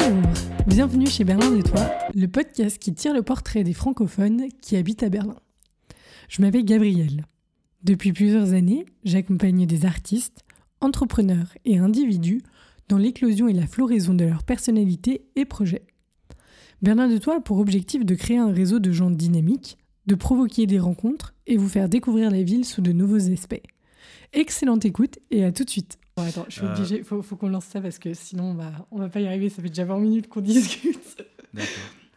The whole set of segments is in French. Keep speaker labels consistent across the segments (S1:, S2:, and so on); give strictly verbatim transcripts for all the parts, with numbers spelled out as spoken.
S1: Bonjour, bienvenue chez Berlin de Toi, le podcast qui tire le portrait des francophones qui habitent à Berlin. Je m'appelle Gabrielle. Depuis plusieurs années, j'accompagne des artistes, entrepreneurs et individus dans l'éclosion et la floraison de leur personnalité et projets. Berlin de Toi a pour objectif de créer un réseau de gens dynamiques, de provoquer des rencontres et vous faire découvrir la ville sous de nouveaux aspects. Excellente écoute et à tout de suite. Bon, attends, je suis obligée, il faut, faut qu'on lance ça parce que sinon on va, on va pas y arriver, ça fait déjà vingt minutes qu'on discute.
S2: D'accord.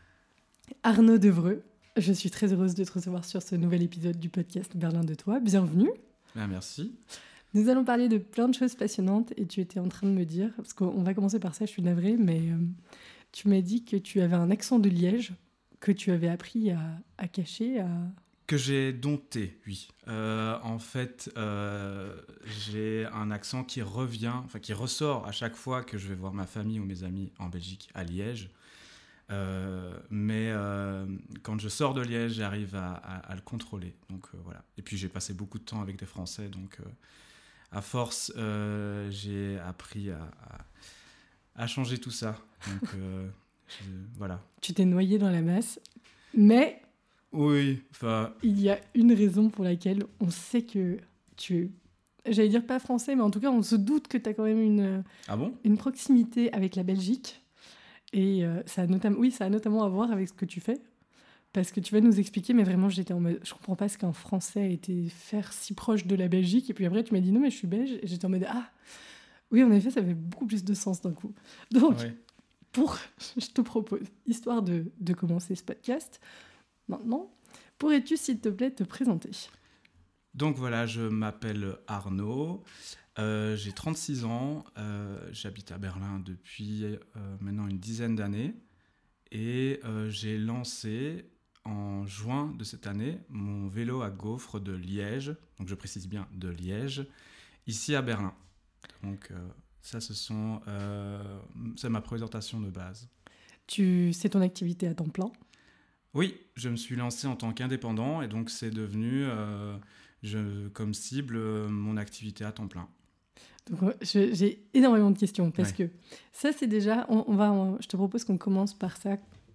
S1: Arnaud Devreux, je suis très heureuse de te recevoir sur ce nouvel épisode du podcast Berlin de Toi. Bienvenue.
S2: Ben, merci.
S1: Nous allons parler de plein de choses passionnantes et tu étais en train de me dire, parce qu'on va commencer par ça, je suis navrée, mais euh, tu m'as dit que tu avais un accent de Liège que tu avais appris à, à cacher, à...
S2: Que j'ai dompté, oui. Euh, en fait, euh, j'ai un accent qui revient, enfin qui ressort à chaque fois que je vais voir ma famille ou mes amis en Belgique, à Liège. Euh, mais euh, quand je sors de Liège, j'arrive à, à, à le contrôler. Donc euh, voilà. Et puis j'ai passé beaucoup de temps avec des Français, donc euh, à force, euh, j'ai appris à, à, à changer tout ça. Donc euh, je, voilà.
S1: Tu t'es noyé dans la masse, mais...
S2: Oui, enfin...
S1: Il y a une raison pour laquelle on sait que tu es, j'allais dire pas français, mais en tout cas, on se doute que tu as quand même une,
S2: ah bon
S1: une proximité avec la Belgique. Et euh, ça a notamment, oui, ça a notamment à voir avec ce que tu fais. Parce que tu vas nous expliquer, mais vraiment, j'étais en mode, je comprends pas ce qu'un Français a été faire si proche de la Belgique. Et puis après, tu m'as dit non, mais je suis belge. Et j'étais en mode, ah, oui, en effet, ça fait beaucoup plus de sens d'un coup. Donc,
S2: oui.
S1: pour, je te propose, histoire de, de commencer ce podcast, maintenant, pourrais-tu, s'il te plaît, te présenter ?
S2: Donc voilà, je m'appelle Arnaud, euh, j'ai trente-six ans, euh, j'habite à Berlin depuis euh, maintenant une dizaine d'années et euh, j'ai lancé en juin de cette année mon vélo à gaufres de Liège, donc je précise bien de Liège, ici à Berlin. Donc euh, ça, ce sont, euh, c'est ma présentation de base.
S1: Tu, c'est ton activité à temps plein ?
S2: Oui, je me suis lancé en tant qu'indépendant et donc c'est devenu, euh, je, comme cible, euh, mon activité à temps plein.
S1: Donc, je, j'ai énormément de questions parce
S2: ouais.
S1: que ça, c'est déjà... On, on va, on, je te propose qu'on commence par ça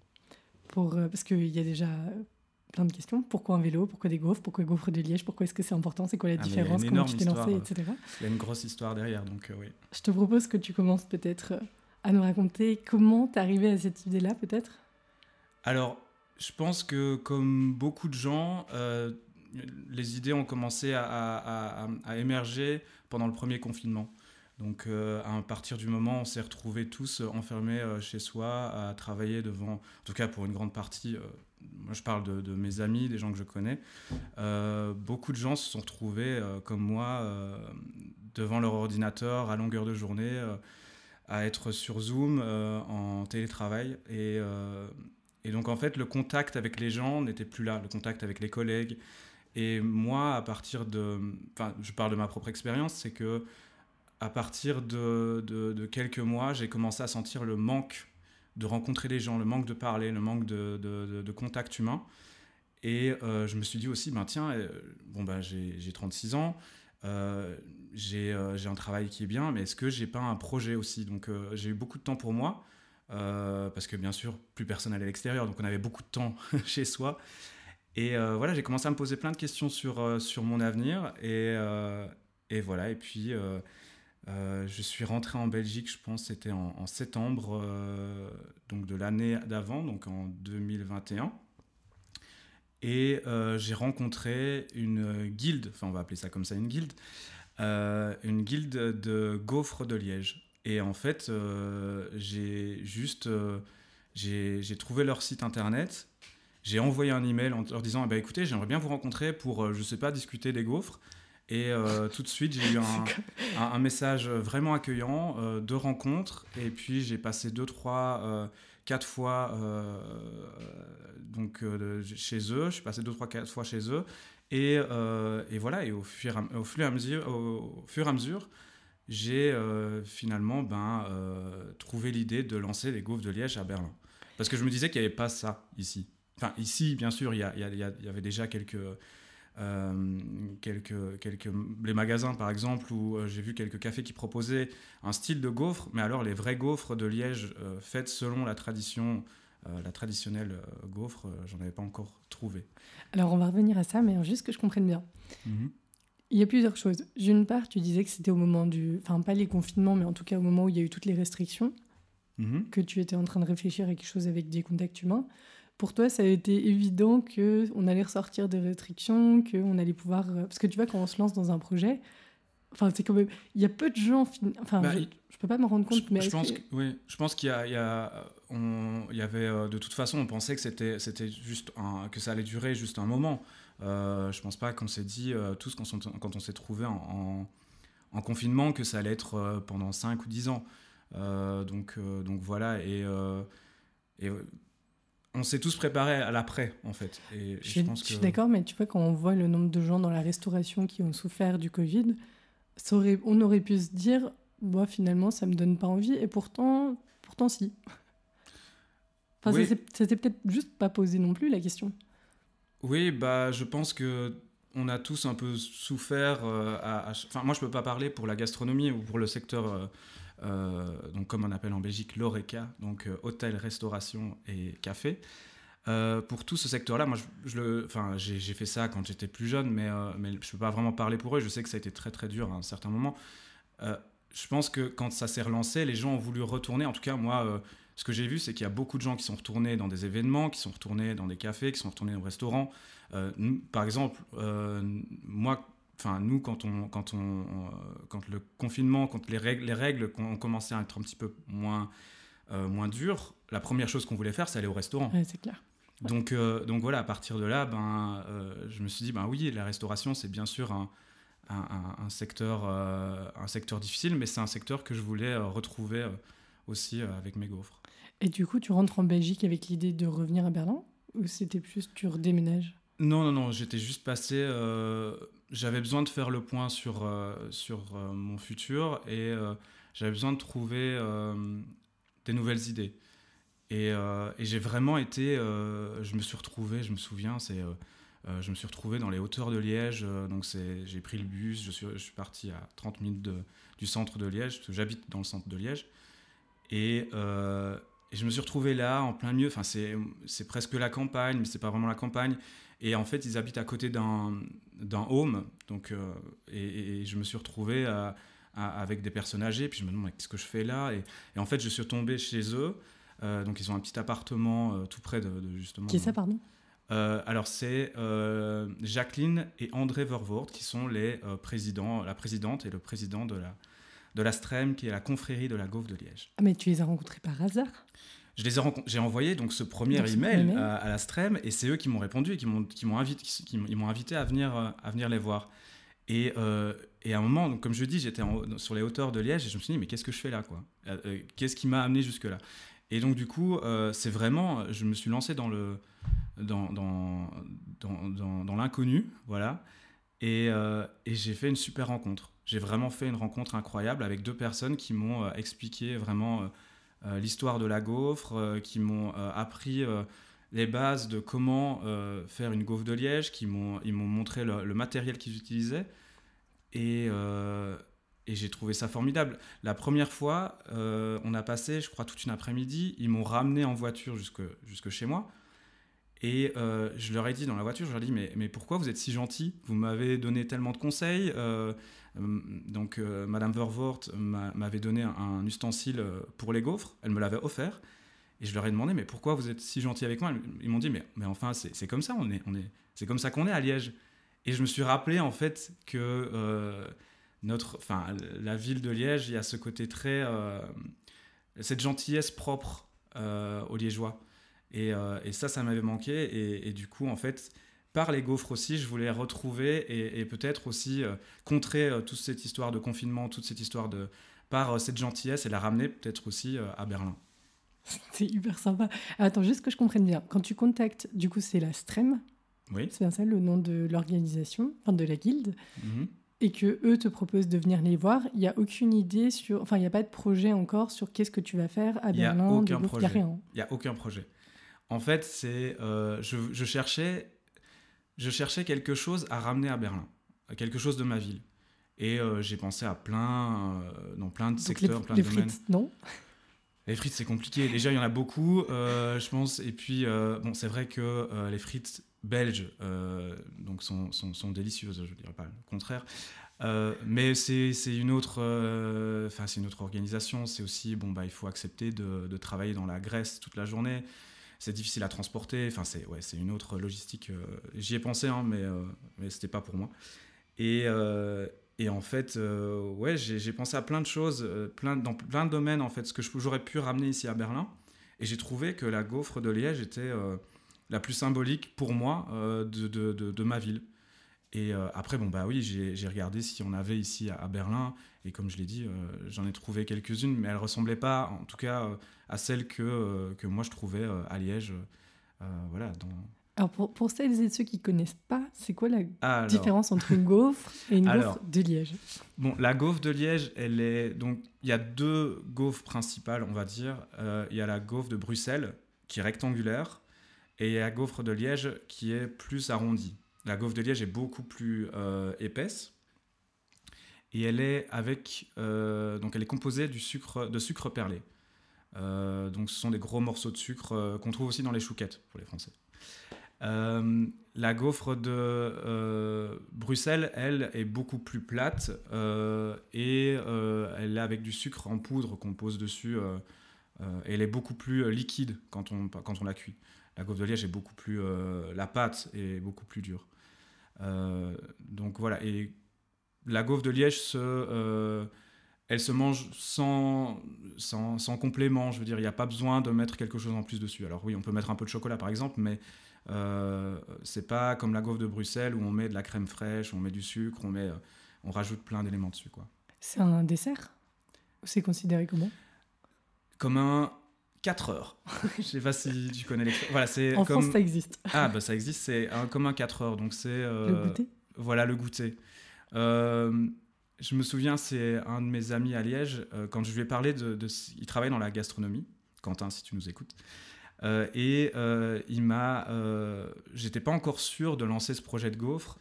S1: pour, euh, parce qu'il y a déjà plein de questions. Pourquoi un vélo ? Pourquoi des gaufres ? Pourquoi gaufres de Liège ? Pourquoi est-ce que c'est important ? C'est quoi la
S2: Ah,
S1: différence ? Comment tu t'es lancé, et cetera.
S2: Il y a une grosse histoire derrière, donc euh, oui.
S1: Je te propose que tu commences peut-être à nous raconter comment t'es arrivé à cette idée-là, peut-être ?
S2: Alors... Je pense que, comme beaucoup de gens, euh, les idées ont commencé à, à, à, à émerger pendant le premier confinement. Donc, euh, à partir du moment où on s'est retrouvés tous enfermés euh, chez soi, à travailler devant, en tout cas pour une grande partie, euh, moi je parle de, de mes amis, des gens que je connais, euh, beaucoup de gens se sont retrouvés, euh, comme moi, euh, devant leur ordinateur à longueur de journée, euh, à être sur Zoom, euh, en télétravail. Et... Euh, Et donc, en fait, le contact avec les gens n'était plus là, le contact avec les collègues. Et moi, à partir de... Enfin, je parle de ma propre expérience, c'est que à partir de, de, de quelques mois, j'ai commencé à sentir le manque de rencontrer les gens, le manque de parler, le manque de, de, de, de contact humain. Et euh, je me suis dit aussi, ben tiens, euh, bon, ben, j'ai, j'ai trente-six ans, euh, j'ai, euh, j'ai un travail qui est bien, mais est-ce que j'ai pas un projet aussi ? Donc, euh, j'ai eu beaucoup de temps pour moi. Euh, parce que bien sûr plus personne n'allait à l'extérieur, donc on avait beaucoup de temps chez soi et euh, voilà, j'ai commencé à me poser plein de questions sur, euh, sur mon avenir et, euh, et voilà, et puis euh, euh, je suis rentré en Belgique, je pense c'était en, en septembre euh, donc de l'année d'avant, donc en deux mille vingt et un, et euh, j'ai rencontré une guilde, enfin on va appeler ça comme ça, une guilde euh, une guilde de gaufres de Liège. Et en fait, euh, j'ai juste euh, j'ai, j'ai trouvé leur site internet, j'ai envoyé un email en leur disant eh ben, écoutez, j'aimerais bien vous rencontrer pour, euh, je sais pas, discuter des gaufres. Et euh, tout de suite, j'ai eu un, un, un message vraiment accueillant euh, de rencontre. Et puis, j'ai passé deux, trois, euh, quatre fois euh, donc, euh, chez eux. Je suis passé deux, trois, quatre fois chez eux. Et, euh, et voilà, et au fur, au fur et à mesure, au fur et à mesure j'ai euh, finalement ben, euh, trouvé l'idée de lancer les gaufres de Liège à Berlin. Parce que je me disais qu'il n'y avait pas ça ici. Enfin, ici, bien sûr, il y, a, il y, a, il y avait déjà quelques, euh, quelques, quelques, les magasins, par exemple, où euh, j'ai vu quelques cafés qui proposaient un style de gaufre, mais alors les vrais gaufres de Liège, euh, faites selon la tradition, euh, la traditionnelle euh, gaufre, euh, j'en avais pas encore trouvé.
S1: Alors, on va revenir à ça, mais juste que je comprenne bien.
S2: Mm-hmm.
S1: Il y a plusieurs choses. D'une part, tu disais que c'était au moment du... Enfin, pas les confinements, mais en tout cas au moment où il y a eu toutes les restrictions,
S2: Mm-hmm.
S1: que tu étais en train de réfléchir à quelque chose avec des contacts humains. Pour toi, ça a été évident qu'on allait ressortir des restrictions, qu'on allait pouvoir... Parce que tu vois, quand on se lance dans un projet, enfin, c'est quand même... Il y a peu de gens... Enfin,
S2: Bah,
S1: je...
S2: il...
S1: je peux pas me rendre compte,
S2: je,
S1: mais...
S2: Je pense,
S1: que...
S2: que, oui, je pense qu'il y a... Il y, a, on, il y avait... Euh, de toute façon, on pensait que c'était, c'était juste un, que ça allait durer juste un moment. Euh, je pense pas qu'on s'est dit, euh, tous, quand on, quand on s'est trouvé en, en, en confinement, que ça allait être euh, pendant cinq ou dix ans. Euh, donc, euh, donc voilà, et... Euh, et on s'est tous préparés à l'après, en fait. Et
S1: je,
S2: je, pense
S1: je
S2: que...
S1: suis d'accord, mais tu vois, quand on voit le nombre de gens dans la restauration qui ont souffert du Covid, ça aurait, on aurait pu se dire, bah, finalement, ça me donne pas envie, et pourtant, pourtant si. Enfin,
S2: oui.
S1: ça s'était peut-être juste pas posé non plus, la question.
S2: Oui, bah, je pense que on a tous un peu souffert. Euh, à, à... Enfin, moi, je peux pas parler pour la gastronomie ou pour le secteur... Euh, Euh, donc comme on appelle en Belgique l'Horeca, donc euh, hôtel, restauration et café. Euh, pour tout ce secteur-là, moi, je, je le, enfin, j'ai, j'ai fait ça quand j'étais plus jeune, mais, euh, mais je peux pas vraiment parler pour eux. Je sais que ça a été très très dur à un certain moment. Euh, je pense que quand ça s'est relancé, les gens ont voulu retourner. En tout cas, moi, euh, ce que j'ai vu, c'est qu'il y a beaucoup de gens qui sont retournés dans des événements, qui sont retournés dans des cafés, qui sont retournés au restaurant. Euh, nous, par exemple, euh, moi, enfin nous, quand on, quand on, euh, quand le confinement, quand les règles, les règles ont commencé à être un petit peu moins, euh, moins dures, la première chose qu'on voulait faire, c'est aller au restaurant.
S1: Ouais, c'est clair. Ouais.
S2: Donc, euh, donc voilà, à partir de là, ben, euh, je me suis dit, ben oui, la restauration, c'est bien sûr un, un, un, un secteur, euh, un secteur difficile, mais c'est un secteur que je voulais euh, retrouver euh, aussi euh, avec mes gaufres.
S1: Et du coup, tu rentres en Belgique avec l'idée de revenir à Berlin, ou c'était plus tu redéménages?
S2: Non, non, non, j'étais juste passé. Euh, j'avais besoin de faire le point sur, euh, sur euh, mon futur et euh, j'avais besoin de trouver euh, des nouvelles idées. Et, euh, et j'ai vraiment été. Euh, je me suis retrouvé, je me souviens, c'est, euh, euh, je me suis retrouvé dans les hauteurs de Liège. Euh, donc c'est, j'ai pris le bus, je suis, je suis parti à trente minutes de, du centre de Liège, parce que j'habite dans le centre de Liège. Et. Euh, et je me suis retrouvé là, en plein milieu. Enfin, c'est, c'est presque la campagne, mais c'est pas vraiment la campagne. Et en fait, ils habitent à côté d'un, d'un home. Donc, euh, et, et je me suis retrouvé à, à, avec des personnes âgées. Puis je me demande, qu'est-ce que je fais là et, et en fait, je suis tombé chez eux. Euh, donc, ils ont un petit appartement euh, tout près de, de justement.
S1: Qui est ça, pardon?
S2: euh, Alors, c'est euh, Jacqueline et André Vervoort qui sont les euh, présidents, la présidente et le président de la, de la Strem, qui est la confrérie de la gaufre de Liège.
S1: Ah, mais tu les as rencontrés par hasard?
S2: Je les ai rencontrés, j'ai envoyé donc ce premier
S1: donc,
S2: email
S1: premier
S2: à, à la Strem et c'est eux qui m'ont répondu et qui m'ont, qui m'ont, invité, qui, qui m'ont invité à venir, à venir les voir. Et, euh, et à un moment, donc, comme je dis, j'étais en, sur les hauteurs de Liège et je me suis dit, mais qu'est-ce que je fais là quoi euh, Qu'est-ce qui m'a amené jusque-là? Et donc, du coup, euh, c'est vraiment, je me suis lancé dans, le, dans, dans, dans, dans, dans l'inconnu, voilà. Et, euh, et j'ai fait une super rencontre. J'ai vraiment fait une rencontre incroyable avec deux personnes qui m'ont euh, expliqué vraiment euh, euh, l'histoire de la gaufre, euh, qui m'ont euh, appris euh, les bases de comment euh, faire une gaufre de Liège, qui m'ont, ils m'ont montré le, le matériel qu'ils utilisaient. Et, euh, et j'ai trouvé ça formidable. La première fois, euh, on a passé, je crois, toute une après-midi. Ils m'ont ramené en voiture jusque, jusque chez moi. Et euh, je leur ai dit dans la voiture, je leur ai dit, mais, mais pourquoi vous êtes si gentils? Vous m'avez donné tellement de conseils. Euh, euh, donc, euh, Madame Vervoort m'a, m'avait donné un, un ustensile pour les gaufres. Elle me l'avait offert. Et je leur ai demandé, mais pourquoi vous êtes si gentils avec moi? Ils m'ont dit, mais, mais enfin, c'est, c'est comme ça, on est, on est, c'est comme ça qu'on est à Liège. Et je me suis rappelé, en fait, que euh, notre, enfin, la ville de Liège, il y a ce côté très... Euh, cette gentillesse propre euh, aux Liégeois. Et, euh, et ça, ça m'avait manqué. Et, et du coup, en fait, par les gaufres aussi, je voulais retrouver et, et peut-être aussi euh, contrer euh, toute cette histoire de confinement, toute cette histoire de... par euh, cette gentillesse et la ramener peut-être aussi euh, à Berlin.
S1: C'est hyper sympa. Attends, juste que je comprenne bien. Quand tu contactes, du coup, c'est la Strem.
S2: Oui.
S1: C'est bien ça, le nom de l'organisation, enfin de la guilde.
S2: Mm-hmm.
S1: Et que eux te proposent de venir les voir. Il n'y a aucune idée sur... Enfin, il n'y a pas de projet encore sur qu'est-ce que tu vas faire à Berlin.
S2: Il n'y a aucun projet.
S1: Il n'y a rien.
S2: Il n'y a aucun projet. En fait, c'est, euh, je, je cherchais je cherchais quelque chose à ramener à Berlin, quelque chose de ma ville. Et euh, j'ai pensé à plein, euh, dans plein de
S1: Donc
S2: secteurs,
S1: les,
S2: plein
S1: les
S2: de domaines.
S1: frites, non?
S2: Les frites, c'est compliqué. Déjà, il y en a beaucoup, euh, je pense. Et puis, euh, bon, c'est vrai que euh, les frites belges euh, donc sont, sont, sont délicieuses, je ne dirais pas le contraire. Euh, mais c'est, c'est, une autre, euh, c'est une autre organisation. C'est aussi, bon, bah, il faut accepter de, de travailler dans la graisse toute la journée. C'est difficile à transporter. Enfin, c'est, ouais, c'est une autre logistique. Euh, j'y ai pensé, hein, mais, euh, mais ce n'était pas pour moi. Et, euh, et en fait, euh, ouais, j'ai, j'ai pensé à plein de choses, euh, plein, dans plein de domaines, en fait, ce que je, j'aurais pu ramener ici à Berlin. Et j'ai trouvé que la gaufre de Liège était euh, la plus symbolique pour moi euh, de, de, de, de ma ville. Et euh, après, bon, bah oui, j'ai, j'ai regardé si on avait ici à, à Berlin. Et comme je l'ai dit, euh, j'en ai trouvé quelques-unes, mais elles ne ressemblaient pas, en tout cas, euh, à celles que, euh, que moi je trouvais euh, à Liège. Euh, voilà, dans...
S1: Alors pour, pour celles et ceux qui ne connaissent pas, c'est quoi la
S2: Alors,
S1: différence entre une gaufre et une
S2: alors,
S1: gaufre de Liège?
S2: Bon, la gaufre de Liège, elle est donc il y a deux gaufres principales, on va dire. Euh, il y a la gaufre de Bruxelles qui est rectangulaire et il y a la gaufre de Liège qui est plus arrondie. La gaufre de Liège est beaucoup plus euh, épaisse et elle est avec euh, donc elle est composée du sucre de sucre perlé. Euh, donc ce sont des gros morceaux de sucre euh, qu'on trouve aussi dans les chouquettes pour les Français. Euh, la gaufre de euh, Bruxelles, elle, est beaucoup plus plate euh, et euh, elle est avec du sucre en poudre qu'on pose dessus. Euh, euh, et elle est beaucoup plus liquide quand on, quand on la cuit. La gaufre de Liège est beaucoup plus... Euh, la pâte est beaucoup plus dure. Euh, donc voilà. Et la gaufre de Liège, se, euh, elle se mange sans, sans, sans complément. Je veux dire, il n'y a pas besoin de mettre quelque chose en plus dessus. Alors oui, on peut mettre un peu de chocolat, par exemple, mais... Euh, c'est pas comme la gaufre de Bruxelles où on met de la crème fraîche, on met du sucre, on, met, on rajoute plein d'éléments dessus, quoi.
S1: C'est un dessert? C'est considéré comment?
S2: Comme un quatre heures. Je sais pas si tu connais les... Voilà, c'est
S1: en
S2: comme...
S1: France, ça existe.
S2: Ah, bah ça existe, c'est un, comme un quatre heures. Donc c'est... Euh...
S1: Le goûter?
S2: Voilà, le goûter. Euh... Je me souviens, c'est un de mes amis à Liège, euh, quand je lui ai parlé de, de... Il travaille dans la gastronomie. Quentin, si tu nous écoutes. Euh, et euh, il m'a, euh, j'étais pas encore sûr de lancer ce projet de gaufre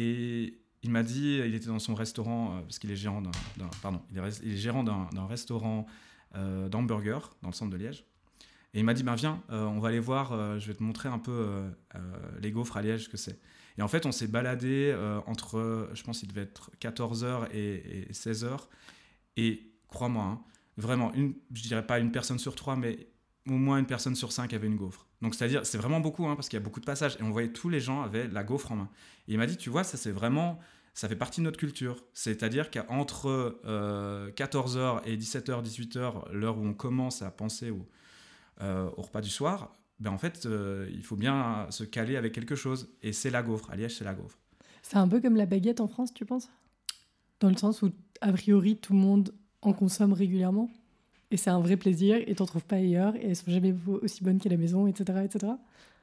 S2: et il m'a dit, il était dans son restaurant euh, parce qu'il est gérant d'un, d'un pardon, il est, il est gérant d'un, d'un restaurant euh, d'hamburgers dans le centre de Liège et il m'a dit ben viens, euh, on va aller voir, euh, je vais te montrer un peu euh, euh, les gaufres à Liège ce que c'est. Et en fait on s'est baladé euh, entre, je pense qu'il devait être quatorze heures et, et seize heures et crois-moi, hein, vraiment une, je dirais pas une personne sur trois mais au moins une personne sur cinq avait une gaufre. Donc c'est-à-dire, c'est vraiment beaucoup, hein, parce qu'il y a beaucoup de passages. Et on voyait tous les gens avaient la gaufre en main. Et il m'a dit, tu vois, ça c'est vraiment, ça fait partie de notre culture. C'est-à-dire qu'entre euh, quatorze heures et dix-sept heures, dix-huit heures, l'heure où on commence à penser au, euh, au repas du soir, ben en fait, euh, il faut bien se caler avec quelque chose. Et c'est la gaufre. À Liège, c'est la gaufre.
S1: C'est un peu comme la baguette en France, tu penses? Dans le sens où, a priori, tout le monde en consomme régulièrement? Et c'est un vrai plaisir, et t'en trouves pas ailleurs, et elles sont jamais aussi bonnes qu'à la maison, et cetera, et cetera.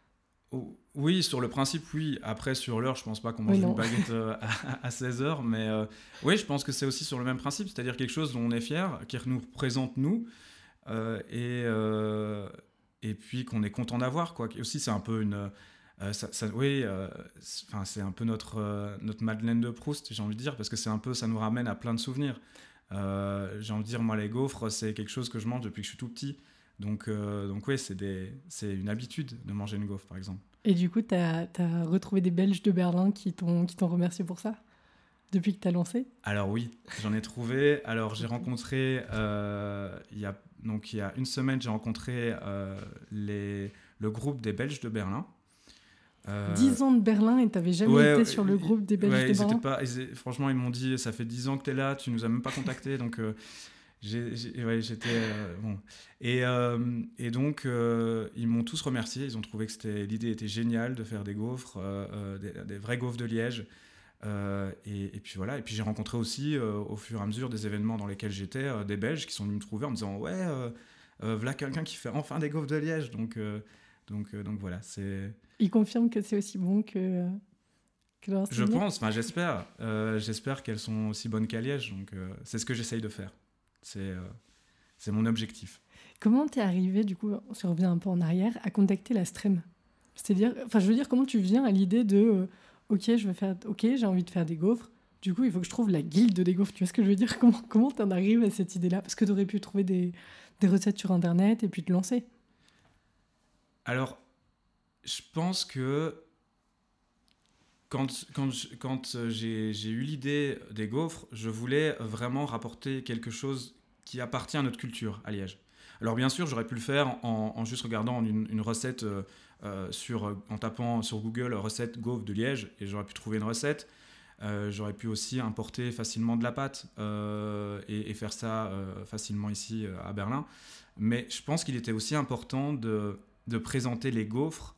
S2: Oh, oui, sur le principe, oui. Après, sur l'heure, je pense pas qu'on mange oui, une baguette euh, à, à seize heures, mais euh, oui, je pense que c'est aussi sur le même principe, c'est-à-dire quelque chose dont on est fier, qui nous représente nous, euh, et, euh, et puis qu'on est content d'avoir, quoi. Et aussi, c'est un peu une... Euh, ça, ça, oui, euh, c'est, c'est un peu notre, euh, notre Madeleine de Proust, j'ai envie de dire, parce que c'est un peu, ça nous ramène à plein de souvenirs. Euh, j'ai envie de dire, moi, les gaufres, c'est quelque chose que je mange depuis que je suis tout petit. Donc, euh, donc oui, c'est, des, c'est une habitude de manger une gaufre, par exemple.
S1: Et du coup, tu as retrouvé des Belges de Berlin qui t'ont, qui t'ont remercié pour ça, depuis que tu as lancé?
S2: Alors oui, j'en ai trouvé. Alors j'ai rencontré, euh, il y a, donc, il y a une semaine, j'ai rencontré euh, les, le groupe des Belges de Berlin.
S1: Euh... dix ans de Berlin et t'avais jamais
S2: ouais,
S1: été sur le groupe des Belges
S2: ouais,
S1: de Berlin?
S2: Pas, ils, franchement, ils m'ont dit, ça fait dix ans que t'es là, tu nous as même pas contacté, donc euh, j'ai, j'ai, ouais, j'étais... Euh, bon. Et, euh, et donc, euh, ils m'ont tous remercié, ils ont trouvé que c'était, l'idée était géniale de faire des gaufres, euh, des, des vrais gaufres de Liège. Euh, et, et puis voilà, et puis j'ai rencontré aussi, euh, au fur et à mesure des événements dans lesquels j'étais, euh, des Belges qui sont venus me trouver en me disant « Ouais, euh, euh, voilà quelqu'un qui fait enfin des gaufres de Liège », donc... Euh, Donc, euh, donc voilà, c'est...
S1: Ils confirment que c'est aussi bon que, que leur
S2: Je pense, enfin j'espère. Euh, j'espère qu'elles sont aussi bonnes qu'à Liège. Donc euh, c'est ce que j'essaye de faire. C'est, euh, c'est mon objectif.
S1: Comment t'es arrivé, du coup, on se revient un peu en arrière, à contacter la Strem? C'est-à-dire, enfin, je veux dire, comment tu viens à l'idée de euh, ok, je veux faire, ok, j'ai envie de faire des gaufres. Du coup, il faut que je trouve la guilde des gaufres. Tu vois ce que je veux dire? Comment comment t'en arrives à cette idée-là? Parce que t'aurais pu trouver des, des recettes sur Internet et puis te lancer.
S2: Alors, je pense que quand, quand, je- quand euh, j'ai, j'ai eu l'idée des gaufres, je voulais vraiment rapporter quelque chose qui appartient à notre culture à Liège. Alors bien sûr, j'aurais pu le faire en, en juste regardant une, une recette euh, euh, sur, euh, en tapant sur Google recette gaufres de Liège et j'aurais pu trouver une recette. Euh, j'aurais pu aussi importer facilement de la pâte euh, et, et faire ça euh, facilement ici euh, à Berlin. Mais je pense qu'il était aussi important de, de présenter les gaufres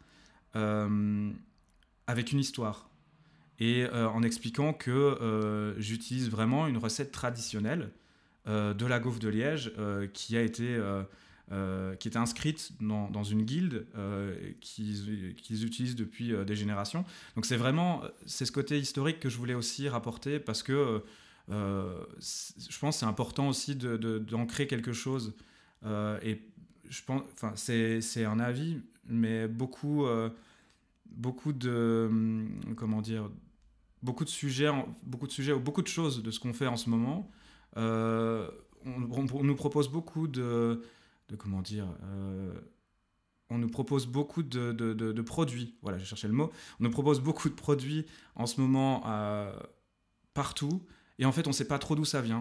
S2: euh, avec une histoire et euh, en expliquant que euh, j'utilise vraiment une recette traditionnelle euh, de la gaufre de Liège euh, qui a été euh, euh, qui était inscrite dans, dans une guilde euh, qu'ils, qu'ils utilisent depuis euh, des générations. Donc c'est vraiment c'est ce côté historique que je voulais aussi rapporter parce que euh, je pense que c'est important aussi de, de, d'ancrer quelque chose euh, et je pense enfin c'est, c'est un avis mais beaucoup euh, beaucoup de hum, comment dire beaucoup de sujets, beaucoup de sujets ou beaucoup de choses de ce qu'on fait en ce moment. Euh, on, on- on nous propose beaucoup de, de comment dire, euh, on nous propose beaucoup de, de- de- de produits. Voilà, j'ai cherché le mot. On nous propose beaucoup de produits en ce moment euh, partout, et en fait, on ne sait pas trop d'où ça vient.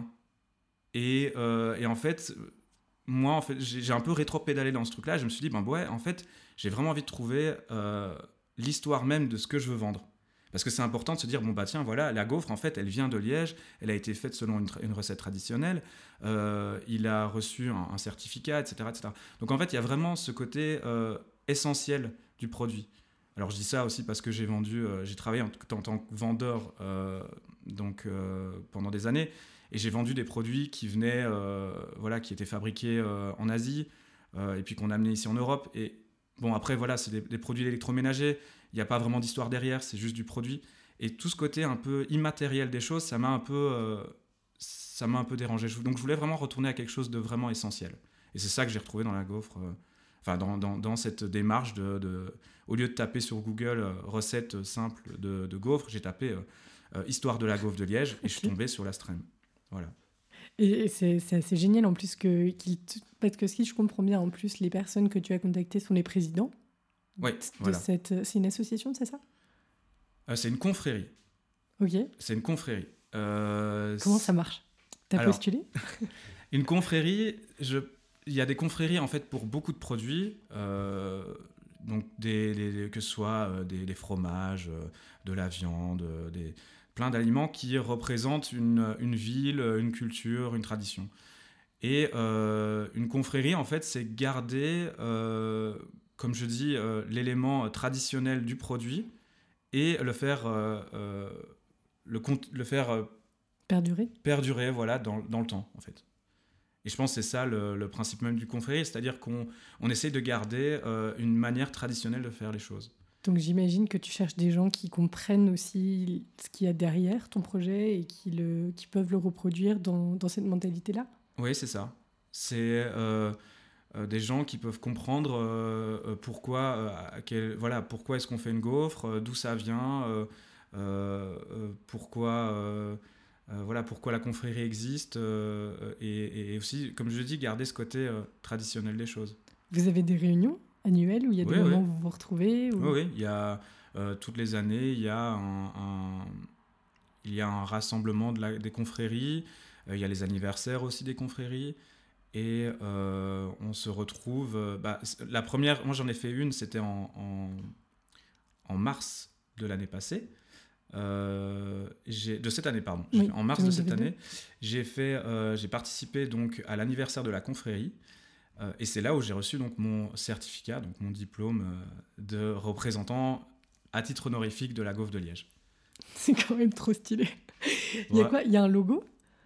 S2: Et, euh, et en fait, moi, en fait, j'ai, j'ai un peu rétro-pédalé dans ce truc-là. Je me suis dit, ben ouais, en fait, j'ai vraiment envie de trouver euh, l'histoire même de ce que je veux vendre. Parce que c'est important de se dire, bon bah tiens, voilà, la gaufre, en fait, elle vient de Liège, elle a été faite selon une, tra- une recette traditionnelle, euh, il a reçu un, un certificat, et cetera, et cetera. Donc en fait, il y a vraiment ce côté euh, essentiel du produit. Alors je dis ça aussi parce que j'ai vendu, euh, j'ai travaillé en, en tant que vendeur euh, donc, euh, pendant des années, et j'ai vendu des produits qui venaient, euh, voilà, qui étaient fabriqués euh, en Asie, euh, et puis qu'on amenait ici en Europe. Et bon, après, voilà, c'est des, des produits électroménagers, il n'y a pas vraiment d'histoire derrière, c'est juste du produit. Et tout ce côté un peu immatériel des choses, ça m'a un peu, euh, ça m'a un peu dérangé. Donc je voulais vraiment retourner à quelque chose de vraiment essentiel. Et c'est ça que j'ai retrouvé dans la gaufre, euh, enfin dans, dans, dans cette démarche de, de, au lieu de taper sur Google euh, recette simple de, de gaufre, j'ai tapé euh, euh, histoire de la gaufre de Liège et je suis
S1: Ok.
S2: tombé sur la Strem. Voilà.
S1: Et et c'est c'est assez génial en plus que, qu'il te- parce que si je comprends bien, en plus, les personnes que tu as contactées sont les présidents
S2: Oui,
S1: de
S2: voilà.
S1: cette. C'est une association, c'est ça?
S2: Euh, c'est une confrérie.
S1: Ok.
S2: C'est une confrérie. Euh,
S1: Comment
S2: c'est-
S1: ça marche? T'as
S2: alors,
S1: postulé?
S2: une confrérie, je... il y a des confréries en fait pour beaucoup de produits, euh, donc des, des- que ce soit euh, des, des fromages, euh, de la viande, euh, des, plein d'aliments qui représentent une, une ville, une culture, une tradition. Et euh, une confrérie, en fait, c'est garder, euh, comme je dis, euh, l'élément traditionnel du produit et le faire, euh, euh, le, cont- le faire euh,
S1: Perdurer?
S2: perdurer voilà, dans, dans le temps, en fait. Et je pense que c'est ça le, le principe même du confrérie, c'est-à-dire qu'on on essaye de garder euh, une manière traditionnelle de faire les choses.
S1: Donc j'imagine que tu cherches des gens qui comprennent aussi ce qu'il y a derrière ton projet et qui, le, qui peuvent le reproduire dans, dans cette mentalité-là.
S2: Oui, c'est ça. C'est euh, euh, des gens qui peuvent comprendre euh, euh, pourquoi, euh, à quel- voilà, pourquoi est-ce qu'on fait une gaufre, euh, d'où ça vient, euh, euh, euh, pourquoi, euh, euh, voilà, pourquoi la confrérie existe, euh, et, et aussi, comme je le dis, garder ce côté euh, traditionnel des choses.
S1: Vous avez des réunions annuelles où il y a des
S2: Oui, oui,
S1: moments où vous vous retrouvez
S2: oui,
S1: ou...
S2: oui. Il y a, euh, toutes les années, il y a un, un- il y a un rassemblement de la- des confréries, euh, il y a les anniversaires aussi des confréries. Et euh, on se retrouve. euh, bah, c- la première, moi j'en ai fait une, c'était en, en, en mars de l'année passée. Euh, j'ai- de cette année, pardon. J'ai fait-
S1: Oui,
S2: en mars de cette
S1: deux mille vingt-deux.
S2: année, j'ai fait, euh, j'ai participé donc à l'anniversaire de la confrérie. Euh, et c'est là où j'ai reçu donc mon certificat, donc mon diplôme euh, de représentant à titre honorifique de la gaufre de Liège.
S1: C'est quand même trop stylé. Il y a
S2: Ouais.
S1: quoi? Il y a un logo?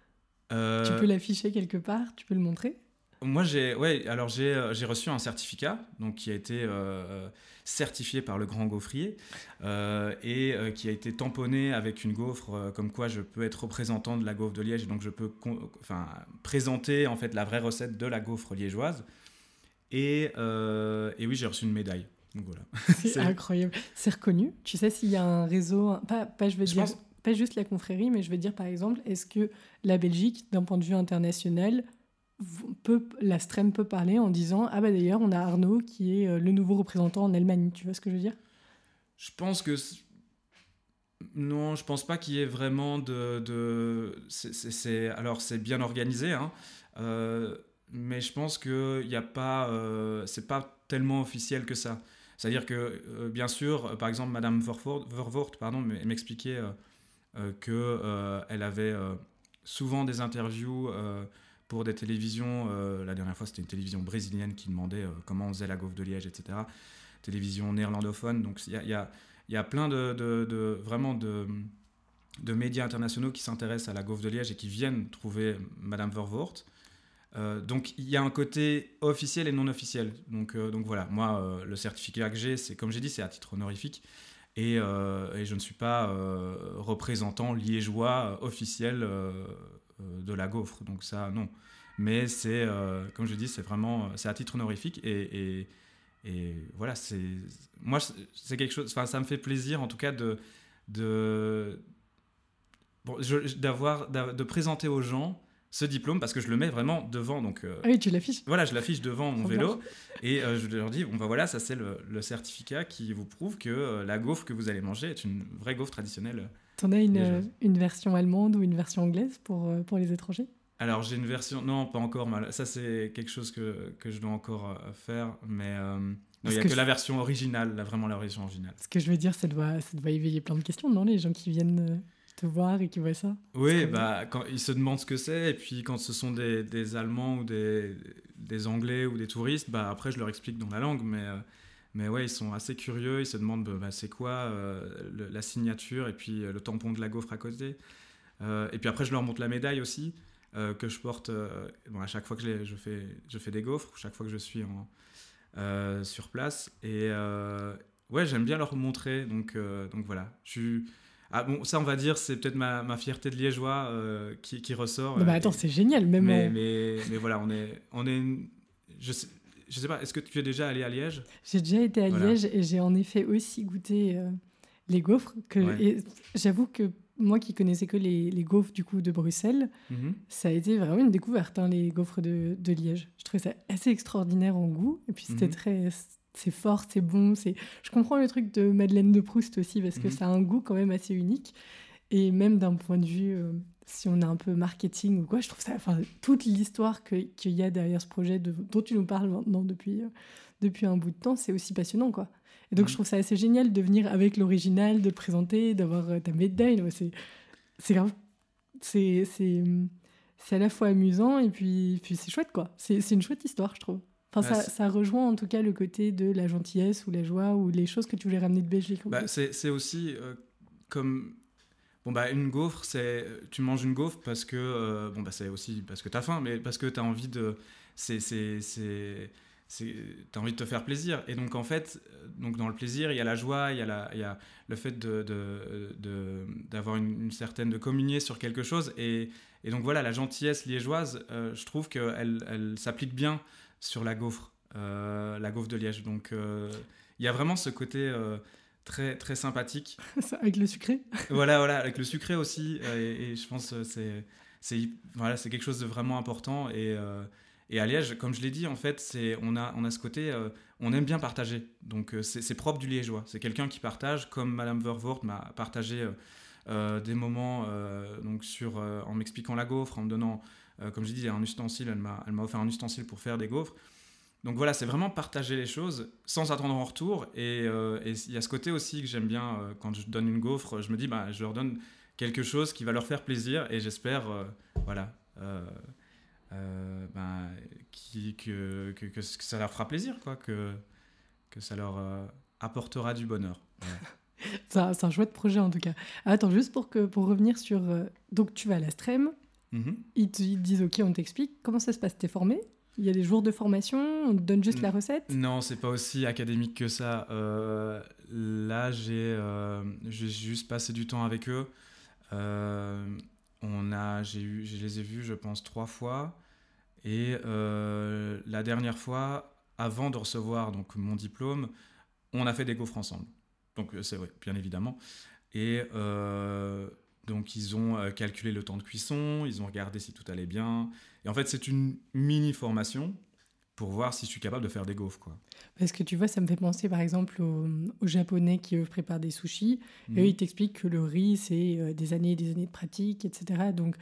S1: Tu
S2: Euh,
S1: peux l'afficher quelque part? Tu peux le montrer?
S2: Moi, j'ai, ouais, alors j'ai, euh, j'ai reçu un certificat, donc qui a été euh, certifié par le Grand Gaufrier euh, et euh, qui a été tamponné avec une gaufre, euh, comme quoi je peux être représentant de la gaufre de Liège, et donc je peux, con- enfin, présenter en fait la vraie recette de la gaufre liégeoise. Et, euh, et oui, j'ai reçu une médaille. Donc voilà.
S1: C'est, c'est incroyable. C'est reconnu. Tu sais s'il y a un réseau, pas, pas je veux je dire, pense... pas juste la confrérie, mais je veux dire par exemple, est-ce que la Belgique, d'un point de vue international, peut, la Strem peut parler en disant ah bah d'ailleurs on a Arnaud qui est le nouveau représentant en Allemagne. Tu vois ce que je veux dire?
S2: Je pense que non, je pense pas qu'il y ait vraiment de, de... C'est, c'est, c'est... alors c'est bien organisé, hein. Euh, mais je pense que y a pas, euh, c'est pas tellement officiel que ça. C'est-à-dire que euh, bien sûr, euh, par exemple, Madame Vervoort, pardon, m'expliquait euh, euh, que euh, elle avait euh, souvent des interviews. Euh, pour des télévisions, euh, la dernière fois c'était une télévision brésilienne qui demandait euh, comment on faisait la gaufre de Liège, et cetera. Télévision néerlandophone, donc il y a, y, a, y a plein de, de, de, vraiment de, de médias internationaux qui s'intéressent à la gaufre de Liège et qui viennent trouver Madame Vervoort. Euh, donc il y a un côté officiel et non officiel. Donc, euh, donc voilà, moi euh, le certificat que j'ai, c'est, comme j'ai dit, c'est à titre honorifique. Et, euh, et je ne suis pas euh, représentant liégeois officiel euh, de la gaufre, donc ça non, mais c'est euh, comme je dis, c'est vraiment c'est à titre honorifique et, et, et voilà, c'est moi c'est quelque chose, enfin ça me fait plaisir en tout cas de de bon, je, d'avoir de présenter aux gens ce diplôme parce que je le mets vraiment devant, donc euh,
S1: ah oui, tu l'affiches,
S2: voilà, je l'affiche devant mon vélo et euh, je leur dis bon bah voilà, ça c'est le, le certificat qui vous prouve que euh, la gaufre que vous allez manger est une vraie gaufre traditionnelle.
S1: T'en as une, euh, une version allemande ou une version anglaise pour, euh, pour les étrangers?
S2: Alors j'ai une version, non pas encore, ça c'est quelque chose que, que je dois encore euh, faire, mais euh, il n'y a que, que je... la version originale, là, vraiment la version originale.
S1: Ce que je veux dire, ça doit, ça doit éveiller plein de questions, non, les gens qui viennent euh, te voir et qui voient ça?
S2: Oui, bah, quand ils se demandent ce que c'est, et puis quand ce sont des, des Allemands ou des, des Anglais ou des touristes, bah, après je leur explique dans la langue, mais... Euh, Mais ouais, ils sont assez curieux, ils se demandent bah, c'est quoi euh, le, la signature et puis euh, le tampon de la gaufre à côté. Euh, et puis après, je leur montre la médaille aussi, euh, que je porte euh, bon, à chaque fois que je fais, je fais des gaufres, chaque fois que je suis en, euh, sur place. Et euh, ouais, j'aime bien leur montrer, donc, euh, donc voilà. Je suis... Ah bon, ça on va dire, c'est peut-être ma, ma fierté de liégeois euh, qui, qui ressort.
S1: Non, bah attends,
S2: et...
S1: c'est génial, même
S2: mais,
S1: en...
S2: mais, mais voilà, on est... On est je sais... Je sais pas, est-ce que tu es déjà allé à Liège?
S1: J'ai déjà été à voilà. Liège et j'ai en effet aussi goûté euh, les gaufres. Que, ouais. Et j'avoue que moi qui connaissais que les, les gaufres du coup de Bruxelles, mm-hmm. ça a été vraiment une découverte, hein, les gaufres de, de Liège. Je trouvais ça assez extraordinaire en goût. Et puis c'était mm-hmm. très... C'est fort, c'est bon. C'est... Je comprends le truc de Madeleine de Proust aussi parce que mm-hmm. ça a un goût quand même assez unique. Et même d'un point de vue... Euh, si on a un peu marketing ou quoi, je trouve ça, enfin, toute l'histoire que, qu'il y a derrière ce projet de, dont tu nous parles maintenant depuis, euh, depuis un bout de temps, c'est aussi passionnant, quoi. Et donc, mmh. je trouve ça assez génial de venir avec l'original, de le présenter, d'avoir euh, ta médaille. Ouais, c'est, c'est, c'est, c'est, c'est à la fois amusant et puis, puis c'est chouette, quoi. C'est, c'est une chouette histoire, je trouve. Enfin, bah, ça, ça rejoint en tout cas le côté de la gentillesse ou la joie ou les choses que tu voulais ramener de Belgique.
S2: Bah, c'est, c'est aussi euh, comme... Bon bah une gaufre, c'est tu manges une gaufre parce que euh, bon bah c'est aussi parce que t'as faim, mais parce que t'as envie de c'est c'est c'est c'est t'as envie de te faire plaisir. Et donc en fait donc dans le plaisir il y a la joie, il y a la il y a le fait de de, de d'avoir une, une certaine de communier sur quelque chose et et donc voilà la gentillesse liégeoise, euh, je trouve que elle elle s'applique bien sur la gaufre euh, la gaufre de Liège. Donc il euh, y a vraiment ce côté euh, très très sympathique
S1: avec le sucré.
S2: voilà voilà avec le sucré aussi euh, et, et je pense que c'est c'est voilà c'est quelque chose de vraiment important et euh, et à Liège comme je l'ai dit en fait c'est on a on a ce côté euh, on aime bien partager donc euh, c'est c'est propre du liégeois, c'est quelqu'un qui partage comme Madame Vervoort m'a partagé euh, euh, des moments euh, donc sur euh, en m'expliquant la gaufre, en me donnant euh, comme j'ai dit un ustensile, elle m'a elle m'a offert un ustensile pour faire des gaufres. Donc voilà, c'est vraiment partager les choses sans attendre en retour. Et il euh, y a ce côté aussi que j'aime bien euh, quand je donne une gaufre, je me dis, bah, je leur donne quelque chose qui va leur faire plaisir et j'espère, euh, voilà, euh, euh, bah, qui, que, que, que ça leur fera plaisir, quoi, que, que ça leur euh, apportera du bonheur. Voilà.
S1: c'est, un, c'est un chouette projet en tout cas. Attends, juste pour, que, pour revenir sur... Euh, donc tu vas à la Strem, mm-hmm. ils, te, ils te disent, ok, on t'explique, comment ça se passe, t'es formé ? Il y a des jours de formation, on te donne juste la recette ?
S2: Non, c'est pas aussi académique que ça. Euh, là, j'ai, euh, j'ai juste passé du temps avec eux. Euh, on a, j'ai eu, je les ai vus, je pense, trois fois. Et euh, la dernière fois, avant de recevoir donc, mon diplôme, on a fait des gaufres ensemble. Donc c'est vrai, bien évidemment. Et euh, donc ils ont euh, calculé le temps de cuisson, ils ont regardé si tout allait bien. Et en fait, c'est une mini formation pour voir si je suis capable de faire des gaufres, quoi.
S1: Parce que tu vois, ça me fait penser par exemple aux, aux Japonais qui eux préparent des sushis. Mmh. Et eux, ils t'expliquent que le riz, c'est euh, des années et des années de pratique, et cetera. Donc,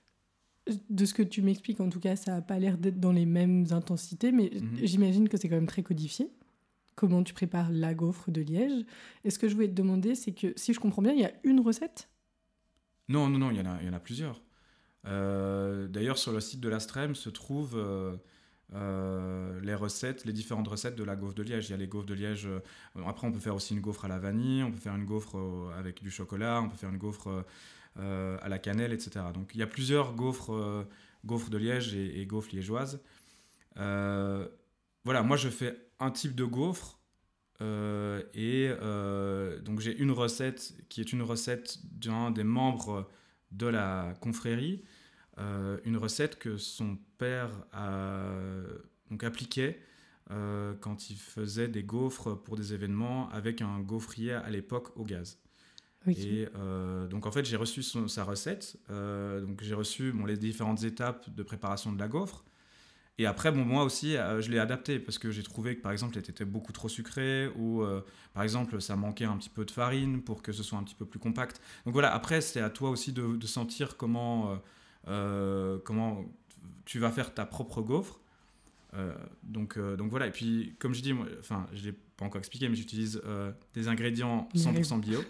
S1: de ce que tu m'expliques, en tout cas, ça n'a pas l'air d'être dans les mêmes intensités, mais mmh. j'imagine que c'est quand même très codifié. Comment tu prépares la gaufre de Liège. Et ce que je voulais te demander, c'est que, si je comprends bien, il y a une recette ?
S2: Non, non, non, il y en a, il y en a plusieurs. Euh, d'ailleurs, sur le site de l'Astrem se trouvent euh, euh, les recettes, les différentes recettes de la gaufre de Liège. Il y a les gaufres de Liège. Euh, après, on peut faire aussi une gaufre à la vanille, on peut faire une gaufre euh, avec du chocolat, on peut faire une gaufre euh, à la cannelle, et cetera. Donc, il y a plusieurs gaufres, euh, gaufres de Liège et, et gaufres liégeoises. Euh, voilà, moi, je fais un type de gaufre. Euh, et euh, donc j'ai une recette qui est une recette d'un des membres de la confrérie, euh, une recette que son père a, donc appliquait euh, quand il faisait des gaufres pour des événements avec un gaufrier à l'époque au gaz. Okay. Et euh, donc en fait j'ai reçu son, sa recette, euh, donc j'ai reçu bon, les différentes étapes de préparation de la gaufre. Et après, bon, moi aussi, euh, je l'ai adapté parce que j'ai trouvé que, par exemple, elle était beaucoup trop sucrée ou, euh, par exemple, ça manquait un petit peu de farine pour que ce soit un petit peu plus compact. Donc voilà, après, c'est à toi aussi de, de sentir comment, euh, comment tu vas faire ta propre gaufre. Euh, donc, euh, donc voilà, et puis, comme je dis, moi, enfin, je ne l'ai pas encore expliqué, mais j'utilise euh, des ingrédients cent pour cent bio.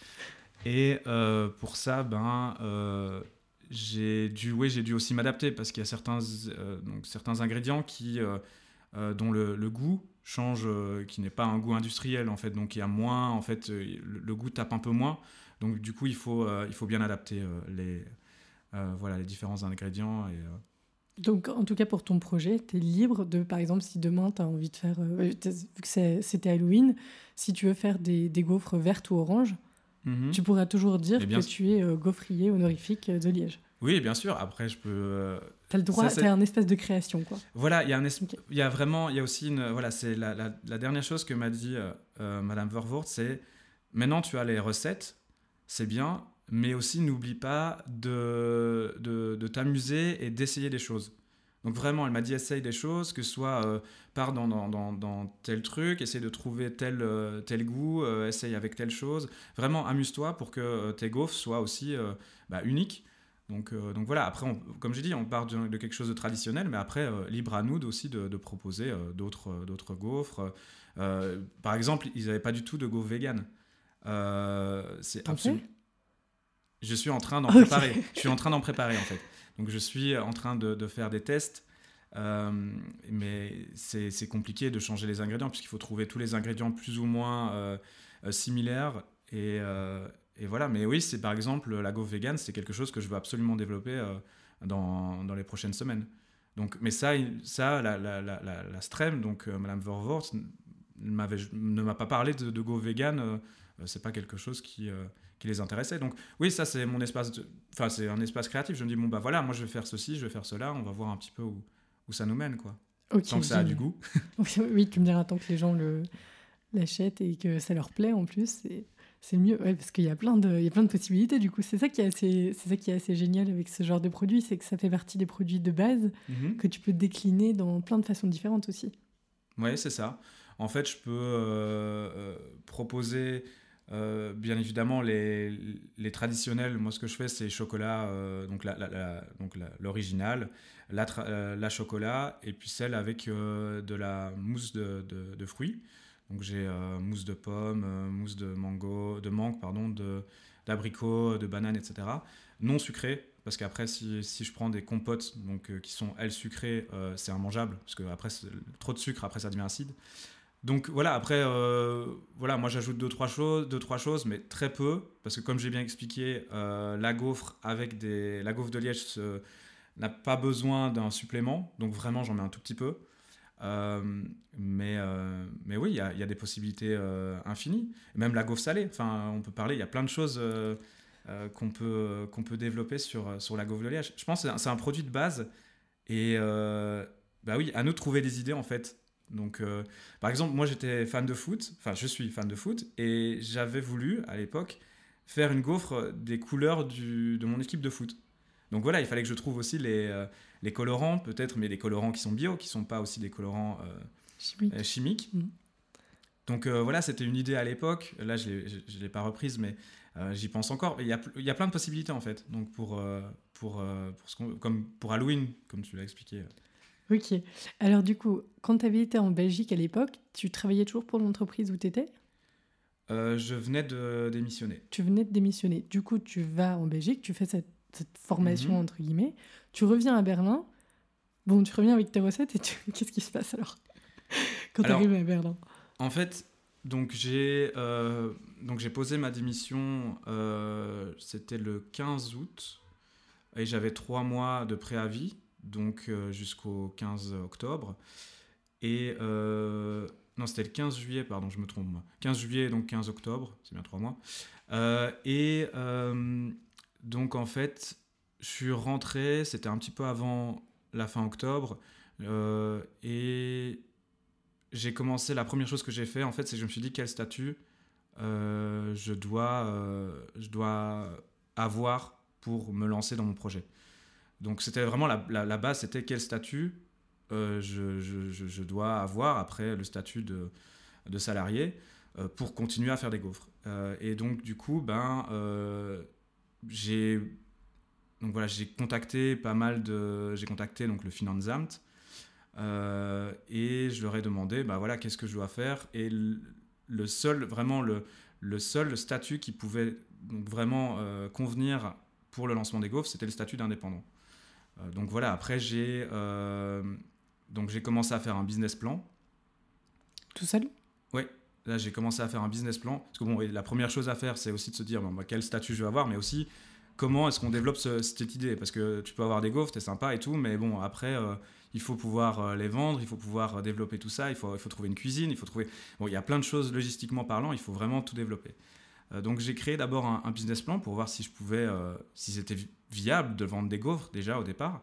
S2: Et euh, pour ça, ben... Euh, J'ai dû, oui, j'ai dû aussi m'adapter parce qu'il y a certains, euh, donc certains ingrédients qui, euh, euh, dont le, le goût change, euh, qui n'est pas un goût industriel en fait, donc il y a moins, en fait, euh, le, le goût tape un peu moins, donc du coup il faut, euh, il faut bien adapter euh, les, euh, voilà, les différents ingrédients. Et, euh...
S1: Donc en tout cas pour ton projet, tu es libre de, par exemple, si demain tu as envie de faire, euh, vu que c'est, c'était Halloween, si tu veux faire des, des gaufres vertes ou oranges, Mm-hmm. tu pourras toujours dire que sûr. tu es euh, gaufrier honorifique de Liège.
S2: Oui, bien sûr. Après, je peux... Euh...
S1: Tu as le droit, tu as un espace de création, quoi.
S2: Voilà, il y a un es... okay. il y a vraiment... Il y a aussi une... Voilà, c'est la, la, la dernière chose que m'a dit euh, Madame Vervoort, c'est maintenant, tu as les recettes, c'est bien, mais aussi, n'oublie pas de, de, de t'amuser et d'essayer des choses. Donc vraiment, elle m'a dit essaye des choses, que ce soit euh, pars dans, dans, dans, dans tel truc, essaye de trouver tel, euh, tel goût, euh, essaye avec telle chose. Vraiment, amuse-toi pour que euh, tes gaufres soient aussi euh, bah, uniques. Donc, euh, donc voilà, après, on, comme j'ai dit, on part de, de quelque chose de traditionnel, mais après, euh, libre à nous aussi de, de proposer euh, d'autres, euh, d'autres gaufres. Euh, par exemple, ils n'avaient pas du tout de gaufres vegan. Euh, c'est absolument... Je suis en train d'en préparer. Okay. Je suis en train d'en préparer, en fait. Donc, je suis en train de, de faire des tests, euh, mais c'est, c'est compliqué de changer les ingrédients puisqu'il faut trouver tous les ingrédients plus ou moins euh, euh, similaires. Et, euh, et voilà. Mais oui, c'est par exemple la gaufre vegan, c'est quelque chose que je veux absolument développer euh, dans, dans les prochaines semaines. Donc, mais ça, ça la, la, la, la, la Strem, donc euh, Madame Vervoort, ne m'a pas parlé de, de gaufre vegan. Euh, c'est pas quelque chose qui... Euh, qui les intéressait. Donc oui, ça c'est mon espace, de... enfin c'est un espace créatif. Je me dis bon bah voilà, moi je vais faire ceci, je vais faire cela, on va voir un petit peu où, où ça nous mène quoi.
S1: Okay,
S2: tant que ça a du goût.
S1: Oui, tu me diras tant que les gens le l'achètent et que ça leur plaît en plus, c'est c'est mieux. Ouais, parce qu'il y a plein de il y a plein de possibilités du coup. C'est ça qui est assez c'est ça qui est assez génial avec ce genre de produit, c'est que ça fait partie des produits de base mm-hmm. que tu peux décliner dans plein de façons différentes aussi.
S2: Oui, c'est ça. En fait, je peux euh, euh, proposer Euh, bien évidemment les, les traditionnels. Moi ce que je fais c'est chocolat, euh, donc, la, la, la, donc la, l'original, la, tra- euh, la chocolat et puis celle avec euh, de la mousse de, de, de fruits. Donc j'ai euh, mousse de pomme, euh, mousse de mango, de mangue pardon, de, d'abricot, de banane, et cetera. Non sucré parce qu'après si, si je prends des compotes donc, euh, qui sont elles sucrées, euh, c'est immangeable parce que après trop de sucre après ça devient acide. Donc voilà, après, euh, voilà, moi j'ajoute deux trois, choses, deux, trois choses, mais très peu, parce que comme j'ai bien expliqué, euh, la gaufre avec des, la gaufre de Liège euh, n'a pas besoin d'un supplément, donc vraiment j'en mets un tout petit peu. Euh, mais, euh, mais oui, il y a, y a des possibilités euh, infinies. Même la gaufre salée, enfin, on peut parler, il y a plein de choses euh, euh, qu'on, peut, qu'on peut développer sur, sur la gaufre de Liège. Je pense que c'est un, c'est un produit de base, et euh, bah oui, à nous de trouver des idées en fait. Donc, euh, par exemple, moi j'étais fan de foot, enfin je suis fan de foot, et j'avais voulu à l'époque faire une gaufre des couleurs du, de mon équipe de foot. Donc voilà, il fallait que je trouve aussi les, euh, les colorants, peut-être, mais les colorants qui sont bio, qui ne sont pas aussi des colorants euh,
S1: Chimique.
S2: euh, chimiques. Mmh. Donc euh, voilà, c'était une idée à l'époque. Là, je ne l'ai pas reprise, mais euh, j'y pense encore. Il y a, il y a plein de possibilités en fait. Donc pour, euh, pour, euh, pour, ce qu'on, comme pour Halloween, comme tu l'as expliqué.
S1: Ok. Alors du coup, quand tu avais été en Belgique à l'époque, tu travaillais toujours pour l'entreprise où tu étais ?
S2: euh, Je venais de démissionner.
S1: Tu venais de démissionner. Du coup, tu vas en Belgique, tu fais cette, cette formation, mm-hmm. entre guillemets. Tu reviens à Berlin. Bon, tu reviens avec tes recettes et tu... qu'est-ce qui se passe alors quand tu arrives à Berlin ?
S2: En fait, donc j'ai, euh, donc j'ai posé ma démission, euh, c'était le quinze août, et j'avais trois mois de préavis, donc euh, jusqu'au quinze octobre. Et euh, non, c'était le quinze juillet, pardon, je me trompe. quinze juillet, donc quinze octobre, c'est bien trois mois. Euh, et euh, donc en fait, je suis rentré, c'était un petit peu avant la fin octobre, euh, et j'ai commencé, la première chose que j'ai fait, en fait, c'est que je me suis dit quel statut euh, je, dois, euh, je dois avoir pour me lancer dans mon projet. Donc c'était vraiment la, la, la base, c'était quel statut euh, je, je, je, je dois avoir après le statut de, de salarié euh, pour continuer à faire des gaufres. Euh, et donc du coup, ben, euh, j'ai, donc, voilà, j'ai contacté pas mal de... J'ai contacté donc, le Finanzamt euh, et je leur ai demandé ben, voilà, qu'est-ce que je dois faire. Et le, le seul, vraiment le, le seul statut qui pouvait donc, vraiment euh, convenir pour le lancement des gaufres, c'était le statut d'indépendant. Euh, donc voilà, après j'ai, euh, donc, j'ai commencé à faire un business plan.
S1: Tout seul ?
S2: Oui, là j'ai commencé à faire un business plan. Parce que bon, la première chose à faire, c'est aussi de se dire bon, bah, quel statut je vais avoir, mais aussi comment est-ce qu'on développe ce, cette idée. Parce que tu peux avoir des gaufres, c'est sympa et tout, mais bon, après, euh, il faut pouvoir euh, les vendre, il faut pouvoir euh, développer tout ça, il faut, il faut trouver une cuisine, il faut trouver... Bon, il y a plein de choses logistiquement parlant, il faut vraiment tout développer. Euh, donc j'ai créé d'abord un, un business plan pour voir si je pouvais, euh, si c'était viable de vendre des gaufres déjà au départ,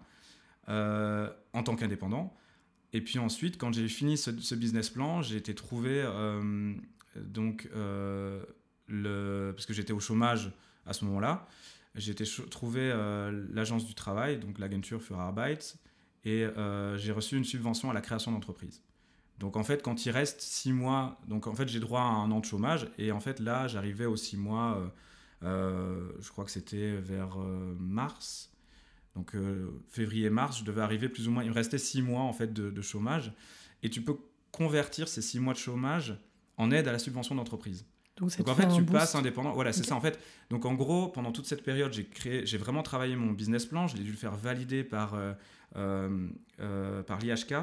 S2: euh, en tant qu'indépendant. Et puis ensuite, quand j'ai fini ce, ce business plan, j'ai été trouver, euh, donc, euh, le, parce que j'étais au chômage à ce moment-là, j'ai été cho- trouver euh, l'agence du travail, donc l'Agentur für Arbeit, et euh, j'ai reçu une subvention à la création d'entreprise. Donc en fait, quand il reste six mois, donc en fait j'ai droit à un an de chômage, et en fait là j'arrivais aux six mois, euh, euh, je crois que c'était vers euh, mars. Donc euh, février-mars, je devais arriver plus ou moins... Il me restait six mois en fait, de, de chômage. Et tu peux convertir ces six mois de chômage en aide à la subvention d'entreprise. Donc, Donc en fait, tu passes indépendant. Voilà, c'est okay. ça en fait. Donc en gros, pendant toute cette période, j'ai, créé, j'ai vraiment travaillé mon business plan. Je l'ai dû le faire valider par, euh, euh, euh, par l'I H K.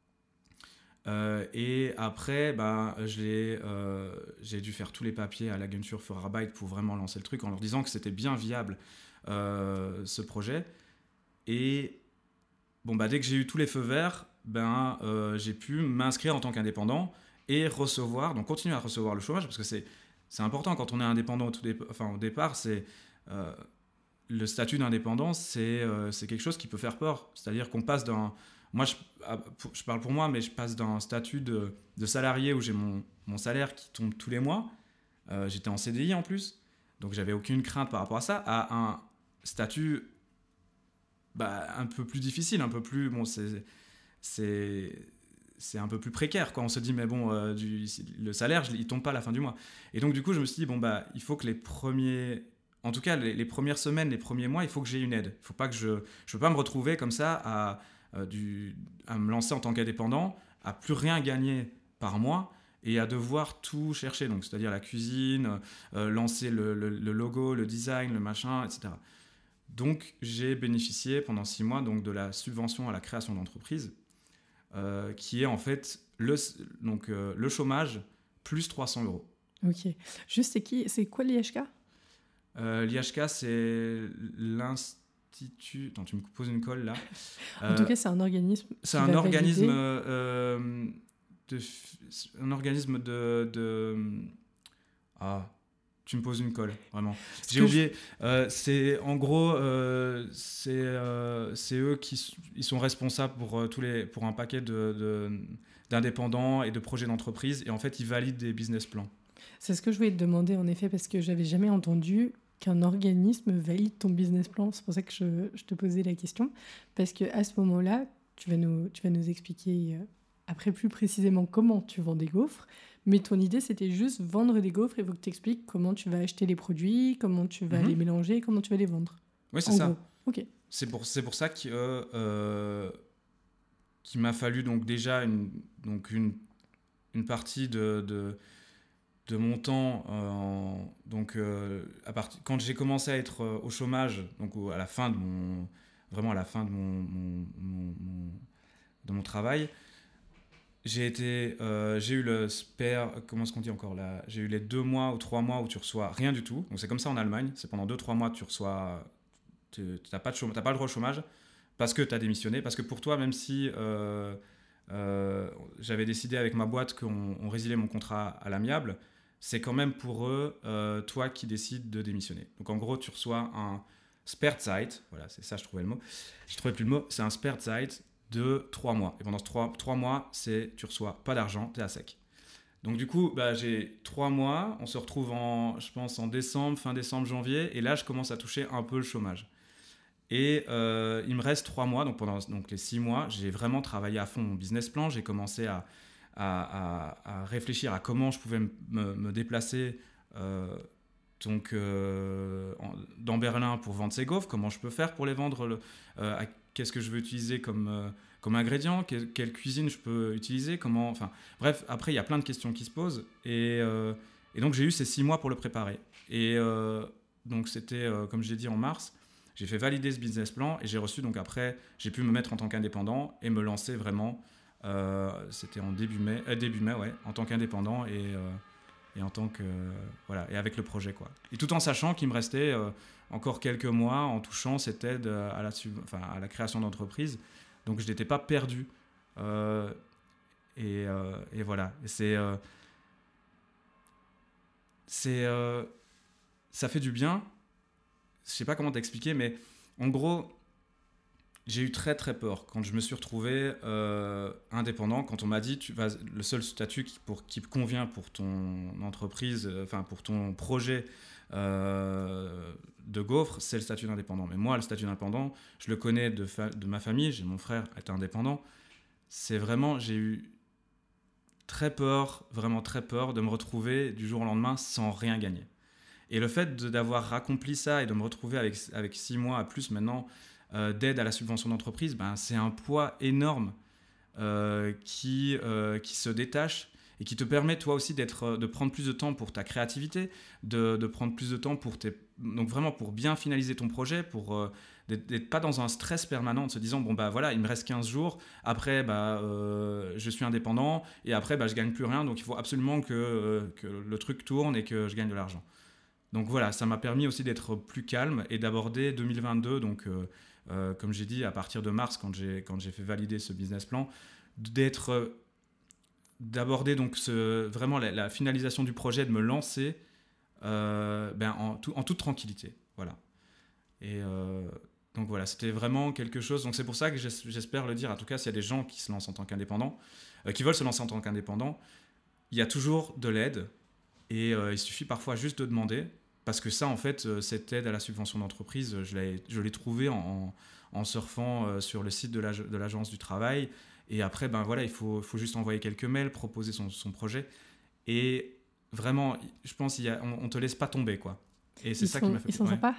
S2: Euh, et après, bah, je l'ai, euh, j'ai dû faire tous les papiers à l'Agentur für Arbeit pour vraiment lancer le truc en leur disant que c'était bien viable euh, ce projet. Et bon, bah, dès que j'ai eu tous les feux verts, ben, euh, j'ai pu m'inscrire en tant qu'indépendant et recevoir, donc continuer à recevoir le chômage, parce que c'est, c'est important quand on est indépendant au, tout dé- enfin, au départ, c'est, euh, le statut d'indépendant, c'est, euh, c'est quelque chose qui peut faire peur. C'est-à-dire qu'on passe d'un... Moi, je, je parle pour moi, mais je passe d'un statut de, de salarié où j'ai mon, mon salaire qui tombe tous les mois. Euh, j'étais en C D I en plus, donc j'avais aucune crainte par rapport à ça, à un statut... Bah, un peu plus difficile, un peu plus... Bon, c'est, c'est, c'est un peu plus précaire, quoi. On se dit, mais bon, euh, du, le salaire, il ne tombe pas à la fin du mois. Et donc, du coup, je me suis dit, bon, bah, il faut que les premiers... En tout cas, les, les premières semaines, les premiers mois, il faut que j'ai une aide. Il faut pas que je... Je ne peux pas me retrouver comme ça à, euh, du, à me lancer en tant qu'indépendant, à plus rien gagner par mois et à devoir tout chercher. Donc, c'est-à-dire la cuisine, euh, lancer le, le, le logo, le design, le machin, et cetera. Donc, j'ai bénéficié pendant six mois donc, de la subvention à la création d'entreprise, euh, qui est en fait le, donc, euh, le chômage plus trois cents euros.
S1: Ok. Juste, c'est, qui, c'est quoi l'I H K ?
S2: euh, L'I H K, c'est l'Institut... Attends, tu me poses une colle, là.
S1: en euh, tout cas, c'est un organisme
S2: C'est un organisme, euh, de, un organisme de... de ah, tu me poses une colle, vraiment.
S1: Ce
S2: J'ai
S1: que
S2: oublié. Euh, c'est en gros, euh, c'est euh, c'est eux qui s- ils sont responsables pour euh, tous les pour un paquet de, de- d'indépendants et de projets d'entreprise. Et en fait, ils valident des business plans.
S1: C'est ce que je voulais te demander en effet, parce que j'avais jamais entendu qu'un organisme valide ton business plan. C'est pour ça que je, je te posais la question. Parce qu'à ce moment-là, tu vas nous, tu vas nous expliquer euh, après plus précisément comment tu vends des gaufres. Mais ton idée, c'était juste vendre des gaufres. Il faut que tu expliques comment tu vas acheter les produits, comment tu vas
S2: Mhm.
S1: les mélanger, comment tu vas les vendre.
S2: Oui, c'est
S1: En
S2: ça.
S1: gros. Ok.
S2: C'est pour, c'est pour ça qu'il euh, euh, qu'il m'a fallu donc déjà une, donc une, une partie de, de, de mon temps. euh, en- donc, euh, à part, quand j'ai commencé à être euh, au chômage, donc au- à la fin de mon, vraiment à la fin de mon, mon, mon- mon- de mon travail, j'ai été, euh, j'ai eu le spare, comment est-ce qu'on dit encore là, j'ai eu les deux mois ou trois mois où tu reçois rien du tout. Donc c'est comme ça en Allemagne, c'est pendant deux trois mois tu reçois, tu n'as pas, de chômage- t'as pas le droit au chômage parce que tu as démissionné, parce que pour toi, même si euh, euh, j'avais décidé avec ma boîte qu'on on résiliait mon contrat à l'amiable, c'est quand même pour eux, euh, toi qui décides de démissionner. Donc en gros, tu reçois un Sperrzeit, voilà, c'est ça, je trouvais le mot, je trouvais plus le mot, c'est un Sperrzeit de trois mois. Et pendant ce trois mois, c'est, tu reçois pas d'argent, tu es à sec. Donc du coup, bah, j'ai trois mois, on se retrouve en, je pense, en décembre, fin décembre, janvier, et là, je commence à toucher un peu le chômage. Et euh, il me reste trois mois, donc pendant donc les six mois, j'ai vraiment travaillé à fond mon business plan. J'ai commencé à, à, à, à réfléchir à comment je pouvais me, me déplacer euh, donc, euh, en, dans Berlin pour vendre ces gaufres, comment je peux faire pour les vendre, le, euh, à, qu'est-ce que je veux utiliser comme, euh, comme ingrédient, quelle, quelle cuisine je peux utiliser, comment, enfin, bref, après il y a plein de questions qui se posent. Et, euh, et donc j'ai eu ces six mois pour le préparer. Et euh, donc c'était, euh, comme j'ai dit, en mars. J'ai fait valider ce business plan et j'ai reçu, donc après, j'ai pu me mettre en tant qu'indépendant et me lancer vraiment. Euh, c'était en début mai, euh, début mai, ouais, en tant qu'indépendant et, euh, et en tant que euh, voilà, et avec le projet quoi. Et tout en sachant qu'il me restait euh, encore quelques mois en touchant cette aide à la, enfin, à la création d'entreprise. Donc je n'étais pas perdu. Euh, et, euh, et voilà. Et c'est euh, c'est euh, ça fait du bien. Je sais pas comment t'expliquer, mais en gros, j'ai eu très très peur quand je me suis retrouvé euh, indépendant. Quand on m'a dit, tu vas, le seul statut qui, pour, qui convient pour ton entreprise, euh, enfin pour ton projet euh, de gaufre, c'est le statut d'indépendant. Mais moi, le statut d'indépendant, je le connais de, fa- de ma famille. J'ai mon frère est indépendant. C'est vraiment, j'ai eu très peur, vraiment très peur de me retrouver du jour au lendemain sans rien gagner. Et le fait de, d'avoir accompli ça et de me retrouver avec, avec six mois à plus maintenant euh, d'aide à la subvention d'entreprise, ben, c'est un poids énorme euh, qui, euh, qui se détache et qui te permet toi aussi d'être, de prendre plus de temps pour ta créativité, de, de prendre plus de temps pour tes, donc vraiment pour bien finaliser ton projet, pour euh, d'être, d'être pas dans un stress permanent, de se disant bon bah voilà il me reste quinze jours, après bah euh, je suis indépendant et après bah je gagne plus rien, donc il faut absolument que, euh, que le truc tourne et que je gagne de l'argent. Donc voilà, ça m'a permis aussi d'être plus calme et d'aborder deux mille vingt-deux, donc euh, euh, comme j'ai dit, à partir de mars, quand j'ai, quand j'ai fait valider ce business plan, d'être, euh, d'aborder donc ce, vraiment la, la finalisation du projet, de me lancer euh, ben, en, tout, en toute tranquillité. Voilà. Et euh, donc voilà, c'était vraiment quelque chose. Donc c'est pour ça que j'espère le dire, en tout cas, s'il y a des gens qui se lancent en tant qu'indépendants, euh, qui veulent se lancer en tant qu'indépendants, il y a toujours de l'aide et euh, il suffit parfois juste de demander. Parce que ça, en fait, cette aide à la subvention d'entreprise, je l'ai, je l'ai trouvée en, en surfant euh, sur le site de, la, de l'agence du travail. Et après, ben voilà, il faut, faut juste envoyer quelques mails, proposer son, son projet. Et vraiment, je pense qu'on ne te laisse pas tomber, quoi. Et c'est
S1: ils
S2: ça
S1: sont,
S2: qui m'a fait...
S1: Ils sont
S2: ouais.
S1: sympas.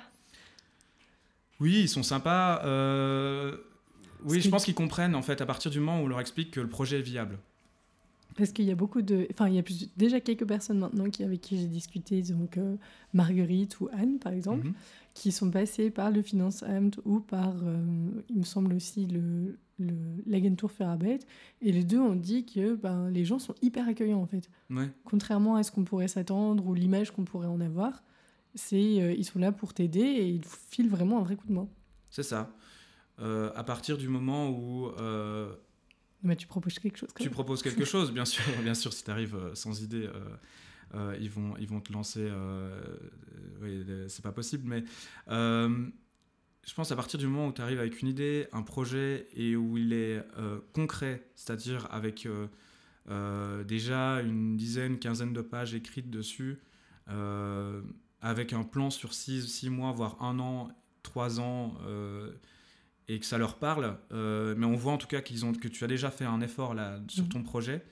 S2: Oui, ils sont sympas. Euh... Oui,
S1: Parce
S2: je
S1: que...
S2: pense qu'ils comprennent, en fait, à partir du moment où on leur explique que le projet est viable.
S1: Parce qu'il y a beaucoup de... Enfin, il y a plus... déjà quelques personnes maintenant qui, avec qui j'ai discuté, donc euh, Marguerite ou Anne, par exemple, mm-hmm. qui sont passées par le Finanzamt ou par, euh, il me semble aussi, le, le, l'Agentur für Arbeit. Et les deux ont dit que ben, les gens sont hyper accueillants, en fait.
S2: Ouais.
S1: Contrairement à ce qu'on pourrait s'attendre ou l'image qu'on pourrait en avoir, c'est, euh, ils sont là pour t'aider et ils filent vraiment un vrai coup de main.
S2: C'est ça. Euh, à partir du moment où... Euh...
S1: Mais tu proposes quelque chose.
S2: Tu
S1: même.
S2: proposes quelque chose, bien sûr, bien sûr, si tu arrives sans idée. Euh, euh, ils, vont, ils vont te lancer. Euh, oui, c'est pas possible, mais euh, je pense à partir du moment où tu arrives avec une idée, un projet, et où il est euh, concret, c'est-à-dire avec euh, euh, déjà une dizaine, quinzaine de pages écrites dessus, euh, avec un plan sur six mois, voire un an, trois ans, euh, et que ça leur parle, euh, mais on voit en tout cas qu'ils ont, que tu as déjà fait un effort là, sur ton projet,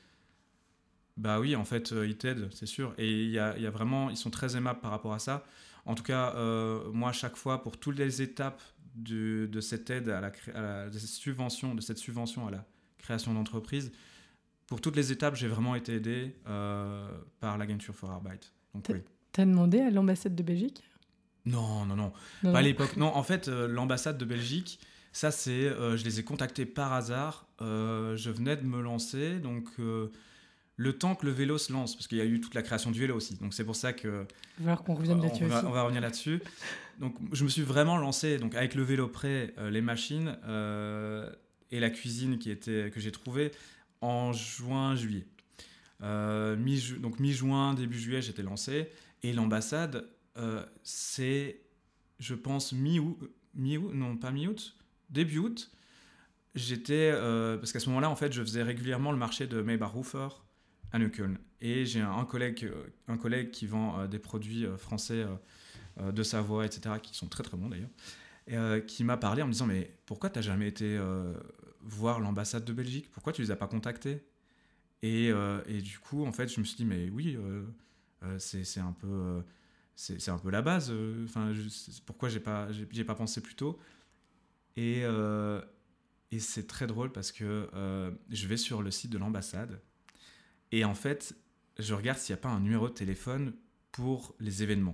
S2: bah oui, en fait, euh, ils t'aident, c'est sûr. Et il y a, y a vraiment, ils sont très aimables par rapport à ça. En tout cas, euh, moi, à chaque fois, pour toutes les étapes de, de cette aide, à la, à la de, cette subvention, de cette subvention à la création d'entreprise, pour toutes les étapes, j'ai vraiment été aidé euh, par l'Agentur für Arbeit. Donc,
S1: T'as,
S2: oui.
S1: t'as demandé à l'ambassade de Belgique ?
S2: Non, non, non,
S1: Non,
S2: pas
S1: non.
S2: à l'époque. Non, en fait, euh, l'ambassade de Belgique, ça, c'est, euh, je les ai contactés par hasard. Euh, je venais de me lancer, donc euh, le temps que le vélo se lance, parce qu'il y a eu toute la création du vélo aussi. Donc c'est pour ça que
S1: Il va falloir qu'on revienne là-dessus
S2: on va,
S1: aussi.
S2: on va revenir là-dessus. Donc je me suis vraiment lancé, donc avec le vélo prêt, euh, les machines euh, et la cuisine qui était que j'ai trouvée en juin, juillet. Euh, mi-ju- donc mi-juin, début juillet, j'étais lancé, et l'ambassade, euh, c'est, je pense, mi-août, mi-août, non pas mi-août, début août. J'étais, euh, parce qu'à ce moment-là, en fait, je faisais régulièrement le marché de Maybar-Hofer à Neukölln, et j'ai un, un collègue, euh, un collègue qui vend euh, des produits euh, français euh, euh, de Savoie, et cetera, qui sont très très bons d'ailleurs, et, euh, qui m'a parlé en me disant mais pourquoi t'as jamais été euh, voir l'ambassade de Belgique, pourquoi tu les as pas contactés? Et, euh, et du coup, en fait, je me suis dit, mais oui, euh, euh, c'est, c'est, un peu, euh, c'est, c'est un peu la base. Enfin, euh, pourquoi j'ai pas, j'ai, j'ai pas pensé plus tôt? Et, euh, et c'est très drôle parce que euh, je vais sur le site de l'ambassade et en fait, je regarde s'il n'y a pas un numéro de téléphone pour les événements.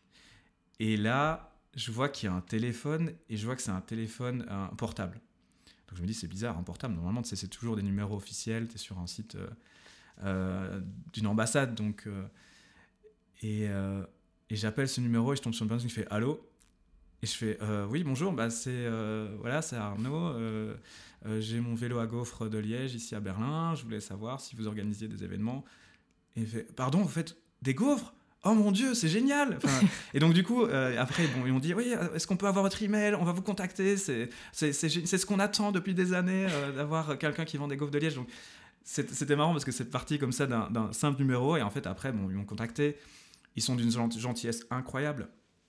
S2: Et là, je vois qu'il y a un téléphone et je vois que c'est un téléphone un portable. Donc je me dis, c'est bizarre, un portable, normalement, c'est, c'est toujours des numéros officiels, tu es sur un site euh, euh, d'une ambassade. Donc, euh, et, euh, et j'appelle ce numéro et je tombe sur une personne qui fait « Allô ?» Et je fais euh, « Oui, bonjour, bah, c'est, euh, voilà, c'est Arnaud, euh, euh, j'ai mon vélo à gaufres de Liège, ici à Berlin, je voulais savoir si vous organisiez des événements. » Et il fait « Pardon, vous faites des gaufres ? Oh mon Dieu, c'est génial !» Enfin, et donc, du coup, euh, après, bon, ils m'ont dit « Oui, est-ce qu'on peut avoir votre email ? On va vous contacter. C'est, c'est, c'est, c'est ce qu'on attend depuis des années, euh, d'avoir quelqu'un qui vend des gaufres de Liège. » Donc, c'était marrant parce que c'est parti comme ça d'un, d'un simple numéro. Et en fait, après, bon, ils m'ont contacté. Ils sont d'une gentillesse incroyable.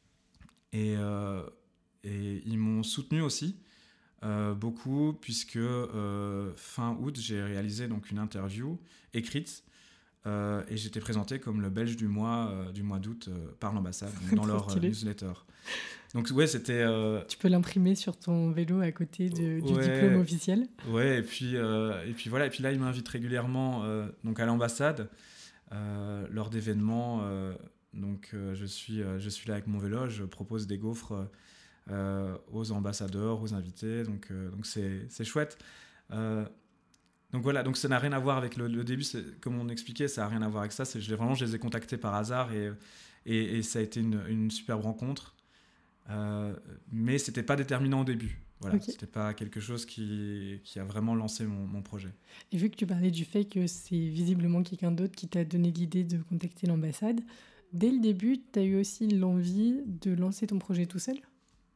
S2: Et, euh, et ils m'ont soutenu aussi, euh, beaucoup, puisque euh, fin août, j'ai réalisé donc, une interview écrite. Euh, et j'étais présenté comme le Belge du mois, euh, du mois d'août euh, par l'ambassade, dans leur euh, newsletter. Donc ouais, c'était... Euh...
S1: Tu peux l'imprimer sur ton vélo à côté de, du
S2: ouais,
S1: diplôme officiel.
S2: Ouais, et puis, euh, et puis voilà, et puis là, ils m'invitent régulièrement euh, donc à l'ambassade, euh, lors d'événements. Euh, donc euh, je, suis, euh, je suis là avec mon vélo, je propose des gaufres euh, aux ambassadeurs, aux invités, donc euh, donc c'est, c'est chouette. Euh, Donc voilà, donc ça n'a rien à voir avec le, le début, c'est, comme on expliquait, ça n'a rien à voir avec ça. C'est, je, vraiment, je les ai contactés par hasard et, et, et ça a été une, une superbe rencontre. Euh, mais ce n'était pas déterminant au début. Voilà, okay. Ce n'était pas quelque chose qui, qui a vraiment lancé mon, mon projet.
S1: Et vu que tu parlais du fait que c'est visiblement quelqu'un d'autre qui t'a donné l'idée de contacter l'ambassade, dès le début, tu as eu aussi l'envie de lancer ton projet tout seul ?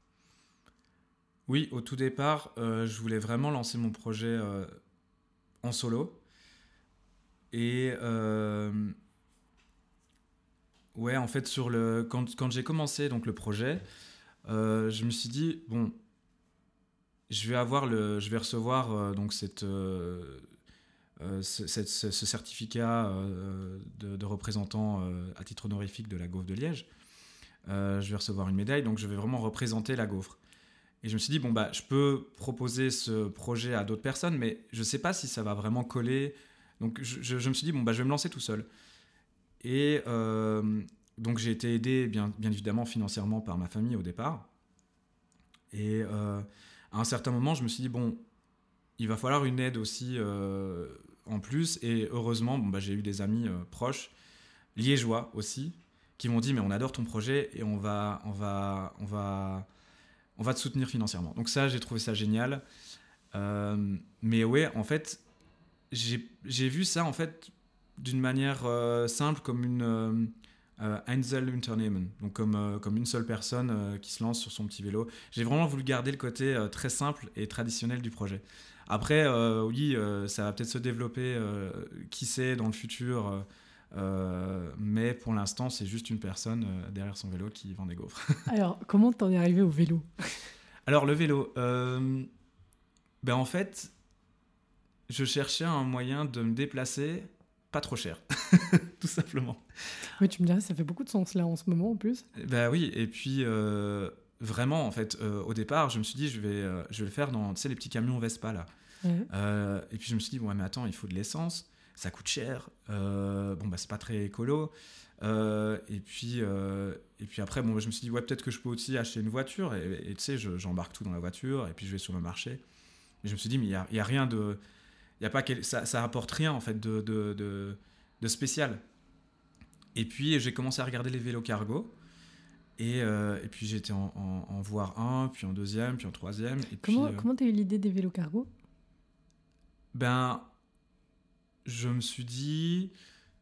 S2: Oui, au tout départ, euh, je voulais vraiment lancer mon projet... Euh, en solo. Et euh, ouais, en fait, sur le, quand, quand j'ai commencé donc, le projet, euh, je me suis dit, bon, je vais, avoir le, je vais recevoir euh, donc cette, euh, euh, ce, cette, ce, ce certificat euh, de, de représentant euh, à titre honorifique de la gaufre de Liège. Euh, je vais recevoir une médaille, donc je vais vraiment représenter la gaufre. Et je me suis dit, bon, bah, je peux proposer ce projet à d'autres personnes, mais je ne sais pas si ça va vraiment coller. Donc, je, je, je me suis dit, bon, bah, je vais me lancer tout seul. Et euh, donc, j'ai été aidé, bien, bien évidemment, financièrement par ma famille au départ. Et euh, à un certain moment, je me suis dit, bon, il va falloir une aide aussi euh, en plus. Et heureusement, bon, bah, j'ai eu des amis euh, proches, liégeois aussi, qui m'ont dit, mais on adore ton projet et on va... On va, on va on va te soutenir financièrement. Donc ça, j'ai trouvé ça génial. Euh, mais ouais, en fait, j'ai, j'ai vu ça, en fait, d'une manière euh, simple comme une euh, euh, Einzelunternehmen, donc comme, euh, comme une seule personne euh, qui se lance sur son petit vélo. J'ai vraiment voulu garder le côté euh, très simple et traditionnel du projet. Après, euh, oui, euh, ça va peut-être se développer, euh, qui sait, dans le futur, euh, euh, mais pour l'instant, c'est juste une personne euh, derrière son vélo qui vend des gaufres.
S1: Alors, comment t'en es arrivé au vélo ?
S2: Alors, le vélo, euh, ben en fait, je cherchais un moyen de me déplacer pas trop cher, tout simplement.
S1: Oui, tu me dirais, ça fait beaucoup de sens là en ce moment en plus.
S2: Ben oui, et puis euh, vraiment, en fait, euh, au départ, je me suis dit, je vais, euh, je vais le faire dans, tu sais, les petits camions Vespa, là.
S1: Ouais.
S2: Euh, et puis je me suis dit, ouais, mais attends, il faut de l'essence, ça coûte cher, euh, bon, bah, c'est pas très écolo. Euh, et, puis, euh, et puis après, bon, je me suis dit, ouais, peut-être que je peux aussi acheter une voiture, et tu sais, je, j'embarque tout dans la voiture, et puis je vais sur le marché. Mais je me suis dit, mais il n'y a, y a rien de. Y a pas quel, ça, ça apporte rien, en fait, de, de, de, de spécial. Et puis, j'ai commencé à regarder les vélos cargo. Et, euh, et puis, j'ai été en, en, en voir un, puis en deuxième, puis en troisième. Et
S1: Comment
S2: puis, euh,
S1: comment t'as eu l'idée des vélos cargo ?
S2: Ben, je me suis dit,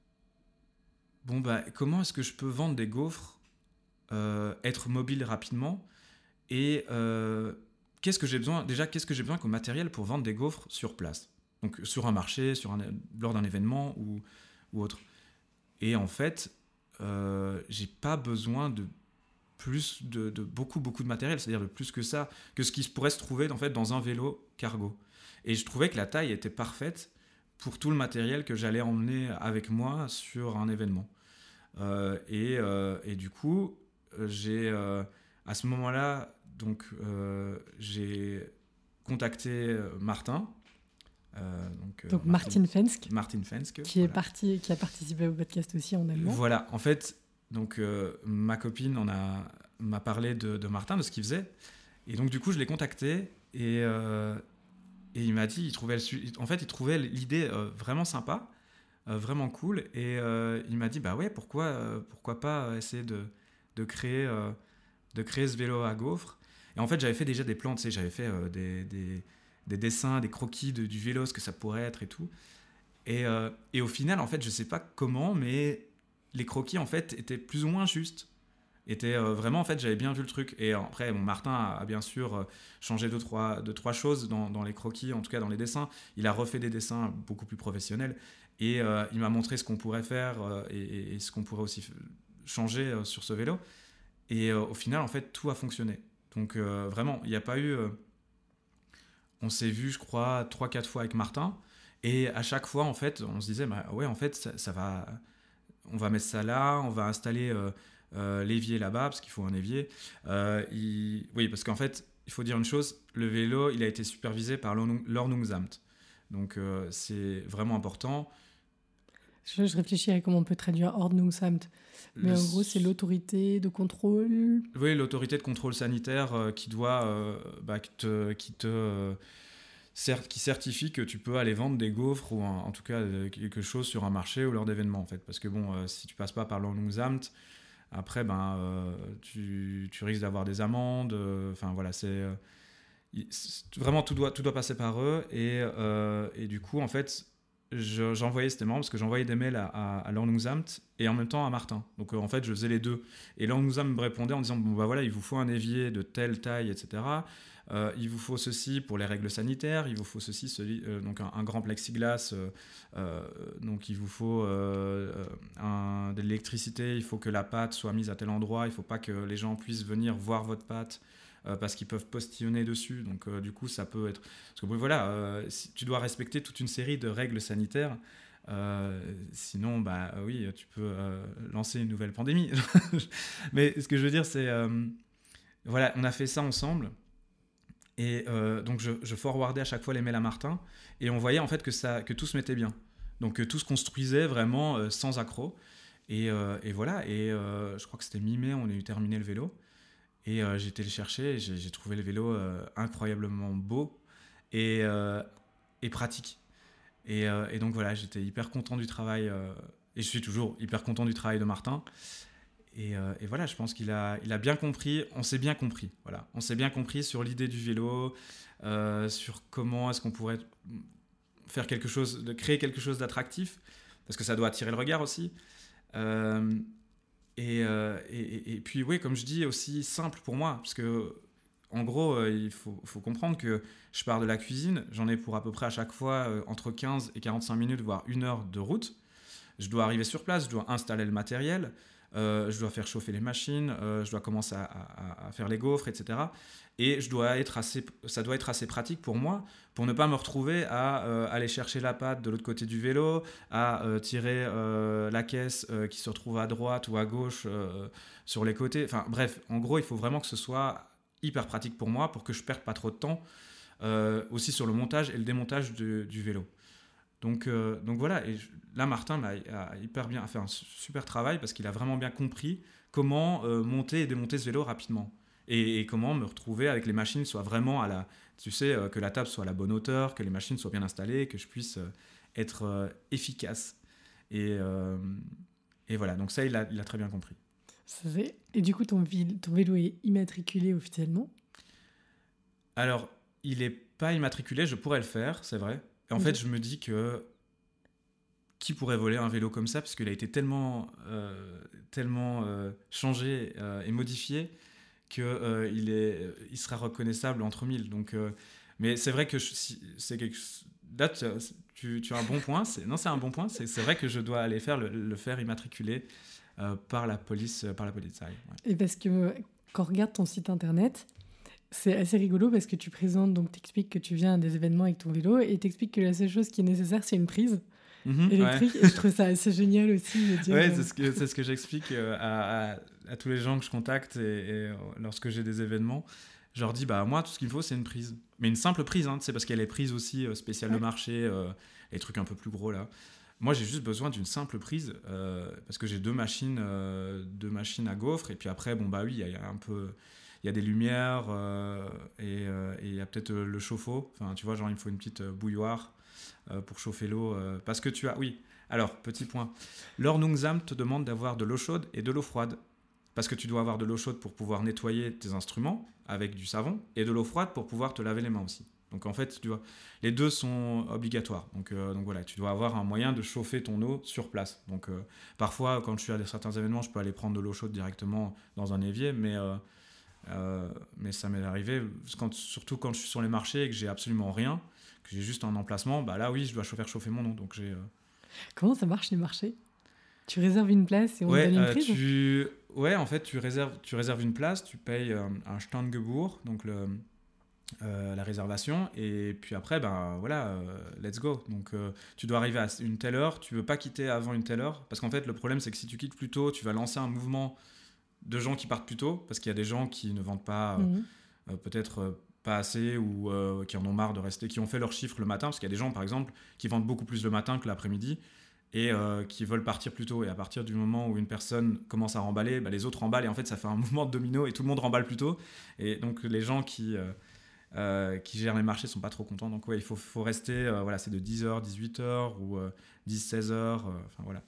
S2: bon, bah, comment est-ce que je peux vendre des gaufres, euh, être mobile rapidement, et euh, qu'est-ce que j'ai besoin, déjà, qu'est-ce que j'ai besoin comme matériel pour vendre des gaufres sur place, donc sur un marché, sur un, lors d'un événement ou, ou autre. Et en fait, euh, j'ai pas besoin de plus de, de beaucoup beaucoup de matériel, c'est-à-dire de plus que ça, que ce qui pourrait se trouver en fait dans un vélo cargo. Et je trouvais que la taille était parfaite pour tout le matériel que j'allais emmener avec moi sur un événement. Euh, et, euh, et du coup, j'ai euh, à ce moment-là, donc euh, j'ai contacté Martin. Euh, donc,
S1: Donc
S2: euh,
S1: Martin, Martin Fensk,
S2: Martin Fensk,
S1: qui,
S2: voilà.
S1: est parti, qui a participé au podcast aussi en allemand.
S2: Voilà, en fait, donc, euh, ma copine en a, m'a parlé de, de Martin, de ce qu'il faisait. Et donc, du coup, je l'ai contacté et, euh, et il m'a dit, il trouvait le, en fait, il trouvait l'idée euh, vraiment sympa, euh, vraiment cool. Et euh, il m'a dit, bah ouais, pourquoi, euh, pourquoi pas essayer de, de, créer, euh, de créer ce vélo à gaufres. Et en fait, j'avais fait déjà des plans, tu sais, j'avais fait euh, des, des, des dessins, des croquis de, du vélo, ce que ça pourrait être et tout. Et, euh, et au final, en fait, je sais pas comment, mais les croquis, en fait, étaient plus ou moins justes. Étaient euh, vraiment, en fait, j'avais bien vu le truc. Et après, bon, Martin a, a bien sûr euh, changé deux trois, deux, trois choses dans, dans les croquis, en tout cas dans les dessins. Il a refait des dessins beaucoup plus professionnels. Et euh, il m'a montré ce qu'on pourrait faire euh, et, et ce qu'on pourrait aussi f- changer euh, sur ce vélo. Et euh, au final, en fait, tout a fonctionné. Donc, euh, vraiment, il n'y a pas eu... Euh, on s'est vu, je crois, trois quatre fois avec Martin. Et à chaque fois, en fait, on se disait, bah, ouais, en fait, ça, ça va... On va mettre ça là, on va installer euh, euh, l'évier là-bas, parce qu'il faut un évier. Euh, il... Oui, parce qu'en fait, il faut dire une chose, le vélo, il a été supervisé par l'Ordnungsamt. Donc, euh, c'est vraiment important.
S1: Je, je réfléchis à comment on peut traduire Ordnungsamt. Mais
S2: Le...
S1: en gros, c'est l'autorité de contrôle.
S2: Oui, l'autorité de contrôle sanitaire euh, qui doit, euh, bah, qui te, qui te euh, cert- qui certifie que tu peux aller vendre des gaufres ou un, en tout cas euh, quelque chose sur un marché ou lors d'événements en fait. Parce que bon, euh, si tu passes pas par l'Ordnungsamt, après ben euh, tu, tu risques d'avoir des amendes. Enfin euh, voilà, c'est, euh, c'est vraiment tout doit tout doit passer par eux et euh, et du coup en fait. Je, j'envoyais c'était marrant parce que j'envoyais des mails à, à, à l'Ordnungsamt et en même temps à Martin. Donc euh, en fait je faisais les deux. Et l'Ordnungsamt me répondait en disant bon bah voilà il vous faut un évier de telle taille et cetera. Euh, il vous faut ceci pour les règles sanitaires, il vous faut ceci, ceci euh, donc un, un grand plexiglas, euh, euh, donc il vous faut euh, un, de l'électricité, il faut que la pâte soit mise à tel endroit, il ne faut pas que les gens puissent venir voir votre pâte. Euh, parce qu'ils peuvent postillonner dessus, donc euh, du coup ça peut être... Parce que voilà, euh, si, tu dois respecter toute une série de règles sanitaires, euh, sinon bah oui, tu peux euh, lancer une nouvelle pandémie. Mais ce que je veux dire c'est, euh, voilà, on a fait ça ensemble, et euh, donc je, je forwardais à chaque fois les mails à Martin, et on voyait en fait que, ça, que tout se mettait bien, donc que tout se construisait vraiment euh, sans accroc, et, euh, et voilà, et euh, je crois que c'était mi-mai, on a eu terminé le vélo. Et euh, j'ai été le chercher et j'ai, j'ai trouvé le vélo euh, incroyablement beau et, euh, et pratique. Et, euh, et donc voilà, j'étais hyper content du travail, euh, et je suis toujours hyper content du travail de Martin. Et, euh, et voilà, je pense qu'il a, il a bien compris, on s'est bien compris. Voilà. On s'est bien compris sur l'idée du vélo, euh, sur comment est-ce qu'on pourrait faire quelque chose, de créer quelque chose d'attractif. parce que ça doit attirer le regard aussi. Euh, et, euh, et, et, et puis, oui, comme je dis, aussi simple pour moi, parce que, en gros, euh, il faut, faut comprendre que je pars de la cuisine, j'en ai pour à peu près à chaque fois euh, entre quinze et quarante-cinq minutes, voire une heure de route. Je dois arriver sur place, je dois installer le matériel, euh, je dois faire chauffer les machines, euh, je dois commencer à, à, à faire les gaufres, et cetera. Et je dois être assez, ça doit être assez pratique pour moi, pour ne pas me retrouver à euh, aller chercher la pâte de l'autre côté du vélo, à euh, tirer euh, la caisse euh, qui se retrouve à droite ou à gauche euh, sur les côtés. Enfin bref, en gros, il faut vraiment que ce soit hyper pratique pour moi, pour que je ne perde pas trop de temps, euh, aussi sur le montage et le démontage de, du vélo. Donc, euh, donc voilà, et je, là Martin a, a hyper bien a fait un super travail parce qu'il a vraiment bien compris comment euh, monter et démonter ce vélo rapidement et, et comment me retrouver avec les machines soit vraiment à la, tu sais, euh, que la table soit à la bonne hauteur, que les machines soient bien installées, que je puisse euh, être euh, efficace et, euh, et voilà, donc ça il a, il a très bien compris.
S1: C'est... Et du coup ton, vil... ton vélo est immatriculé officiellement?
S2: Alors il n'est pas immatriculé, je pourrais le faire, c'est vrai. Et en okay. fait, je me dis que qui pourrait voler un vélo comme ça, parce qu'il a été tellement, euh, tellement euh, changé euh, et modifié qu'il euh, est, il sera reconnaissable entre mille. Donc, euh, mais c'est vrai que je, si, c'est quelque là, tu, tu as un bon point. C'est, non, c'est un bon point. C'est, c'est vrai que je dois aller faire le, le faire immatriculer euh, par la police, par la police. Ouais.
S1: Et parce que quand on regarde ton site internet, c'est assez rigolo parce que tu présentes, donc t'expliques que tu viens à des événements avec ton vélo et t'expliques que la seule chose qui est nécessaire, c'est une prise mmh, électrique. Ouais. Et je trouve ça assez génial aussi de dire...
S2: Ouais, c'est ce que, c'est ce que j'explique à, à, à tous les gens que je contacte et, et lorsque j'ai des événements. Je leur dis, bah, moi, tout ce qu'il me faut, c'est une prise. Mais une simple prise, hein, c'est parce qu'elle est prise aussi euh, spéciale ouais. de marché, euh, les trucs un peu plus gros là. Moi, j'ai juste besoin d'une simple prise euh, parce que j'ai deux machines, euh, deux machines à gaufres. Et puis après, bon, bah oui, il y, y a un peu... Il y a des lumières euh, et il euh, y a peut-être euh, le chauffe-eau. Enfin, tu vois, genre, il me faut une petite euh, bouilloire euh, pour chauffer l'eau. Euh, parce que tu as... Oui, alors, petit point. L'Ordnungsamt te demande d'avoir de l'eau chaude et de l'eau froide. Parce que tu dois avoir de l'eau chaude pour pouvoir nettoyer tes instruments avec du savon et de l'eau froide pour pouvoir te laver les mains aussi. Donc, en fait, tu dois... les deux sont obligatoires. Donc, euh, donc, voilà, tu dois avoir un moyen de chauffer ton eau sur place. Donc, euh, parfois, quand je suis à certains événements, je peux aller prendre de l'eau chaude directement dans un évier, mais... Euh, Euh, mais ça m'est arrivé, quand, surtout quand je suis sur les marchés et que j'ai absolument rien, que j'ai juste un emplacement, bah là oui, je dois faire chauffer mon eau. Donc j'ai, euh...
S1: Comment ça marche les marchés? Tu réserves une place et on
S2: ouais,
S1: te donne une
S2: euh,
S1: prise
S2: tu... Ouais, en fait, tu réserves, tu réserves une place, tu payes euh, un Standgebühr, donc le, euh, la réservation, et puis après, ben voilà, euh, let's go. Donc euh, tu dois arriver à une telle heure, tu veux pas quitter avant une telle heure, parce qu'en fait, le problème, c'est que si tu quittes plus tôt, tu vas lancer un mouvement de gens qui partent plus tôt, parce qu'il y a des gens qui ne vendent pas, mmh. euh, peut-être euh, pas assez, ou euh, qui en ont marre de rester, qui ont fait leurs chiffres le matin, parce qu'il y a des gens, par exemple, qui vendent beaucoup plus le matin que l'après-midi, et euh, qui veulent partir plus tôt. Et à partir du moment où une personne commence à remballer, bah, les autres remballent, et en fait, ça fait un mouvement de domino, et tout le monde remballe plus tôt. Et donc, les gens qui, euh, euh, qui gèrent les marchés sont pas trop contents. Donc, ouais, il faut, faut rester, euh, voilà, c'est de dix heures, dix-huit heures, ou euh, dix, seize heures, enfin, voilà.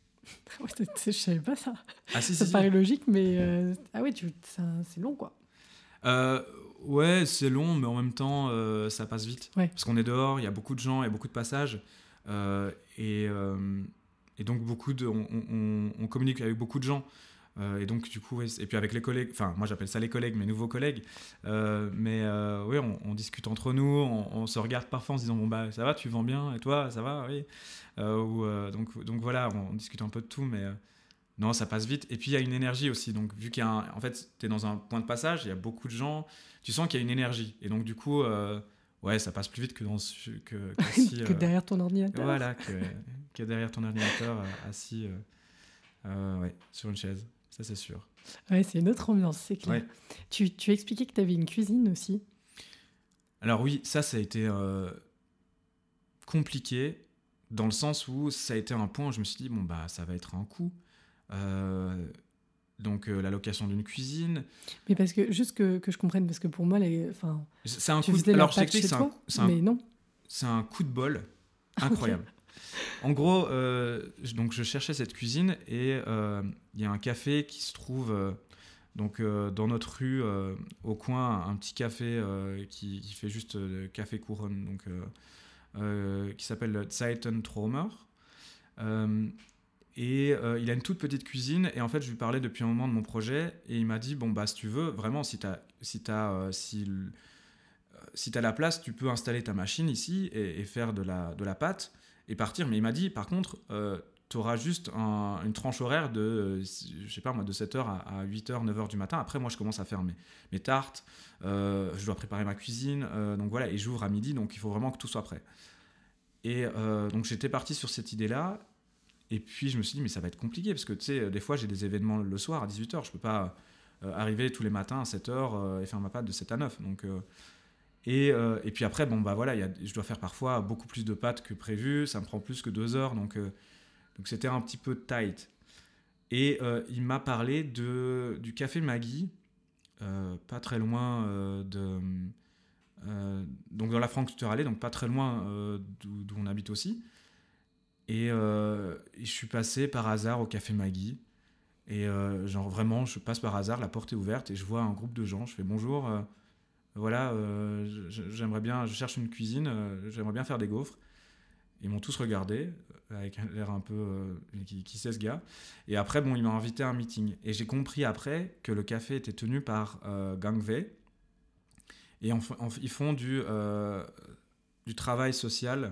S1: Je savais pas ça.
S2: Ah, si,
S1: ça
S2: si,
S1: paraît
S2: si.
S1: logique, mais euh... ah ouais, tu... ça, c'est long quoi.
S2: Euh, ouais, c'est long, mais en même temps, euh, ça passe vite.
S1: Ouais.
S2: Parce qu'on est dehors, il y a beaucoup de gens, il y a beaucoup de passages, euh, et, euh, et donc beaucoup de, on, on, on communique avec beaucoup de gens. Euh, et donc du coup, ouais, et puis avec les collègues, enfin moi j'appelle ça les collègues, mes nouveaux collègues, euh, mais euh, ouais, on, on discute entre nous, on, on se regarde parfois en se disant bon bah ça va, tu vends bien, et toi ça va, oui. Euh, ou, euh, donc, donc voilà, on, on discute un peu de tout, mais euh, non, ça passe vite. Et puis il y a une énergie aussi, donc vu qu'il y a un, en fait t'es dans un point de passage, il y a beaucoup de gens, tu sens qu'il y a une énergie, et donc du coup euh, ouais, ça passe plus vite que dans que, que,
S1: que euh, derrière ton ordinateur.
S2: Voilà, que, que derrière ton ordinateur euh, assis euh, euh, ouais, sur une chaise. Ça, c'est sûr.
S1: Ouais, c'est une autre ambiance, c'est clair. Ouais. Tu, tu expliquais que tu avais une cuisine aussi.
S2: Alors oui, ça, ça a été euh, compliqué dans le sens où ça a été un point où je me suis dit, bon, bah, ça va être un coût. Euh, donc, euh, la location d'une cuisine.
S1: Mais parce que, juste que, que je comprenne, parce que pour moi, les,
S2: c'est un coup de... Alors, je t'explique, c'est, un, c'est, un,
S1: mais non.
S2: c'est un coup de bol incroyable. Okay. En gros, euh, donc je cherchais cette cuisine et il euh, y a un café qui se trouve euh, donc, euh, dans notre rue, euh, au coin, un petit café euh, qui, qui fait juste euh, café couronne, donc, euh, euh, qui s'appelle Zeitentraumer. Euh, et euh, il a une toute petite cuisine. Et en fait, je lui parlais depuis un moment de mon projet. Et il m'a dit, bon, bah, si tu veux, vraiment, si tu as... Si t'as, euh, si si tu as la place, tu peux installer ta machine ici et, et faire de la, de la pâte et partir. Mais il m'a dit, par contre, euh, tu auras juste un, une tranche horaire de, euh, je sais pas moi, de sept heures à, à huit heures, neuf heures du matin. Après, moi, je commence à faire mes, mes tartes, euh, je dois préparer ma cuisine, euh, donc voilà, et j'ouvre à midi, donc il faut vraiment que tout soit prêt. Et euh, donc, j'étais parti sur cette idée-là. Et puis, je me suis dit, mais ça va être compliqué, parce que, tu sais, des fois, j'ai des événements le soir à dix-huit heures. Je peux pas euh, arriver tous les matins à sept heures euh, et faire ma pâte de sept à neuf. Donc... Euh, Et, euh, et puis après, bon, bah voilà, y a, je dois faire parfois beaucoup plus de pâtes que prévu, ça me prend plus que deux heures, donc, euh, donc c'était un petit peu tight. Et euh, il m'a parlé de, du Café Maggie, euh, pas très loin euh, de... Euh, donc dans la Frankfurter donc pas très loin euh, d'où, d'où on habite aussi. Et, euh, et je suis passé par hasard au Café Maggie. Et euh, genre vraiment, je passe par hasard, la porte est ouverte et je vois un groupe de gens, je fais bonjour... Euh, Voilà, euh, j'aimerais bien, je cherche une cuisine, euh, j'aimerais bien faire des gaufres. Ils m'ont tous regardé, avec un l'air un peu, euh, qui, qui c'est ce gars. Et après, bon, ils m'ont invité à un meeting. Et j'ai compris après que le café était tenu par euh, Gangwei. Et en, en, ils font du, euh, du travail social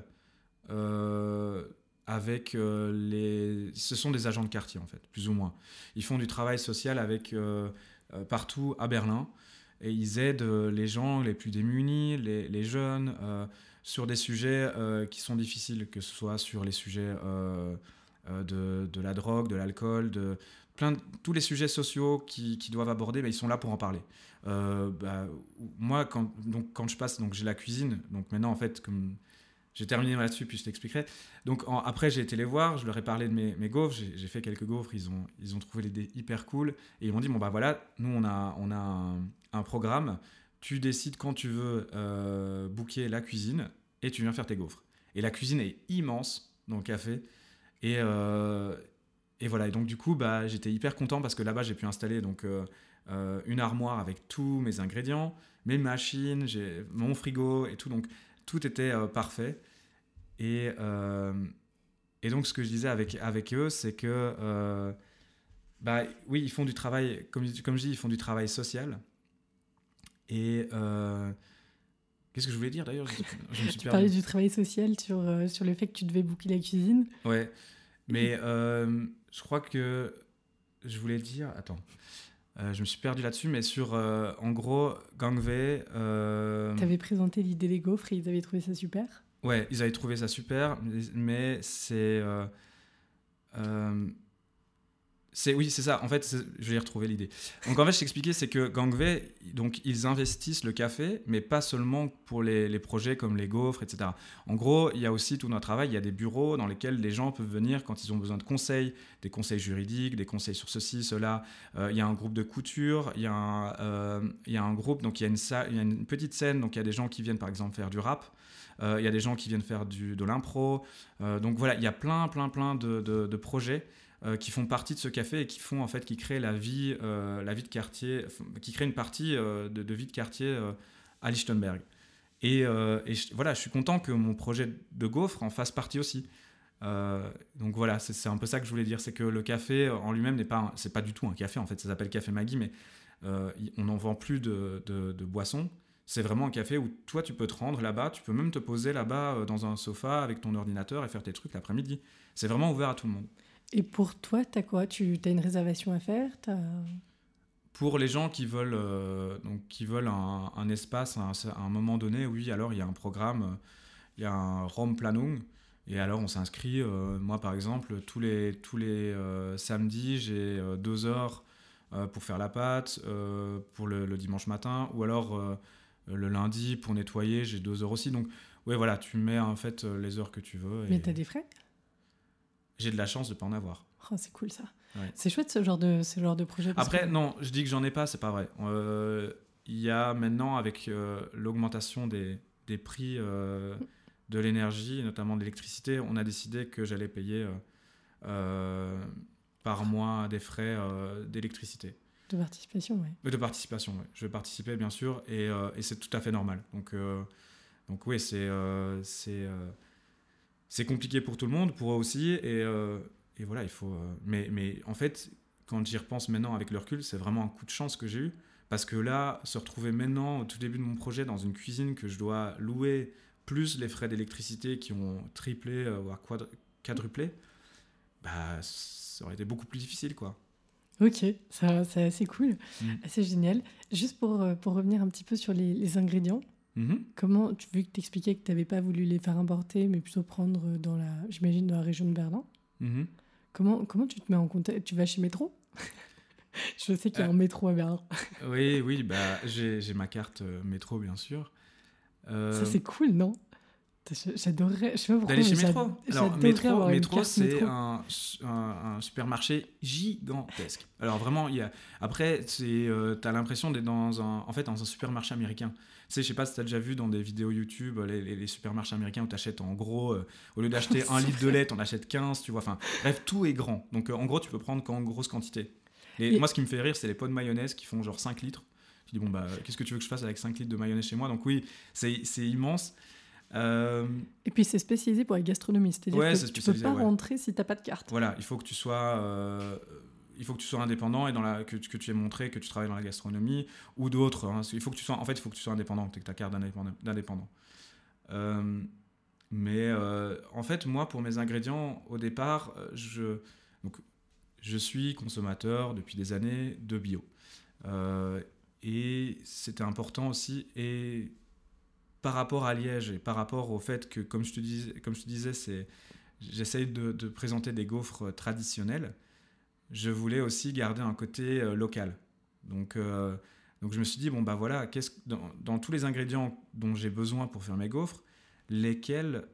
S2: euh, avec euh, les... Ce sont des agents de quartier, en fait, plus ou moins. Ils font du travail social avec, euh, euh, partout à Berlin. Et ils aident euh, les gens les plus démunis, les, les jeunes, euh, sur des sujets euh, qui sont difficiles, que ce soit sur les sujets euh, euh, de, de la drogue, de l'alcool, de plein de, tous les sujets sociaux qui, qui doivent aborder, bah, ils sont là pour en parler. Euh, bah, moi, quand, donc, quand je passe, donc j'ai la cuisine, donc maintenant en fait, comme j'ai terminé là-dessus, puis je t'expliquerai. Donc en, après, j'ai été les voir, je leur ai parlé de mes, mes gaufres, j'ai, j'ai fait quelques gaufres, ils ont, ils ont trouvé l'idée hyper cool, et ils m'ont dit, bon bah voilà, nous on a, on a un, un programme, tu décides quand tu veux euh, booker la cuisine, et tu viens faire tes gaufres. Et la cuisine est immense dans le café, et, euh, et voilà, et donc du coup, bah, j'étais hyper content, parce que là-bas, j'ai pu installer donc, euh, euh, une armoire avec tous mes ingrédients, mes machines, j'ai mon frigo et tout, donc tout était euh, parfait. Et, euh, et donc, ce que je disais avec, avec eux, c'est que, euh, bah, oui, ils font du travail, comme, comme je dis, ils font du travail social. Et euh, qu'est-ce que je voulais dire d'ailleurs? je, je me suis
S1: Tu
S2: perdu.
S1: parlais du travail social sur, euh, sur le fait que tu devais booker la cuisine.
S2: Ouais, mais euh, je crois que je voulais dire. Attends. Euh, je me suis perdu là-dessus, mais sur, euh, en gros, Gangwei... Euh...
S1: Tu avais présenté l'idée des gaufres et ils avaient trouvé ça super.
S2: Ouais, ils avaient trouvé ça super, mais, mais c'est... Euh, euh, c'est... Oui, c'est ça. En fait, c'est, je vais y retrouver l'idée. Donc, en fait, je t'expliquais, c'est que Gangwei, donc, ils investissent le café, mais pas seulement pour les, les projets comme les gaufres, et cetera. En gros, il y a aussi tout notre travail. Il y a des bureaux dans lesquels les gens peuvent venir quand ils ont besoin de conseils, des conseils juridiques, des conseils sur ceci, cela. Euh, il y a un groupe de couture, il y a un, euh, il y a un groupe, donc il y a, une salle, il y a une petite scène, donc il y a des gens qui viennent, par exemple, faire du rap. Euh, il y a des gens qui viennent faire du, de l'impro. Euh, donc voilà, il y a plein, plein, plein de, de, de projets euh, qui font partie de ce café et qui font en fait, qui créent la vie, euh, la vie de quartier, qui créent une partie euh, de, de vie de quartier euh, à Lichtenberg. Et, euh, et je, voilà, je suis content que mon projet de gaufre en fasse partie aussi. Euh, donc voilà, c'est, c'est un peu ça que je voulais dire, c'est que le café en lui-même n'est pas, un, c'est pas du tout un café en fait, ça s'appelle Café Maggie, mais euh, on n'en vend plus de, de, de boissons. C'est vraiment un café où toi tu peux te rendre là-bas, tu peux même te poser là-bas dans un sofa avec ton ordinateur et faire tes trucs l'après-midi. C'est vraiment ouvert à tout le monde.
S1: Et pour toi, t'as quoi? Tu as une réservation à faire? T'as...
S2: Pour les gens qui veulent, euh, donc, qui veulent un, un espace à un, à un moment donné, oui, alors il y a un programme, il y a un Raumplanung, et alors on s'inscrit. Euh, moi par exemple, tous les, tous les euh, samedis, j'ai euh, deux heures euh, pour faire la pâte, euh, pour le, le dimanche matin, ou alors euh, le lundi pour nettoyer, j'ai deux heures aussi. Donc ouais, voilà, tu mets en fait les heures que tu veux. Et
S1: mais t'as des frais?
S2: J'ai de la chance de ne pas en avoir.
S1: Oh, c'est cool ça.
S2: Ouais.
S1: C'est chouette ce genre de, ce genre de projet.
S2: Après,
S1: que...
S2: non, je dis que j'en ai pas, c'est pas vrai. Il euh, y a maintenant, avec euh, l'augmentation des, des prix euh, de l'énergie, notamment de l'électricité, on a décidé que j'allais payer euh, euh, par mois des frais euh, d'électricité.
S1: De participation, oui.
S2: De participation, oui. Je vais participer, bien sûr, et, euh, et c'est tout à fait normal. Donc, euh, donc oui, c'est... Euh, c'est euh, c'est compliqué pour tout le monde, pour eux aussi, et, euh, et voilà, il faut... Euh, mais, mais en fait, quand j'y repense maintenant avec le recul, c'est vraiment un coup de chance que j'ai eu, parce que là, se retrouver maintenant, au tout début de mon projet, dans une cuisine que je dois louer, plus les frais d'électricité qui ont triplé, euh, voire quadru- quadruplé, bah, ça aurait été beaucoup plus difficile, quoi.
S1: Ok, ça, c'est assez cool,
S2: Mm.
S1: assez génial. Juste pour, euh, pour revenir un petit peu sur les, les ingrédients,
S2: Mm-hmm.
S1: comment, tu, vu que tu expliquais que tu n'avais pas voulu les faire importer, mais plutôt prendre dans la, j'imagine, dans la région de Berlin,
S2: Mm-hmm.
S1: comment, comment tu te mets en contact? Tu vas chez Métro? Je sais qu'il y a
S2: Euh,
S1: un métro à Berlin.
S2: Oui, oui, bah, j'ai, j'ai ma carte euh, métro, bien sûr.
S1: Ça,
S2: Euh,
S1: c'est cool, non? J'adorerais, je sais pas pourquoi,
S2: D'aller
S1: mais
S2: chez
S1: j'ad-
S2: Métro. Alors,
S1: j'adorerais
S2: Métro,
S1: avoir une
S2: Métro
S1: carte
S2: c'est
S1: métro.
S2: un, un, un supermarché gigantesque. Alors, vraiment, il y a... après, tu as l'impression d'être dans un, en fait, dans un supermarché américain. Tu sais, je sais pas si tu as déjà vu dans des vidéos YouTube les, les, les supermarchés américains où tu achètes en gros, euh, au lieu d'acheter un litre de lait, tu en achètes quinze, tu vois. Enfin, bref, tout est grand. Donc, euh, en gros, tu peux prendre qu'en grosse quantité. Et,
S1: Et-
S2: moi, ce qui me fait rire, c'est les pots de mayonnaise qui font genre cinq litres. Je dis, bon, bah, qu'est-ce que tu veux que je fasse avec cinq litres de mayonnaise chez moi? Donc, oui, c'est c'est immense. Euh,
S1: Et puis c'est spécialisé pour la gastronomie, c'est-à-dire
S2: Ouais,
S1: que
S2: c'est
S1: tu peux
S2: spécialisé,
S1: pas
S2: ouais.
S1: rentrer si t'as pas de carte.
S2: Voilà, il faut que tu sois, euh, il faut que tu sois indépendant et dans la, que, que tu aies montré que tu travailles dans la gastronomie ou d'autres. Hein. Il faut que tu sois, en fait, il faut que tu sois indépendant, que tu aies ta carte d'indépendant. d'indépendant. Euh, mais euh, en fait, moi, pour mes ingrédients, au départ, je, donc, je suis consommateur depuis des années de bio. Euh, et c'était important aussi. Et par rapport à Liège et par rapport au fait que, comme je te disais, comme je te disais c'est, j'essaye de, de présenter des gaufres traditionnels, je voulais aussi garder un côté euh, local. Donc, euh, donc je me suis dit, bon bah voilà, qu'est-ce, dans, dans tous les ingrédients dont j'ai besoin pour faire mes gaufres, lesquels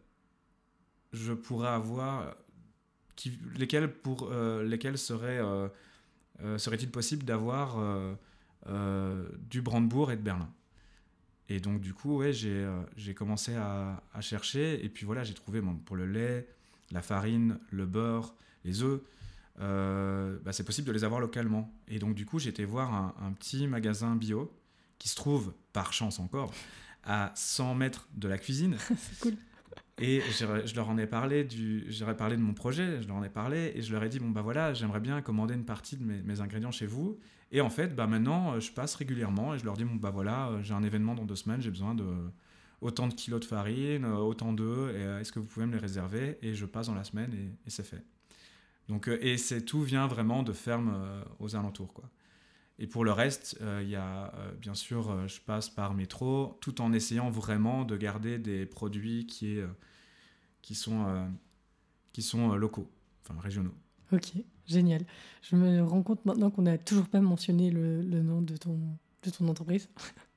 S2: je pourrais avoir, qui, lesquels, pour, euh, lesquels serait, euh, euh, serait-il possible d'avoir euh, euh, du Brandebourg et de Berlin. Et donc, du coup, ouais, j'ai, euh, j'ai commencé à, à chercher. Et puis voilà, j'ai trouvé bon, pour le lait, la farine, le beurre, les œufs. Euh, bah, c'est possible de les avoir localement. Et donc, du coup, j'ai été voir un, un petit magasin bio qui se trouve, par chance encore, à cent mètres de la cuisine.
S1: C'est cool.
S2: Et je, je leur en ai parlé, du, j'aurais parlé de mon projet, je leur en ai parlé et je leur ai dit, bon bah voilà, j'aimerais bien commander une partie de mes, mes ingrédients chez vous. Et en fait, bah maintenant, je passe régulièrement et je leur dis, bon bah voilà, j'ai un événement dans deux semaines, j'ai besoin de autant de kilos de farine, autant d'œufs, et est-ce que vous pouvez me les réserver? Et je passe dans la semaine et, et c'est fait. Donc, et c'est, tout vient vraiment de fermes aux alentours, quoi. Et pour le reste, il euh, y a euh, bien sûr, euh, je passe par métro, tout en essayant vraiment de garder des produits qui, est, euh, qui sont, euh, qui sont euh, locaux, enfin régionaux.
S1: Ok, génial. Je me rends compte maintenant qu'on n'a toujours pas mentionné le, le nom de ton, de ton entreprise.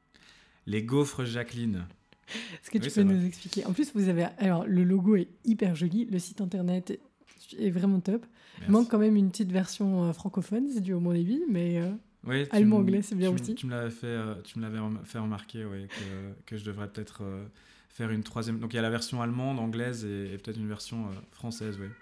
S2: Les gaufres Jacqueline.
S1: Est-ce que tu
S2: Oui,
S1: peux
S2: c'est
S1: nous
S2: vrai.
S1: expliquer? En plus, vous avez. Alors, le logo est hyper joli, le site internet est vraiment top. Il
S2: Merci.
S1: manque quand même une petite version euh, francophone, c'est dû à mon avis, mais euh,
S2: Oui, tu
S1: allemand-anglais,
S2: m-
S1: c'est bien
S2: tu m-
S1: aussi.
S2: Tu me l'avais fait, euh, tu me l'avais rem- fait remarquer, ouais, que, que je devrais peut-être euh, faire une troisième. Donc il y a la version allemande, anglaise et, et peut-être une version euh, française, oui.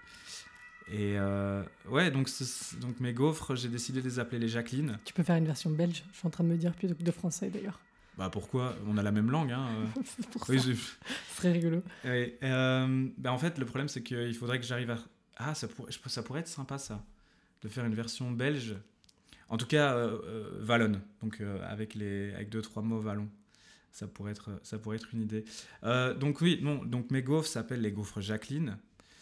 S2: Et euh, ouais, donc, c'est- donc mes gaufres, j'ai décidé de les appeler les Jacqueline.
S1: Tu peux faire une version belge, je suis en train de me dire, plutôt que de français d'ailleurs.
S2: Bah pourquoi? On a la même langue, hein. euh.
S1: C'est pour
S2: Oui,
S1: ça.
S2: je-
S1: Ce serait rigolo.
S2: Oui, euh, bah en fait, le problème, c'est qu'il faudrait que j'arrive à... Ah, ça, pour... je- ça pourrait être sympa, ça, de faire une version belge. En tout cas, euh, euh, wallonne, donc euh, avec, les... avec deux, trois mots wallons. Ça pourrait être, ça pourrait être une idée. Euh, donc oui, non, donc mes gaufres s'appellent les gaufres Jacqueline,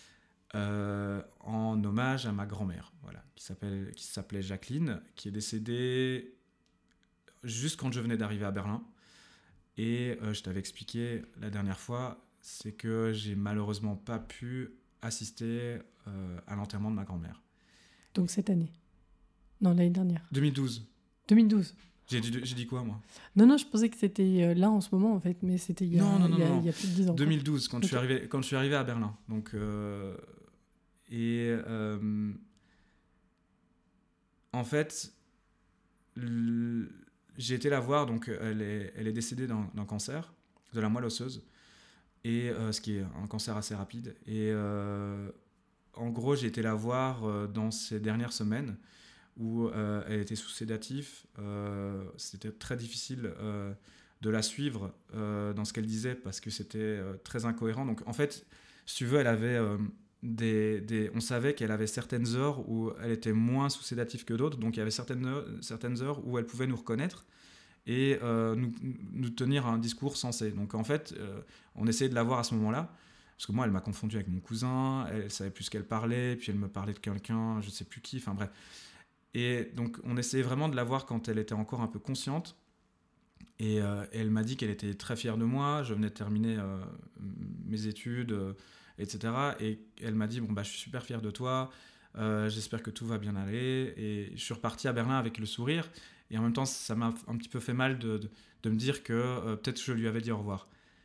S2: euh, en hommage à ma grand-mère, voilà, qui, s'appelle, qui s'appelait Jacqueline, qui est décédée juste quand je venais d'arriver à Berlin. Et euh, je t'avais expliqué la dernière fois, c'est que j'ai malheureusement pas pu assister euh, à l'enterrement de ma grand-mère.
S1: Donc cette année. Non, l'année dernière.
S2: deux mille douze.
S1: deux mille douze.
S2: J'ai dit, j'ai dit quoi, moi?
S1: Non, non, je pensais que c'était euh, là en ce moment, en fait, mais c'était il y a,
S2: Non, non, non,
S1: il y a,
S2: non.
S1: il y a plus de dix ans.
S2: deux mille douze, quand,
S1: Ok.
S2: je suis arrivé, quand je suis arrivé à Berlin. Donc, euh, et euh, en fait, l- j'ai été la voir, donc elle est, elle est décédée d'un, d'un cancer de la moelle osseuse, et euh, ce qui est un cancer assez rapide. Et euh, en gros, j'ai été la voir euh, dans ces dernières semaines où euh, elle était sous sédatif. Euh, c'était très difficile euh, de la suivre euh, dans ce qu'elle disait parce que c'était euh, très incohérent. Donc en fait, si tu veux, elle avait euh, des, des... On savait qu'elle avait certaines heures où elle était moins sous sédatif que d'autres, donc il y avait certaines heures, certaines heures où elle pouvait nous reconnaître et euh, nous, nous tenir un discours sensé. Donc en fait, euh, on essayait de la voir à ce moment-là, parce que moi, elle m'a confondu avec mon cousin, elle savait plus ce qu'elle parlait, puis elle me parlait de quelqu'un, je sais plus qui, enfin bref. Et donc on essayait vraiment de la voir quand elle était encore un peu consciente. Et, euh, et elle m'a dit qu'elle était très fière de moi, je venais de terminer euh, mes études, euh, et cetera. Et elle m'a dit, bon, bah, je suis super fière de toi, euh, j'espère que tout va bien aller. Et je suis reparti à Berlin avec le sourire. Et en même temps, ça m'a un petit peu fait mal de, de, de me dire que euh, peut-être je lui avais dit au revoir.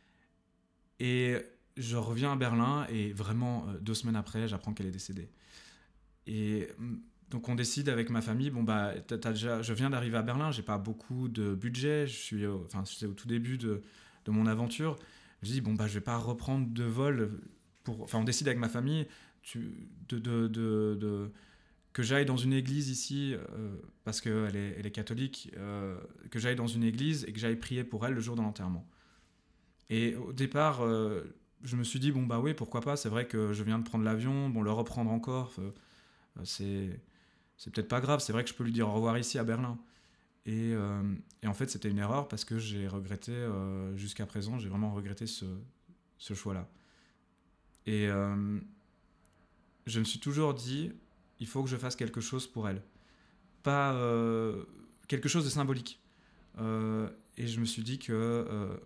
S2: Et je reviens à Berlin et vraiment, euh, deux semaines après, j'apprends qu'elle est décédée. Et donc on décide avec ma famille, bon bah, t'as, t'as déjà, je viens d'arriver à Berlin, j'ai pas beaucoup de budget, je suis, au, enfin, c'est au tout début de, de mon aventure. Je dis, bon bah, je vais pas reprendre de vol. Pour, enfin, on décide avec ma famille tu, de, de, de, de, que j'aille dans une église ici, euh, parce qu'elle est, elle est catholique, euh, que j'aille dans une église et que j'aille prier pour elle le jour de l'enterrement. Et au départ, euh, je me suis dit, bon bah oui, pourquoi pas, c'est vrai que je viens de prendre l'avion, bon, le reprendre encore, euh, c'est, c'est peut-être pas grave, c'est vrai que je peux lui dire au revoir ici à Berlin. Et, euh, et en fait, c'était une erreur parce que j'ai regretté, euh, jusqu'à présent, j'ai vraiment regretté ce, ce choix-là. Et euh, je me suis toujours dit, il faut que je fasse quelque chose pour elle. Pas euh, quelque chose de symbolique. Euh, et je me suis dit que euh,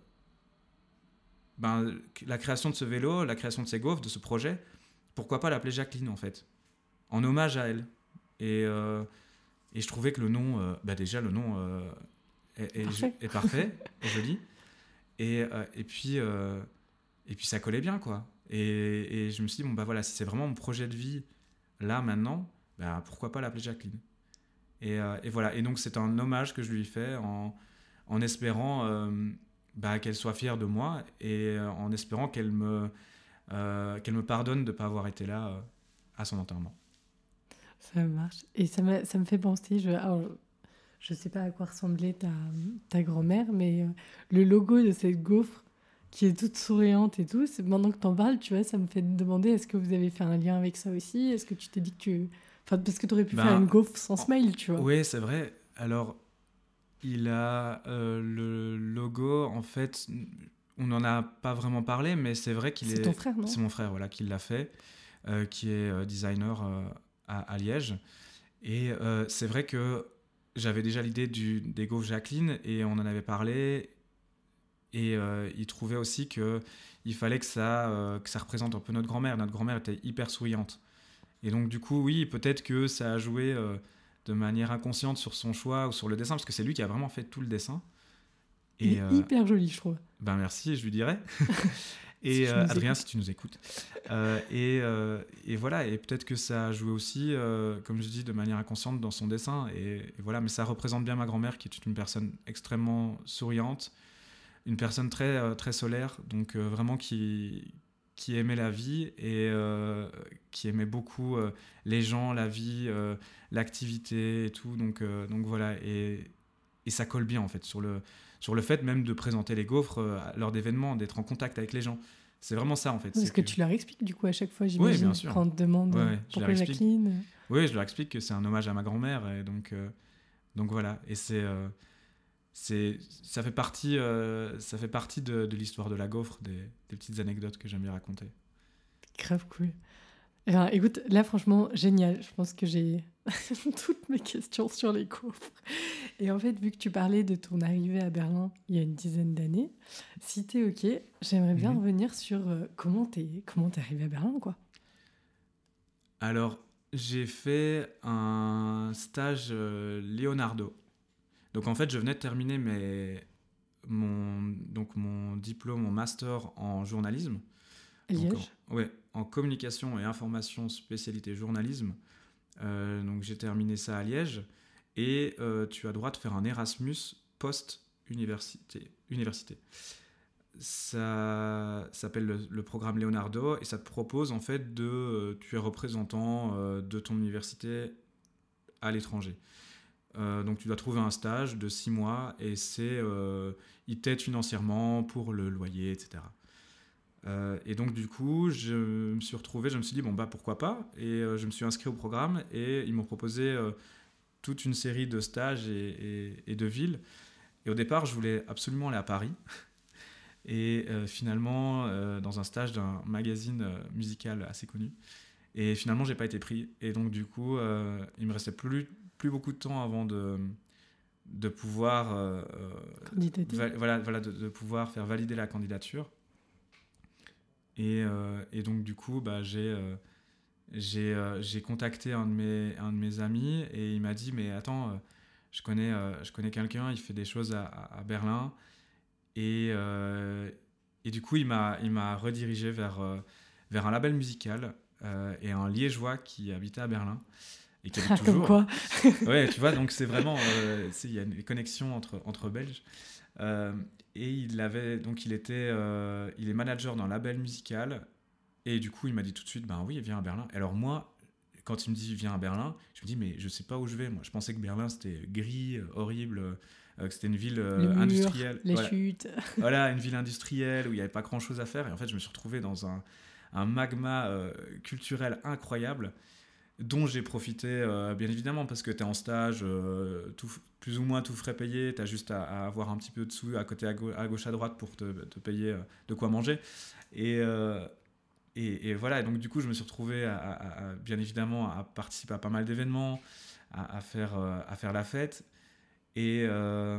S2: ben, la création de ce vélo, la création de ces gaufres, de ce projet, pourquoi pas l'appeler Jacqueline en fait, en hommage à elle. Et, euh, et je trouvais que le nom, euh, bah déjà le nom euh, est, est,
S1: Parfait.
S2: est parfait, est joli. Et, euh, et, puis, euh, et puis ça collait bien quoi. Et, et je me suis dit, bon bah voilà, si c'est vraiment mon projet de vie, là maintenant, bah, pourquoi pas l'appeler Jacqueline. Et, euh, et voilà, et donc c'est un hommage que je lui fais en, en espérant euh, bah, qu'elle soit fière de moi et euh, en espérant qu'elle me, euh, qu'elle me pardonne de ne pas avoir été là euh, à son enterrement.
S1: Ça marche. Et ça me, ça me fait penser, je, alors, je sais pas à quoi ressemblait ta, ta grand-mère, mais euh, le logo de cette gaufre qui est toute souriante et tout, c'est, maintenant que t'en parles, tu vois, ça me fait demander, est-ce que vous avez fait un lien avec ça aussi? Est-ce que tu t'es dit que tu... Enfin, parce que t'aurais pu
S2: Ben,
S1: faire une gaufre sans smile, tu vois.
S2: Oui, c'est vrai. Alors, il a euh, le logo, en fait, on n'en a pas vraiment parlé, mais c'est vrai qu'il
S1: c'est
S2: est...
S1: ton frère, non?
S2: C'est mon frère, voilà, qui l'a fait, euh, qui est euh, designer euh, à, à Liège. Et euh, c'est vrai que j'avais déjà l'idée du, des gaufres Jacqueline et on en avait parlé. Et euh, il trouvait aussi qu'il fallait que ça, euh, que ça représente un peu notre grand-mère. Notre grand-mère était hyper souriante. Et donc, du coup, oui, peut-être que ça a joué euh, de manière inconsciente sur son choix ou sur le dessin, parce que c'est lui qui a vraiment fait tout le dessin.
S1: Il
S2: Et
S1: est
S2: euh,
S1: hyper joli, je trouve.
S2: ben merci, je lui dirai. Et
S1: Si tu
S2: euh,
S1: nous
S2: Adrien,
S1: écoutes.
S2: si tu nous écoutes. Euh, et, euh, et voilà, et peut-être que ça a joué aussi, euh, comme je dis, de manière inconsciente dans son dessin. Et, et voilà, mais ça représente bien ma grand-mère, qui est une personne extrêmement souriante, une personne très, euh, très solaire, donc euh, vraiment qui, qui aimait la vie et euh, qui aimait beaucoup euh, les gens, la vie, euh, l'activité et tout. Donc, euh, donc voilà, et, et ça colle bien en fait sur le, sur le fait même de présenter les gaufres euh, lors d'événements, d'être en contact avec les gens. C'est vraiment ça en fait.
S1: Est-ce
S2: c'est
S1: que,
S2: que...
S1: tu leur expliques du coup à chaque fois,
S2: Oui,
S1: j'imagine,
S2: bien sûr.
S1: quand on te demande
S2: Ouais, ouais, je
S1: pourquoi
S2: leur explique.
S1: Jacqueline?
S2: Oui, je leur explique que c'est un hommage à ma grand-mère et donc, euh, donc voilà. Et c'est... Euh, C'est, ça fait partie, euh, ça fait partie de, de l'histoire de la gaufre, des, des petites anecdotes que j'aime bien raconter.
S1: Grave cool. Enfin, écoute, là, franchement, génial. Je pense que j'ai toutes mes questions sur les gaufres. Et en fait, vu que tu parlais de ton arrivée à Berlin il y a une dizaine d'années, si t'es OK, j'aimerais bien
S2: Mhm.
S1: revenir sur euh, comment t'es, comment t'es arrivé à Berlin, quoi.
S2: Alors, j'ai fait un stage euh, Leonardo. Donc en fait, je venais de terminer mes, mon, donc mon diplôme, mon master en journalisme. Donc
S1: Liège.
S2: en, ouais, en communication et information spécialité journalisme. Euh, donc j'ai terminé ça à Liège. Et euh, tu as droit de faire un Erasmus post-université. Université. Ça s'appelle le, le programme Leonardo et ça te propose en fait de... Euh, tu es représentant euh, de ton université à l'étranger. Euh, donc tu dois trouver un stage de six mois et c'est, euh, ils t'aident financièrement pour le loyer, et cetera. Euh, et donc du coup, je me suis retrouvé, je me suis dit bon bah pourquoi pas, et euh, je me suis inscrit au programme et ils m'ont proposé euh, toute une série de stages et, et, et de villes. Et au départ, je voulais absolument aller à Paris. Et euh, finalement, euh, dans un stage d'un magazine euh, musical assez connu. Et finalement, j'ai pas été pris. Et donc du coup, euh, il me restait plus plus beaucoup de temps avant de de pouvoir euh, va, voilà voilà de, de pouvoir faire valider la candidature. Et, euh, et donc du coup, bah, j'ai euh, j'ai euh, j'ai contacté un de mes un de mes amis et il m'a dit mais attends, euh, je connais euh, je connais quelqu'un, il fait des choses à, à Berlin. Et, euh, et du coup, il m'a, il m'a redirigé vers, euh, vers un label musical euh, et un Liégeois qui habitait à Berlin et qui habite toujours.
S1: Comme quoi.
S2: Ouais, tu vois, donc c'est vraiment... Euh, il y a des connexions entre, entre Belges. Euh, et il, avait, donc il, était, euh, il est manager d'un label musical. Et du coup, il m'a dit tout de suite, ben oui, viens à Berlin. Alors moi, quand il me dit viens à Berlin, je me dis, mais je sais pas où je vais. Moi, je pensais que Berlin, c'était gris, horrible, euh, que c'était une ville euh,
S1: les murs,
S2: industrielle.
S1: Les
S2: voilà.
S1: chutes.
S2: Voilà, une ville industrielle où il n'y avait pas grand-chose à faire. Et en fait, je me suis retrouvé dans un, un magma euh, culturel incroyable dont j'ai profité, euh, bien évidemment, parce que tu es en stage, euh, tout, plus ou moins tout frais payé, tu as juste à, à avoir un petit peu de sous à côté, à, gauche, à, gauche, à droite pour te, te payer euh, de quoi manger. Et, euh, et, et voilà, et donc du coup, je me suis retrouvé, à, à, à, bien évidemment, à participer à pas mal d'événements, à, à, faire, euh, à faire la fête. Et... Euh,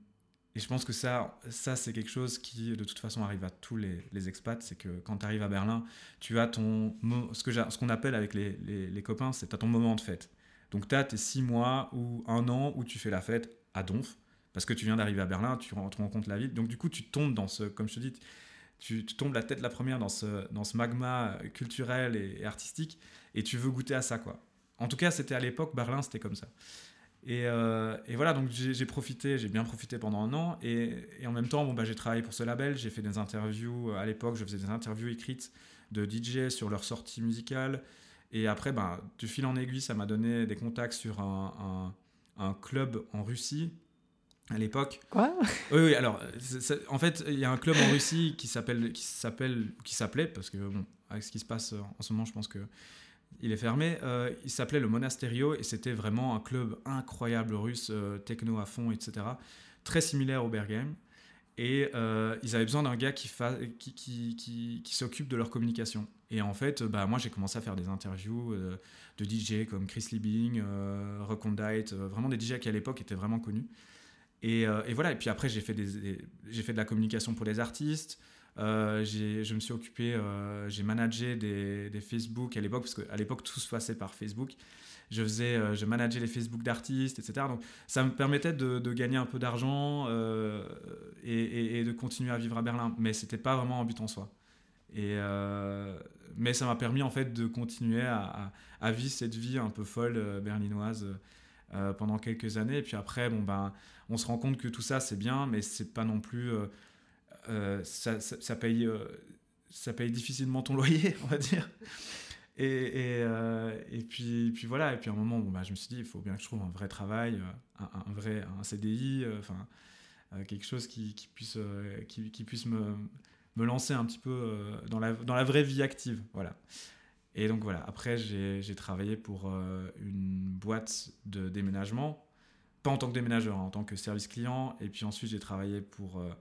S2: Et je pense que ça, ça, c'est quelque chose qui, de toute façon, arrive à tous les, les expats. C'est que quand tu arrives à Berlin, tu as ton, ce, que ce qu'on appelle avec les, les, les copains, c'est tu as ton moment de fête. Donc tu as tes six mois ou un an où tu fais la fête à donf, parce que tu viens d'arriver à Berlin, tu rencontres la ville. Donc du coup, tu tombes dans ce, comme je te dis, tu, tu tombes la tête la première dans ce, dans ce magma culturel et, et artistique, et tu veux goûter à ça, quoi. En tout cas, c'était à l'époque, Berlin, c'était comme ça. Et, euh, et voilà, donc j'ai, j'ai profité, j'ai bien profité pendant un an. Et, et en même temps, bon, bah, j'ai travaillé pour ce label, j'ai fait des interviews. À l'époque, je faisais des interviews écrites de D J sur leurs sorties musicales. Et après, bah, de fil en aiguille, ça m'a donné des contacts sur un, un, un club en Russie à l'époque.
S1: Quoi ?
S2: Oui, oui, alors, c'est, c'est, en fait, il y a un club en Russie qui s'appelle, qui s'appelle, qui s'appelait, parce que, bon, avec ce qui se passe en ce moment, je pense que il est fermé, euh, il s'appelait le Monasterio et c'était vraiment un club incroyable russe, euh, techno à fond, et cetera. Très similaire au Berghain. Et euh, ils avaient besoin d'un gars qui, fa- qui, qui, qui, qui s'occupe de leur communication. Et en fait, bah, moi j'ai commencé à faire des interviews euh, de D J comme Chris Liebing, euh, Recondite, euh, vraiment des D J qui à l'époque étaient vraiment connus. Et, euh, et voilà, et puis après j'ai fait, des, des, j'ai fait de la communication pour les artistes. Euh, j'ai, je me suis occupé, euh, j'ai managé des, des Facebook à l'époque, parce qu'à l'époque tout se passait par Facebook. Je faisais, euh, je manageais les Facebook d'artistes, et cetera. Donc ça me permettait de, de gagner un peu d'argent euh, et, et, et de continuer à vivre à Berlin, mais c'était pas vraiment un but en soi. Et euh, mais ça m'a permis en fait de continuer à, à, à vivre cette vie un peu folle euh, berlinoise euh, pendant quelques années. Et puis après, bon ben, on se rend compte que tout ça c'est bien, mais c'est pas non plus euh, Euh, ça, ça, ça, paye, euh, ça paye difficilement ton loyer, on va dire. Et, et, euh, et, puis, puis voilà, et puis à un moment, bon, bah, je me suis dit, il faut bien que je trouve un vrai travail, un, un, vrai, un C D I, enfin, euh, quelque chose qui, qui puisse, euh, qui, qui puisse me, me lancer un petit peu euh, dans, la, dans la vraie vie active. Voilà. Et donc voilà, après, j'ai, j'ai travaillé pour euh, une boîte de déménagement, pas en tant que déménageur, hein, en tant que service client, et puis ensuite, j'ai travaillé pour... Euh,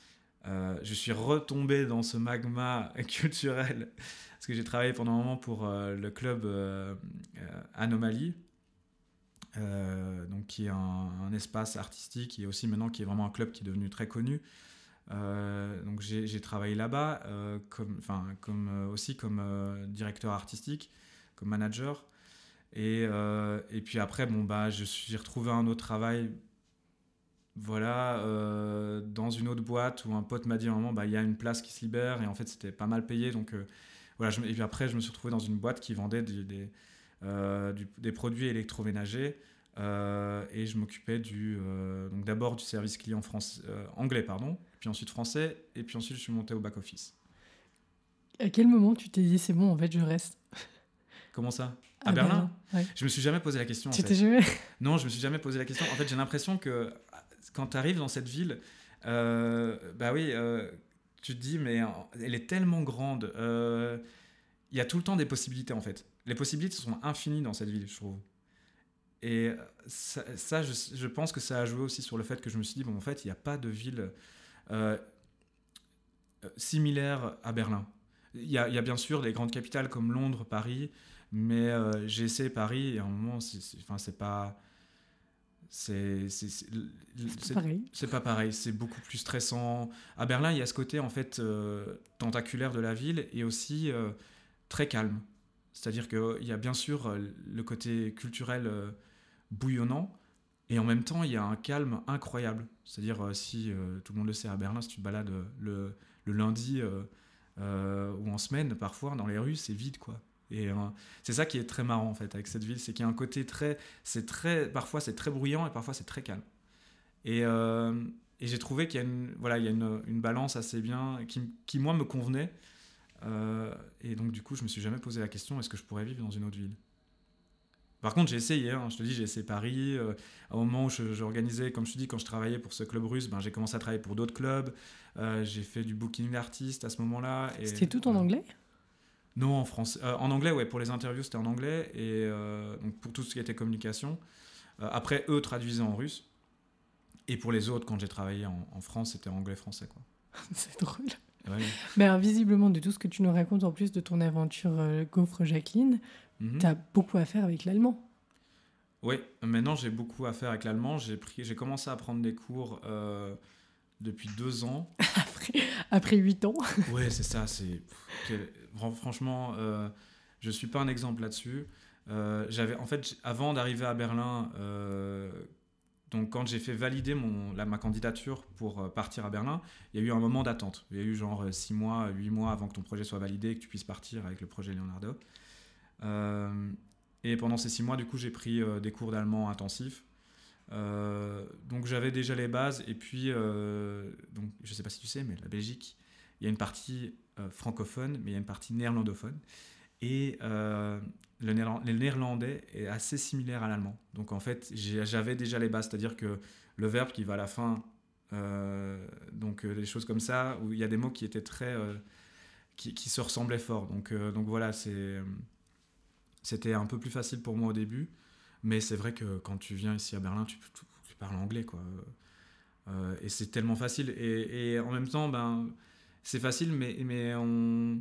S2: Euh, je suis retombé dans ce magma culturel parce que j'ai travaillé pendant un moment pour euh, le club euh, euh, Anomalie, euh, donc qui est un, un espace artistique et aussi maintenant qui est vraiment un club qui est devenu très connu. Euh, donc j'ai, j'ai travaillé là-bas euh, comme, comme, euh, aussi comme euh, directeur artistique, comme manager. Et, euh, et puis après, bon, bah, je suis, j'ai retrouvé un autre travail. Voilà, euh, dans une autre boîte où un pote m'a dit à un moment, bah, y a une place qui se libère, et en fait c'était pas mal payé, donc euh, voilà, je, et puis après je me suis retrouvé dans une boîte qui vendait du, des, euh, du, des produits électroménagers, euh, et je m'occupais du, euh, donc d'abord du service client français, euh, anglais, pardon, puis ensuite français, et puis ensuite je suis monté au back-office.
S1: À quel moment tu t'es dit, c'est bon, en fait je reste ?
S2: Comment ça ?
S1: À,
S2: à Berlin,
S1: Berlin ouais.
S2: Je me suis jamais posé la question.
S1: Tu
S2: en
S1: t'es
S2: fait.
S1: jamais
S2: Non, je me suis jamais posé la question. En fait, j'ai l'impression que quand tu arrives dans cette ville, euh, bah oui, euh, tu te dis, mais elle est tellement grande. Il euh, y a tout le temps des possibilités, en fait. Les possibilités sont infinies dans cette ville, je trouve. Et ça, ça je, je pense que ça a joué aussi sur le fait que je me suis dit, bon, en fait, il n'y a pas de ville euh, similaire à Berlin. Il y a, y a bien sûr les grandes capitales comme Londres, Paris, mais euh, j'ai essayé Paris et à un moment, c'est, c'est, enfin, c'est pas... C'est, c'est, c'est,
S1: c'est, pas pareil.
S2: C'est pas pareil, c'est beaucoup plus stressant. À Berlin, il y a ce côté en fait euh, tentaculaire de la ville et aussi euh, très calme. C'est-à-dire qu'il y a bien sûr euh, le côté culturel euh, bouillonnant et en même temps, il y a un calme incroyable. C'est-à-dire, euh, si euh, tout le monde le sait, à Berlin, si tu te balades euh, le, le lundi euh, euh, ou en semaine, parfois, dans les rues, c'est vide, quoi. Et euh, c'est ça qui est très marrant en fait avec cette ville, c'est qu'il y a un côté très, c'est très, parfois c'est très bruyant et parfois c'est très calme. Et, euh, et j'ai trouvé qu'il y a une, voilà, il y a une, une balance assez bien qui, qui moi me convenait. Euh, et donc du coup, je me suis jamais posé la question est-ce que je pourrais vivre dans une autre ville. Par contre, j'ai essayé, hein, je te dis, j'ai essayé Paris. Euh, à un moment où je, j'organisais, comme je te dis, quand je travaillais pour ce club russe, ben, j'ai commencé à travailler pour d'autres clubs. Euh, j'ai fait du booking d'artistes à ce moment-là. Et,
S1: C'était tout en
S2: voilà.
S1: anglais ?
S2: Non, en français. Euh, en anglais, ouais, pour les interviews, c'était en anglais. Et euh, donc pour tout ce qui était communication. Euh, après, eux traduisaient en russe. Et pour les autres, quand j'ai travaillé en, en France, c'était anglais-français, quoi.
S1: C'est drôle.
S2: Ouais.
S1: Mais alors, visiblement, de tout ce que tu nous racontes, en plus de ton aventure euh, Gaufre Jacqueline, mm-hmm. tu as beaucoup à faire avec l'allemand.
S2: Oui, maintenant, j'ai beaucoup à faire avec l'allemand. J'ai, pris, j'ai commencé à prendre des cours euh, depuis deux ans.
S1: après, après huit ans.
S2: Oui, c'est ça. C'est... Franchement, euh, je ne suis pas un exemple là-dessus. Euh, j'avais, en fait, avant d'arriver à Berlin, euh, donc quand j'ai fait valider mon, la, ma candidature pour partir à Berlin, il y a eu un moment d'attente. Il y a eu genre six mois, huit mois avant que ton projet soit validé et que tu puisses partir avec le projet Leonardo. Euh, et pendant ces six mois, du coup, j'ai pris euh, des cours d'allemand intensifs. Euh, donc j'avais déjà les bases. Et puis, euh, donc, je ne sais pas si tu sais, mais la Belgique, il y a une partie euh, francophone, mais il y a une partie néerlandophone. Et euh, le, néerland- le néerlandais est assez similaire à l'allemand. Donc en fait, j'ai, j'avais déjà les bases, c'est-à-dire que le verbe qui va à la fin, euh, donc euh, des choses comme ça, où il y a des mots qui étaient très, euh, qui, qui se ressemblaient fort. Donc, euh, donc voilà, c'est, c'était un peu plus facile pour moi au début, mais c'est vrai que quand tu viens ici à Berlin, tu, tu, tu parles anglais, quoi. Euh, et c'est tellement facile. Et, et en même temps, ben, c'est facile, mais, mais on...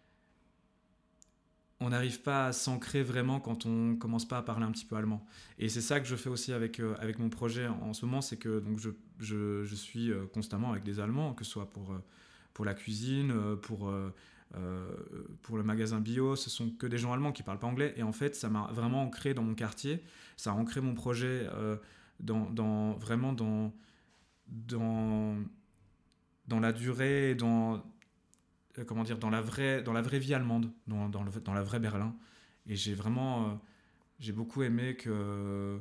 S2: on n'arrive pas à s'ancrer vraiment quand on commence pas à parler un petit peu allemand. Et c'est ça que je fais aussi avec, euh, avec mon projet en, en ce moment, c'est que donc je, je, je suis euh, constamment avec des Allemands, que ce soit pour, euh, pour la cuisine, pour, euh, euh, pour le magasin bio, ce sont que des gens allemands qui parlent pas anglais. Et en fait, ça m'a vraiment ancré dans mon quartier, ça a ancré mon projet euh, dans, dans, vraiment dans, dans, dans la durée, dans... comment dire, dans la vraie, dans la vraie vie allemande, dans, dans, le, dans la vraie Berlin. Et j'ai vraiment, euh, j'ai beaucoup aimé que,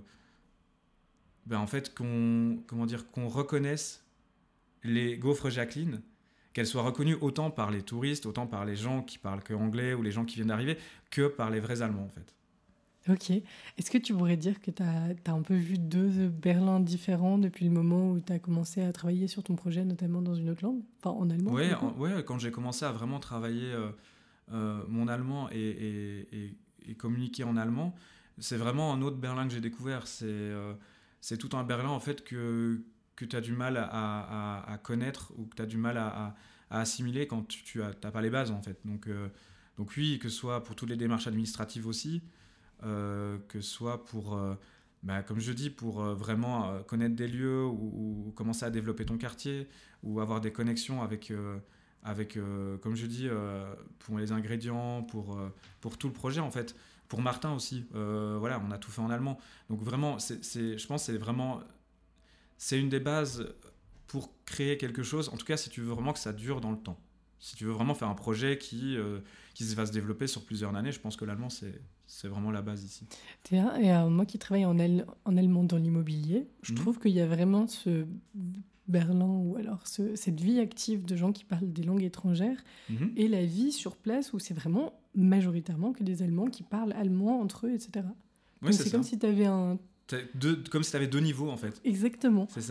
S2: ben en fait, qu'on, comment dire, qu'on reconnaisse les gaufres Jacqueline, qu'elles soient reconnues autant par les touristes, autant par les gens qui parlent que anglais ou les gens qui viennent d'arriver, que par les vrais Allemands, en fait.
S1: Ok. Est-ce que tu pourrais dire que tu as un peu vu deux Berlins différents depuis le moment où tu as commencé à travailler sur ton projet, notamment dans une autre langue, enfin en allemand?
S2: Oui, ouais, quand j'ai commencé à vraiment travailler euh, euh, mon allemand et, et, et, et communiquer en allemand, c'est vraiment un autre Berlin que j'ai découvert. C'est, euh, c'est tout un Berlin en fait que, que tu as du mal à, à, à connaître ou que tu as du mal à, à, à assimiler quand tu n'as pas les bases en fait. Donc, euh, donc oui, que ce soit pour toutes les démarches administratives aussi, Euh, que ce soit pour, euh, bah, comme je dis, pour euh, vraiment euh, connaître des lieux ou, ou commencer à développer ton quartier ou avoir des connexions avec, euh, avec euh, comme je dis, euh, pour les ingrédients, pour, euh, pour tout le projet en fait. Pour Martin aussi, euh, voilà, on a tout fait en allemand. Donc vraiment, c'est, c'est, je pense que c'est vraiment, c'est une des bases pour créer quelque chose, en tout cas si tu veux vraiment que ça dure dans le temps. Si tu veux vraiment faire un projet qui, euh, qui va se développer sur plusieurs années, je pense que l'allemand, c'est, c'est vraiment la base ici.
S1: Et euh, moi qui travaille en, al- en allemand dans l'immobilier, je mmh. trouve qu'il y a vraiment ce Berlin, ou alors ce, cette vie active de gens qui parlent des langues étrangères, mmh. et la vie sur place où c'est vraiment majoritairement que des Allemands qui parlent allemand entre eux, et cetera.
S2: Oui,
S1: Donc
S2: c'est,
S1: c'est
S2: ça.
S1: comme si tu avais un...
S2: Deux, comme si tu avais deux niveaux, en fait.
S1: Exactement.
S2: C'est ça.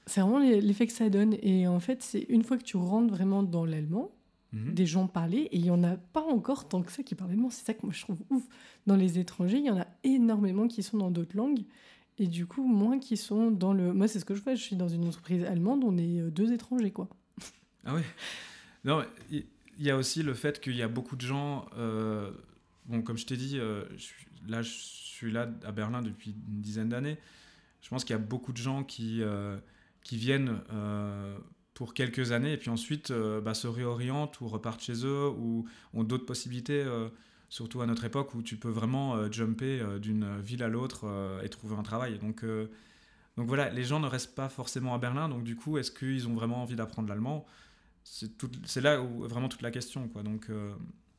S1: C'est vraiment l'effet que ça donne. Et en fait, c'est une fois que tu rentres vraiment dans l'allemand, mmh. des gens parlaient, et il n'y en a pas encore tant que ça qui parlent allemand. C'est ça que moi je trouve ouf. Dans les étrangers, il y en a énormément qui sont dans d'autres langues, et du coup, moins qui sont dans le... Moi, c'est ce que je fais. Je suis dans une entreprise allemande, on est deux étrangers, quoi.
S2: Ah oui. Non, il y a aussi le fait qu'il y a beaucoup de gens... Euh, bon, comme je t'ai dit, euh, je suis, là, je suis là à Berlin depuis une dizaine d'années. Je pense qu'il y a beaucoup de gens qui, euh, qui viennent euh, pour quelques années et puis ensuite euh, bah, se réorientent ou repartent chez eux ou ont d'autres possibilités, euh, surtout à notre époque où tu peux vraiment euh, jumper euh, d'une ville à l'autre euh, et trouver un travail. Donc, euh, donc voilà, les gens ne restent pas forcément à Berlin. Donc du coup, est-ce qu'ils ont vraiment envie d'apprendre l'allemand ? C'est, tout, c'est là où vraiment toute la question, quoi. Donc, euh,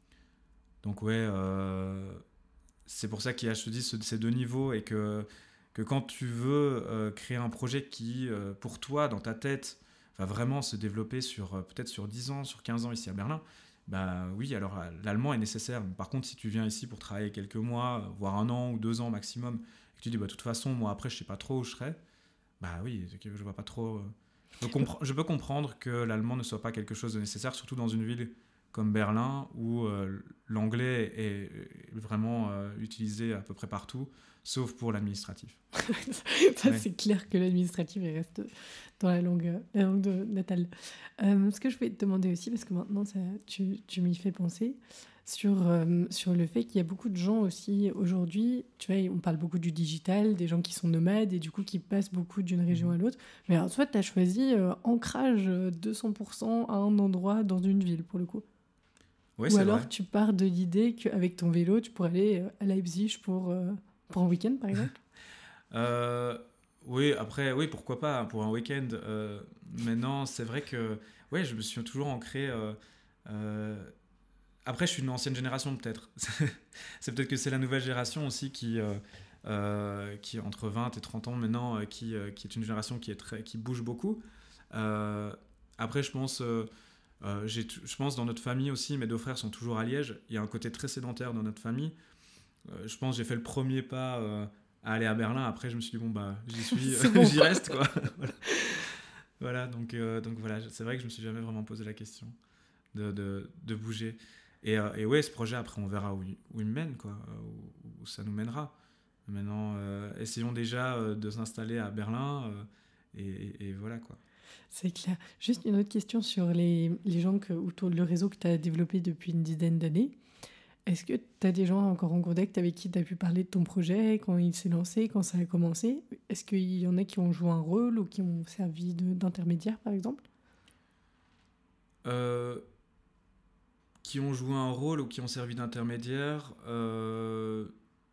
S2: donc ouais, euh, c'est pour ça qu'il y a, je te dis, ce, ces deux niveaux et que que quand tu veux euh, créer un projet qui, euh, pour toi, dans ta tête, va vraiment se développer sur, euh, peut-être sur dix ans, sur quinze ans ici à Berlin, bah oui, alors l'allemand est nécessaire. Par contre, si tu viens ici pour travailler quelques mois, voire un an ou deux ans maximum, et que tu dis, bah, de toute façon, moi après, je sais pas trop où je serai, bah oui, je vois pas trop... Euh, je, peux compre- je peux comprendre que l'allemand ne soit pas quelque chose de nécessaire, surtout dans une ville comme Berlin, où euh, l'anglais est vraiment euh, utilisé à peu près partout, sauf pour l'administratif.
S1: Ça, ouais. C'est clair que l'administratif il reste dans la langue, la langue de, natale. Euh, ce que je voulais te demander aussi, parce que maintenant ça, tu, tu m'y fais penser, sur, euh, sur le fait qu'il y a beaucoup de gens aussi aujourd'hui, tu vois, on parle beaucoup du digital, des gens qui sont nomades et du coup qui passent beaucoup d'une région à l'autre. Mais alors toi, tu as choisi euh, ancrage deux cents pour cent à un endroit dans une ville, pour le coup.
S2: Ouais,
S1: Ou
S2: c'est
S1: alors
S2: vrai.
S1: tu pars de l'idée qu'avec ton vélo, tu pourrais aller à Leipzig pour, euh, pour un week-end, par exemple.
S2: euh, Oui, après, oui, pourquoi pas, pour un week-end. Euh, maintenant, c'est vrai que ouais, je me suis toujours ancré... Euh, euh, après, je suis une ancienne génération, peut-être. C'est peut-être que c'est la nouvelle génération aussi qui... Euh, euh, qui entre vingt et trente ans maintenant, euh, qui, euh, qui est une génération qui, est très, qui bouge beaucoup. Euh, après, je pense... Euh, Euh, j'ai t- je pense dans notre famille aussi, mes deux frères sont toujours à Liège. Il y a un côté très sédentaire dans notre famille. Euh, je pense que j'ai fait le premier pas euh, à aller à Berlin. Après, je me suis dit, bon, bah, j'y suis, bon, j'y reste, quoi. Voilà, voilà donc, euh, donc voilà, c'est vrai que je me suis jamais vraiment posé la question de, de, de bouger. Et, euh, et ouais, ce projet, après, on verra où il, où il mène, quoi, où, où ça nous mènera. Maintenant, euh, essayons déjà euh, de s'installer à Berlin euh, et, et, et voilà, quoi.
S1: C'est clair. Juste une autre question sur les, les gens que, ou le réseau que tu as développé depuis une dizaine d'années. Est-ce que tu as des gens encore en contact avec qui tu as pu parler de ton projet, quand il s'est lancé, quand ça a commencé ? Est-ce qu'il y en a qui ont joué un rôle ou qui ont servi de, d'intermédiaire, par exemple ?
S2: euh, Qui ont joué un rôle ou qui ont servi d'intermédiaire euh,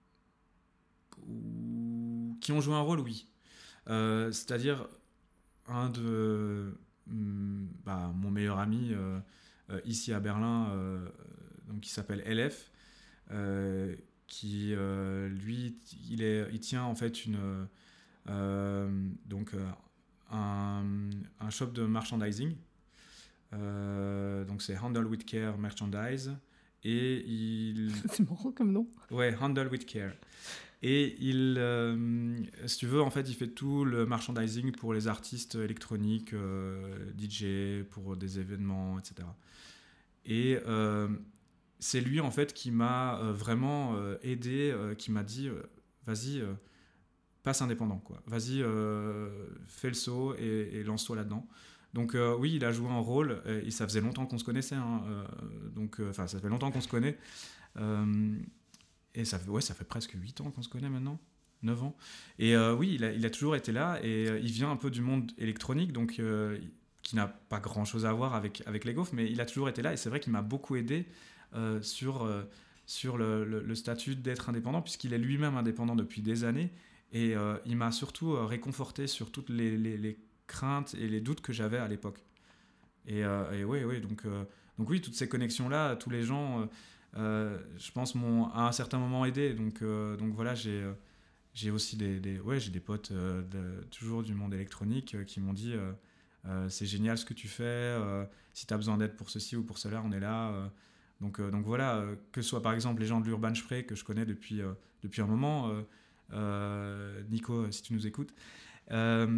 S2: ou... Qui ont joué un rôle, oui. Euh, c'est-à-dire... un de bah, mon meilleur ami euh, euh, ici à Berlin euh, donc qui s'appelle L F euh, qui euh, lui il, est, il tient en fait une euh, donc euh, un, un shop de merchandising euh, donc c'est Handle with Care Merchandise et il
S1: c'est marrant comme nom.
S2: Ouais, Handle with Care. Et il, euh, si tu veux, en fait, il fait tout le merchandising pour les artistes électroniques, euh, D J, pour des événements, et cetera. Et euh, c'est lui, en fait, qui m'a euh, vraiment euh, aidé, euh, qui m'a dit, euh, vas-y, euh, passe indépendant, quoi. Vas-y, euh, fais le saut et, et lance-toi là-dedans. Donc euh, oui, il a joué un rôle, et, et ça faisait longtemps qu'on se connaissait, hein, euh, donc, enfin, euh, ça fait longtemps qu'on se connaît. Euh, Et ça fait, ouais, ça fait presque huit ans qu'on se connaît maintenant, neuf ans. Et euh, oui, il a, il a toujours été là et euh, il vient un peu du monde électronique, donc euh, qui n'a pas grand-chose à voir avec, avec les gaufres, mais il a toujours été là et c'est vrai qu'il m'a beaucoup aidé euh, sur, euh, sur le, le, le statut d'être indépendant, puisqu'il est lui-même indépendant depuis des années et euh, il m'a surtout euh, réconforté sur toutes les, les, les craintes et les doutes que j'avais à l'époque. Et, euh, et oui, oui, donc, euh, donc oui, toutes ces connexions-là, tous les gens... Euh, Euh, je pense m'ont à un certain moment aidé, donc euh, donc voilà, j'ai euh, j'ai aussi des, des ouais j'ai des potes euh, de, toujours du monde électronique euh, qui m'ont dit euh, euh, c'est génial ce que tu fais, euh, si tu as besoin d'aide pour ceci ou pour cela, on est là. euh, donc euh, donc voilà, euh, que ce soit par exemple les gens de l'Urban Spray que je connais depuis euh, depuis un moment, euh, euh, Nico si tu nous écoutes, euh,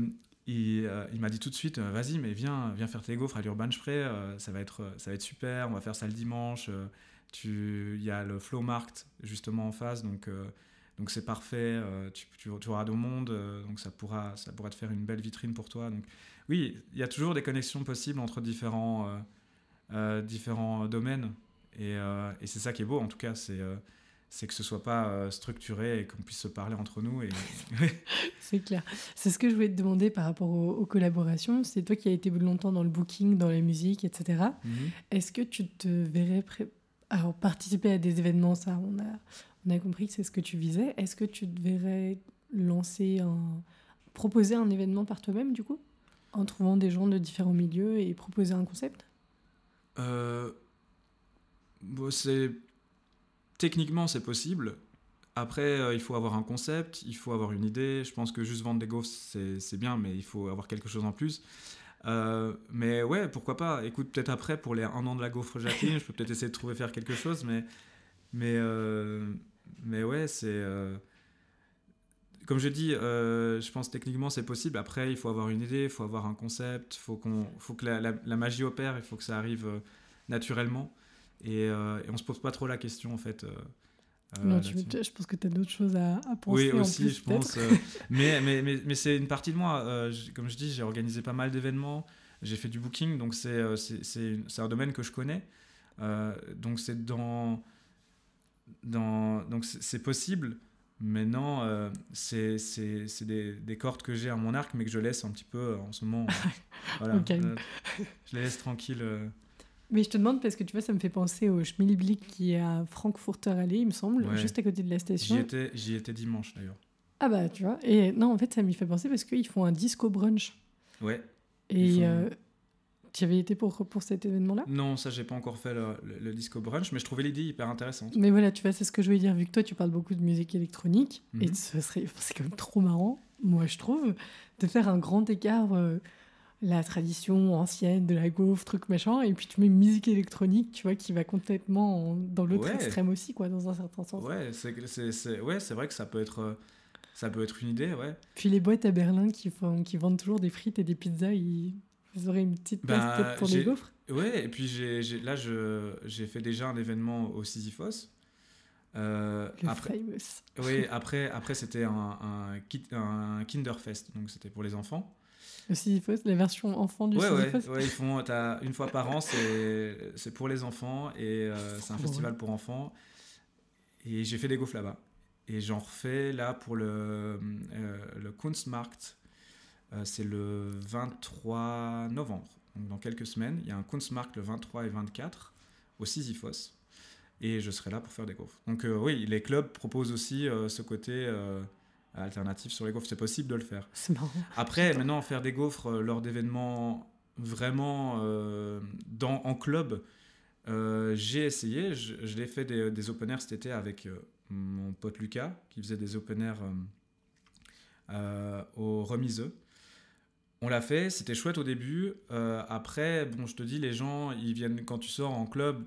S2: il, euh, il m'a dit tout de suite, euh, vas-y, mais viens, viens faire tes gaufres à l'Urban Spray, euh, ça va être, ça va être super, on va faire ça le dimanche. euh, tu, il y a le Flow Markt justement en face, donc, euh, donc c'est parfait. euh, tu, tu, tu auras de monde, euh, donc ça pourra, ça pourra te faire une belle vitrine pour toi. Donc oui, il y a toujours des connexions possibles entre différents, euh, euh, différents domaines, et, euh, et c'est ça qui est beau. En tout cas, c'est euh, c'est que ce soit pas euh, structuré et qu'on puisse se parler entre nous. Et...
S1: C'est clair. C'est ce que je voulais te demander par rapport aux, aux collaborations. C'est toi qui as été longtemps dans le booking, dans la musique, et cetera. Mm-hmm. Est-ce que tu te verrais... Pré... Alors, participer à des événements, ça, on a, on a compris que c'est ce que tu visais. Est-ce que tu te verrais lancer un... proposer un événement par toi-même, du coup, en trouvant des gens de différents milieux et proposer un concept ?
S2: euh... bon, c'est... Techniquement, c'est possible. Après, euh, il faut avoir un concept, il faut avoir une idée. Je pense que juste vendre des gaufres, c'est, c'est bien, mais il faut avoir quelque chose en plus. Euh, mais ouais, pourquoi pas. Écoute, peut-être après, pour les un an de la gaufre Jacqueline, je peux peut-être essayer de trouver faire quelque chose. Mais, mais, euh, mais ouais, c'est... Euh, comme je dis, euh, je pense techniquement, c'est possible. Après, il faut avoir une idée, il faut avoir un concept, il faut, qu'on, faut que la, la, la magie opère, il faut que ça arrive euh, naturellement. Et, euh, et on se pose pas trop la question en fait. Euh,
S1: non, tu, je pense que tu as d'autres choses à, à penser.
S2: Oui, aussi,
S1: en plus,
S2: je pense. Euh, mais, mais, mais, mais c'est une partie de moi. Euh, j- comme je dis, j'ai organisé pas mal d'événements, j'ai fait du booking, donc c'est, euh, c'est, c'est, c'est un domaine que je connais. Euh, donc c'est dans, dans donc c'est, c'est possible. Maintenant, euh, c'est, c'est, c'est des, des cordes que j'ai à mon arc, mais que je laisse un petit peu euh, en ce moment. Euh, voilà,
S1: okay.
S2: euh, je les laisse tranquilles. Euh,
S1: Mais je te demande parce que tu vois, ça me fait penser au Schmilblick qui est à Frankfurter Allee, il me semble, ouais. juste à côté de la station.
S2: J'y étais, j'y étais dimanche d'ailleurs.
S1: Ah bah tu vois, et non, en fait, ça m'y fait penser parce qu'ils font un disco brunch.
S2: Ouais.
S1: Et font... euh, tu y avais été pour, pour cet événement-là ?
S2: Non, ça, j'ai pas encore fait le, le, le disco brunch, mais je trouvais l'idée hyper intéressante.
S1: Mais voilà, tu vois, c'est ce que je voulais dire, vu que toi, tu parles beaucoup de musique électronique, mm-hmm. et ce serait, c'est quand même trop marrant, moi, je trouve, de faire un grand écart... Euh, la tradition ancienne de la gaufre, truc machin, et puis tu mets une musique électronique, tu vois, qui va complètement en, dans l'autre ouais. extrême aussi, quoi, dans un certain sens.
S2: Ouais, c'est, c'est, c'est, ouais, c'est vrai que ça peut être, ça peut être une idée, ouais.
S1: Puis les boîtes à Berlin qui, font, qui vendent toujours des frites et des pizzas, ils, ils auraient une petite place bah, peut-être pour
S2: j'ai,
S1: les gaufres.
S2: Ouais, et puis j'ai, j'ai, là, je, j'ai fait déjà un événement au Sisyphos.
S1: Euh, le après, famous.
S2: Oui, après, après c'était un, un, un Kinderfest, donc c'était pour les enfants.
S1: Le Sisyphos, la version enfant du
S2: ouais,
S1: Sisyphos.
S2: Ouais, ouais, ils font, t'as, une fois par an, c'est, c'est pour les enfants et euh, c'est un festival pour enfants. Et j'ai fait des gaufres là-bas. Et j'en refais là pour le, euh, le Kunstmarkt. Euh, c'est le vingt-trois novembre. Donc dans quelques semaines, il y a un Kunstmarkt le vingt-trois et vingt-quatre au Sisyphos. Et je serai là pour faire des gaufres. Donc euh, oui, les clubs proposent aussi euh, ce côté... Euh, alternative sur les gaufres, c'est possible de le faire.
S1: C'est marrant.
S2: Après, J'adore. Maintenant, faire des gaufres euh, lors d'événements vraiment euh, dans, en club, euh, j'ai essayé. Je, je l'ai fait des, des open air cet été avec euh, mon pote Lucas, qui faisait des open air euh, euh, au Remiseux. On l'a fait, c'était chouette au début. Euh, après, bon, je te dis, les gens, ils viennent quand tu sors en club,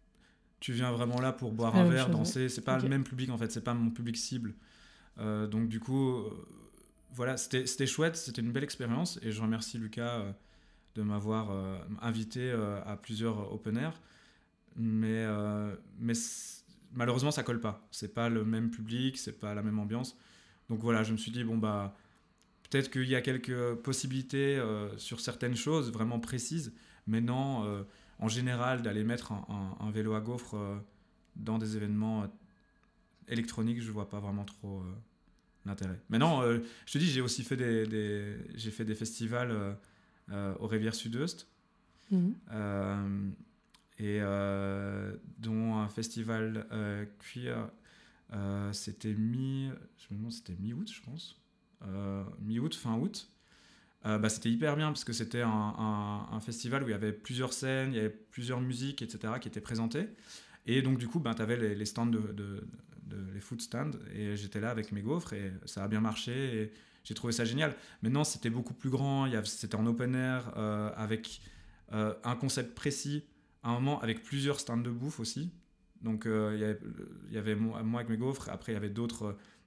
S2: tu viens vraiment là pour boire un verre, chose, danser. Ouais. C'est pas okay. le même public, en fait, c'est pas mon public cible. Euh, donc du coup, euh, voilà, c'était, c'était chouette, c'était une belle expérience et je remercie Lucas euh, de m'avoir euh, invité euh, à plusieurs open air, mais, euh, mais malheureusement ça colle pas, c'est pas le même public, c'est pas la même ambiance, donc voilà, je me suis dit bon bah peut-être qu'il y a quelques possibilités euh, sur certaines choses vraiment précises, mais non, euh, en général d'aller mettre un, un, un vélo à gaufres euh, dans des événements euh, électroniques, je vois pas vraiment trop euh, l'intérêt. Maintenant, euh, je te dis, j'ai aussi fait des, des, j'ai fait des festivals euh, euh, au Rivière Sud-Est, mmh. euh, et euh, dont un festival euh, queer, euh, c'était mi, je me demande, c'était mi-août, je pense, euh, mi-août, fin août. Euh, bah, c'était hyper bien parce que c'était un, un, un festival où il y avait plusieurs scènes, il y avait plusieurs musiques, et cetera qui étaient présentées. Et donc, du coup, ben, tu avais les, les stands de, de, de, les food stands, et j'étais là avec mes gaufres, et ça a bien marché, et j'ai trouvé ça génial. Maintenant, c'était beaucoup plus grand, il y avait, c'était en open air, euh, avec euh, un concept précis, à un moment, avec plusieurs stands de bouffe aussi. Donc, euh, il y avait, il y avait moi, moi avec mes gaufres, après, il y avait d'autres,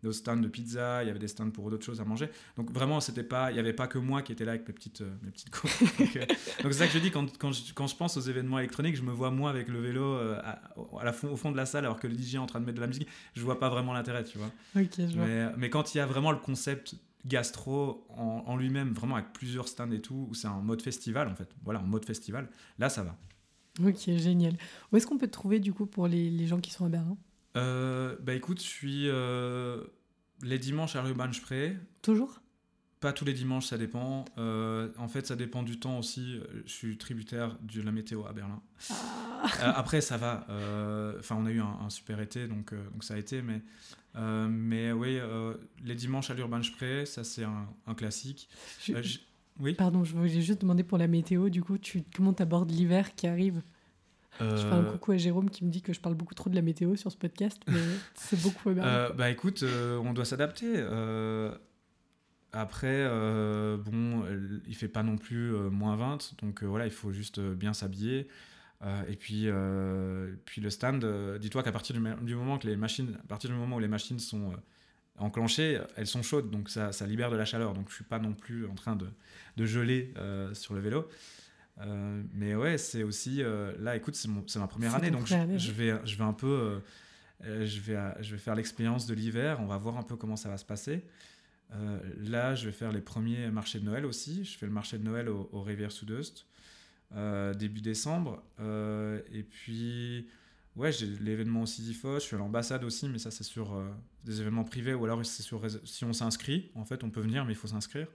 S2: d'autres stands de pizza, il y avait des stands pour d'autres choses à manger. Donc vraiment, c'était pas, il n'y avait pas que moi qui étais là avec mes petites, euh, mes petites courses. Donc, euh, donc c'est ça que je dis, quand, quand, je, quand je pense aux événements électroniques, je me vois moi avec le vélo euh, à, à la fond, au fond de la salle alors que le D J est en train de mettre de la musique. Je vois pas vraiment l'intérêt, tu vois.
S1: Okay, je vois.
S2: Mais, mais quand il y a vraiment le concept gastro en, en lui-même, vraiment avec plusieurs stands et tout, où c'est en mode festival en fait, voilà, en mode festival, là ça va.
S1: Ok, génial. Où est-ce qu'on peut te trouver du coup pour les, les gens qui sont à Berlin?
S2: euh, Bah écoute, je suis euh, les dimanches à rue Banspray.
S1: Toujours?
S2: Pas tous les dimanches, ça dépend. Euh, en fait, ça dépend du temps aussi. Je suis tributaire de la météo à Berlin.
S1: Ah.
S2: Euh, après, ça va. Enfin, euh, on a eu un, un super été, donc, euh, donc ça a été. Mais, euh, mais oui, euh, les dimanches à l'Urbanspray, ça c'est un, un classique.
S1: Je...
S2: Euh, oui.
S1: Pardon, je voulais juste demander pour la météo. Du coup, tu... comment t'abordes l'hiver qui arrive? Euh... Je fais un coucou à Jérôme qui me dit que je parle beaucoup trop de la météo sur ce podcast, mais c'est beaucoup à Berlin.
S2: Euh, bah écoute, euh, on doit s'adapter. Euh... Après, euh, bon, il fait pas non plus euh, moins vingt, donc euh, voilà, il faut juste euh, bien s'habiller. Euh, et puis, euh, puis le stand, euh, dis-toi qu'à partir du, du moment que les machines, à partir du moment où les machines sont euh, enclenchées, elles sont chaudes, donc ça, ça libère de la chaleur. Donc je suis pas non plus en train de, de geler euh, sur le vélo. Euh, mais ouais, c'est aussi euh, là, écoute, c'est, mon, c'est ma première
S1: c'est
S2: année, donc je,
S1: année,
S2: je vais, je vais un peu, euh, je vais, je vais faire l'expérience de l'hiver. On va voir un peu comment ça va se passer. Euh, là, je vais faire les premiers marchés de Noël aussi. Je fais le marché de Noël au, au Rivière Sud-Est, euh, début décembre. Euh, et puis, ouais, j'ai l'événement au Sisyphos. Je suis à l'ambassade aussi, mais ça, c'est sur euh, des événements privés. Ou alors, c'est sur, si on s'inscrit, en fait, on peut venir, mais il faut s'inscrire.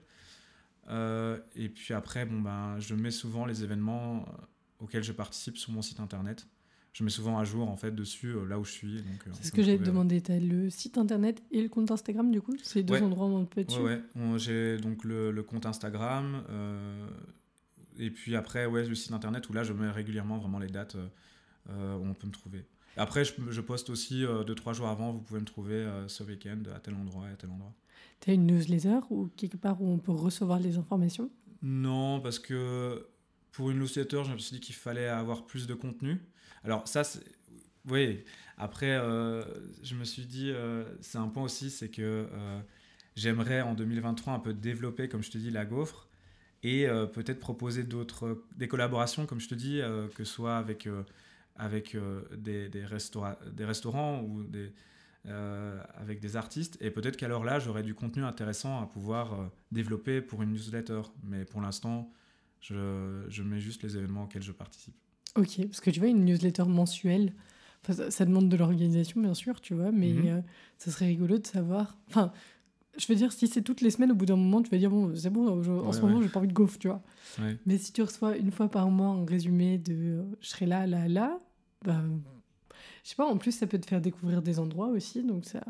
S2: Euh, et puis après, bon, ben, je mets souvent les événements auxquels je participe sur mon site internet. Je mets souvent à jour en fait dessus euh, là où je suis. Donc, euh,
S1: c'est ce que j'allais te demander. Tu as le site internet et le compte Instagram du coup? C'est deux
S2: ouais.
S1: endroits où on peut être
S2: ouais, ouais. On, j'ai donc le, le compte Instagram euh, et puis après ouais, le site internet où là je mets régulièrement vraiment les dates euh, où on peut me trouver. Après je, je poste aussi euh, deux trois jours avant, vous pouvez me trouver euh, ce week-end à tel endroit et à tel endroit.
S1: Tu as une newsletter ou quelque part où on peut recevoir les informations?
S2: Non, parce que pour une newsletter je me suis dit qu'il fallait avoir plus de contenu. Alors ça c'est... Oui, après, euh, je me suis dit, euh, c'est un point aussi, c'est que euh, j'aimerais en deux mille vingt-trois un peu développer, comme je te dis, la gaufre et euh, peut-être proposer d'autres, des collaborations, comme je te dis, euh, que ce soit avec, euh, avec euh, des, des, restaura- des restaurants ou des, euh, avec des artistes. Et peut-être qu'alors là, j'aurais du contenu intéressant à pouvoir euh, développer pour une newsletter. Mais pour l'instant, je, je mets juste les événements auxquels je participe.
S1: Ok, parce que tu vois, une newsletter mensuelle, enfin, ça, ça demande de l'organisation, bien sûr, tu vois, mais mm-hmm. euh, ça serait rigolo de savoir... Enfin, je veux dire, si c'est toutes les semaines, au bout d'un moment, tu vas dire, bon, c'est bon, je, en
S2: ouais,
S1: ce
S2: ouais.
S1: moment, j'ai pas envie de gaufre, tu vois.
S2: Ouais.
S1: Mais si tu reçois une fois par mois un résumé de euh, « je serai là, là, là », bah, je sais pas, en plus, ça peut te faire découvrir des endroits aussi, donc ça...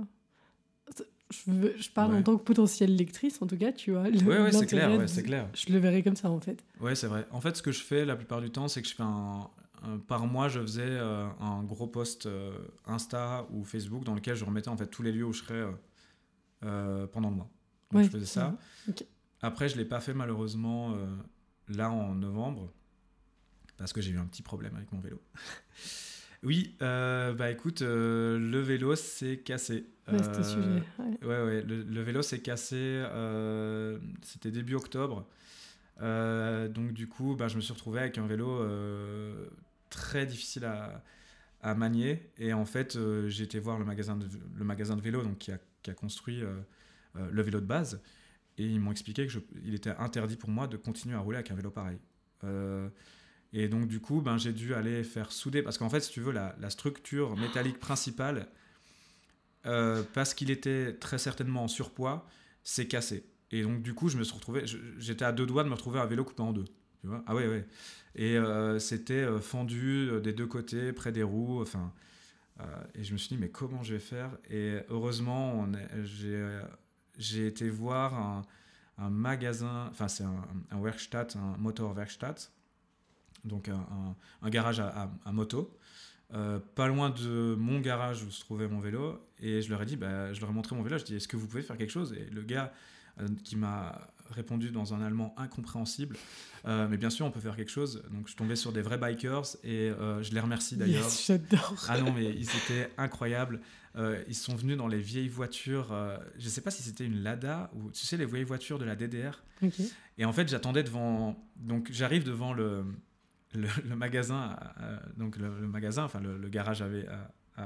S1: Je, veux, je parle ouais. en tant que potentielle lectrice, en tout cas, tu vois.
S2: Le, ouais, ouais, c'est clair, ouais, c'est clair.
S1: Je le verrai comme ça, en fait.
S2: Ouais, c'est vrai. En fait, ce que je fais la plupart du temps, c'est que je fais un... un par mois, je faisais euh, un gros post euh, Insta ou Facebook dans lequel je remettais en fait tous les lieux où je serais euh, euh, pendant le mois. Donc,
S1: ouais,
S2: je faisais ça.
S1: Okay.
S2: Après, je ne l'ai pas fait malheureusement euh, là en novembre parce que j'ai eu un petit problème avec mon vélo. Oui, euh, bah écoute, euh, le vélo s'est cassé.
S1: Ouais, c'était le sujet.
S2: Ouais, ouais, ouais le, le vélo s'est cassé, euh, c'était début octobre. Euh, donc du coup, bah, je me suis retrouvé avec un vélo euh, très difficile à, à manier. Et en fait, euh, j'ai été voir le magasin de, le magasin de vélo donc, qui, a, qui a construit euh, euh, le vélo de base. Et ils m'ont expliqué qu'il était interdit pour moi de continuer à rouler avec un vélo pareil. Euh, Et donc, du coup, ben, j'ai dû aller faire souder. Parce qu'en fait, si tu veux, la, la structure métallique principale, euh, parce qu'il était très certainement en surpoids, s'est cassée. Et donc, du coup, je me suis retrouvé... Je, j'étais à deux doigts de me retrouver un vélo coupé en deux. Tu vois ? Ah ouais, ouais. Et euh, c'était euh, fendu euh, des deux côtés, près des roues. Enfin, euh, et je me suis dit, mais comment je vais faire ? Et heureusement, on est, j'ai, euh, j'ai été voir un, un magasin... Enfin, c'est un, un Werkstatt, un Motorwerkstatt. Donc un, un, un garage à, à, à moto, euh, pas loin de mon garage où se trouvait mon vélo, et je leur ai dit, bah, je leur ai montré mon vélo, je dis est-ce que vous pouvez faire quelque chose ? Et le gars euh, qui m'a répondu dans un allemand incompréhensible. Euh, mais bien sûr, on peut faire quelque chose. Donc, je suis tombé sur des vrais bikers et euh, je les remercie d'ailleurs.
S1: Yes, j'adore.
S2: Ah non, mais ils étaient incroyables. Euh, ils sont venus dans les vieilles voitures. Euh, je ne sais pas si c'était une Lada ou tu sais, les vieilles voitures de la D D R.
S1: Ok.
S2: Et en fait, j'attendais devant. Donc, j'arrive devant le, le, le magasin. Euh, donc, le, le magasin, enfin, le, le garage avait à, à,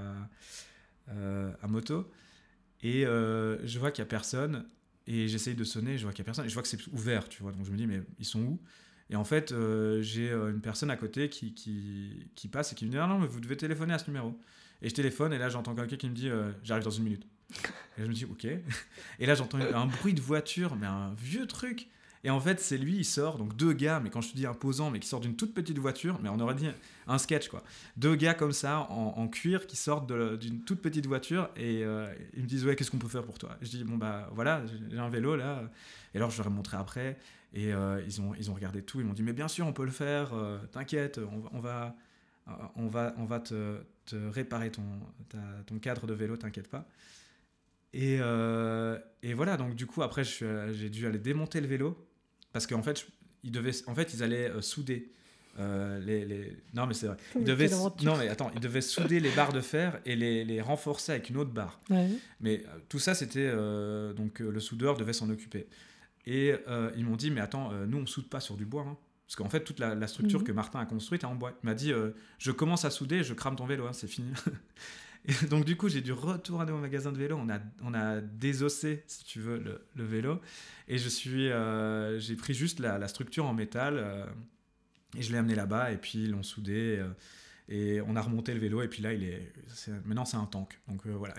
S2: euh, à moto. Et euh, je vois qu'il n'y a personne. Et j'essaye de sonner. Je vois qu'il n'y a personne. Et je vois que c'est ouvert, tu vois. Donc, je me dis, mais ils sont où ? Et en fait, euh, j'ai une personne à côté qui, qui, qui passe et qui me dit « Ah non, mais vous devez téléphoner à ce numéro. » Et je téléphone et là, j'entends quelqu'un qui me dit euh, « J'arrive dans une minute. » Et je me dis « Ok. » Et là, j'entends un bruit de voiture, mais un vieux truc. Et en fait, c'est lui, il sort, donc deux gars, mais quand je te dis imposant, mais qui sortent d'une toute petite voiture, mais on aurait dit un sketch, quoi. Deux gars comme ça, en, en cuir, qui sortent de, d'une toute petite voiture et euh, ils me disent « Ouais, qu'est-ce qu'on peut faire pour toi ?» Je dis « Bon, bah voilà, j'ai un vélo là. » Et alors, je leur ai montré après. Et euh, ils, ont, ils ont regardé tout, ils m'ont dit « Mais bien sûr, on peut le faire, euh, t'inquiète, on, on va, euh, on va, on va te, te réparer ton, ta, ton cadre de vélo, t'inquiète pas. » Et, euh, et voilà, donc du coup, après, je suis, j'ai dû aller démonter le vélo, parce qu'en fait, je, ils, devaient, en fait, ils allaient euh, souder euh, les, les... Non, mais c'est vrai. Ils devaient, non, mais attends, ils devaient souder les barres de fer et les, les renforcer avec une autre barre.
S1: Ouais.
S2: Mais euh, tout ça, c'était... Euh, donc, euh, le soudeur devait s'en occuper. Et euh, ils m'ont dit, mais attends, euh, nous on soude pas sur du bois. Hein. Parce qu'en fait, toute la, la structure mmh. que Martin a construite est en bois. Il m'a dit, euh, je commence à souder, je crame ton vélo, hein, c'est fini. Et donc du coup, j'ai dû retourner au magasin de vélo. On a, on a désossé, si tu veux, le, le vélo. Et je suis, euh, j'ai pris juste la, la structure en métal euh, et je l'ai amené là-bas. Et puis ils l'ont soudé euh, et on a remonté le vélo. Et puis là, il est, c'est, maintenant c'est un tank. Donc euh, voilà.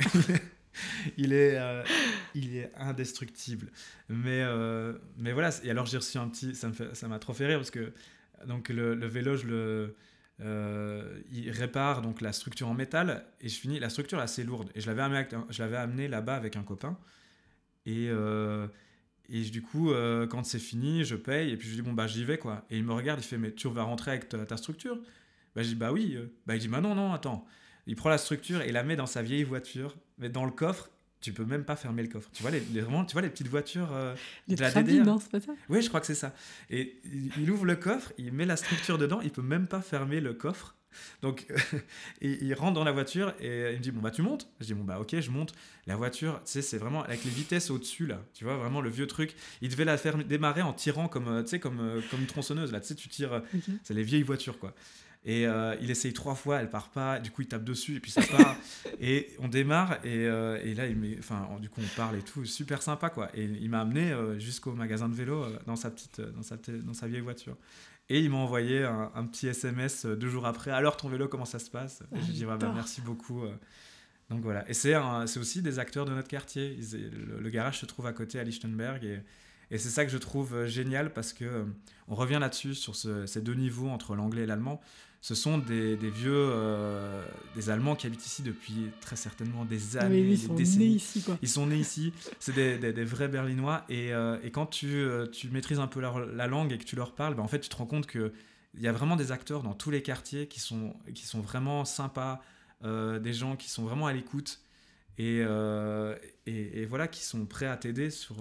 S2: il, est, euh, il est indestructible. Mais, euh, mais voilà, et alors j'ai reçu un petit... Ça, me fait, ça m'a trop fait rire parce que donc, le, le vélo, je le, euh, il répare donc, la structure en métal et je finis... La structure est assez lourde et je l'avais amené, je l'avais amené là-bas avec un copain. Et, euh, et du coup, euh, quand c'est fini, je paye et puis je dis, bon, bah j'y vais, quoi. Et il me regarde, il fait, mais tu vas rentrer avec ta, ta structure ? Bah, je dis, bah oui. Bah, il dit, bah non, non, attends. Il prend la structure et la met dans sa vieille voiture, mais dans le coffre, tu peux même pas fermer le coffre. Tu vois les, les, vraiment, tu vois les petites voitures euh,
S1: les
S2: de la
S1: trabis,
S2: D D R.
S1: Non, c'est pas ça ?
S2: Oui, je crois que c'est ça. Et il, il ouvre le coffre, il met la structure dedans, il peut même pas fermer le coffre. Donc, et il rentre dans la voiture et il me dit, bon, bah tu montes ? Je dis, bon, bah ok, je monte. La voiture, tu sais, c'est vraiment avec les vitesses au-dessus, là. Tu vois, vraiment le vieux truc. Il devait la faire démarrer en tirant comme, tu sais, comme, comme une tronçonneuse, là. Tu sais, tu tires... Okay. C'est les vieilles voitures, quoi. Et euh, il essaye trois fois, elle part pas. Du coup, il tape dessus et puis ça part. Et on démarre et, euh, et là, il met, enfin, du coup, on parle et tout, super sympa, quoi. Et il m'a amené euh, jusqu'au magasin de vélo euh, dans sa petite, dans sa, dans sa vieille voiture. Et il m'a envoyé un, un petit S M S deux jours après. Alors, ton vélo, comment ça se passe ? Et j'ai dit, ouais, bah, merci beaucoup. Donc voilà. Et c'est, un, c'est aussi des acteurs de notre quartier. Ils, le, le garage se trouve à côté à Lichtenberg et Et c'est ça que je trouve génial parce que euh, on revient là-dessus sur ce, ces deux niveaux entre l'anglais et l'allemand. Ce sont des, des vieux, euh, des Allemands qui habitent ici depuis très certainement des années,
S1: oui, ils
S2: des
S1: sont
S2: décennies.
S1: nés ici, quoi.
S2: Ils sont nés ici. C'est des, des, des vrais Berlinois. Et, euh, et quand tu, euh, tu maîtrises un peu leur, la langue et que tu leur parles, ben en fait, tu te rends compte que il y a vraiment des acteurs dans tous les quartiers qui sont, qui sont vraiment sympas, euh, des gens qui sont vraiment à l'écoute et, euh, et, et voilà, qui sont prêts à t'aider sur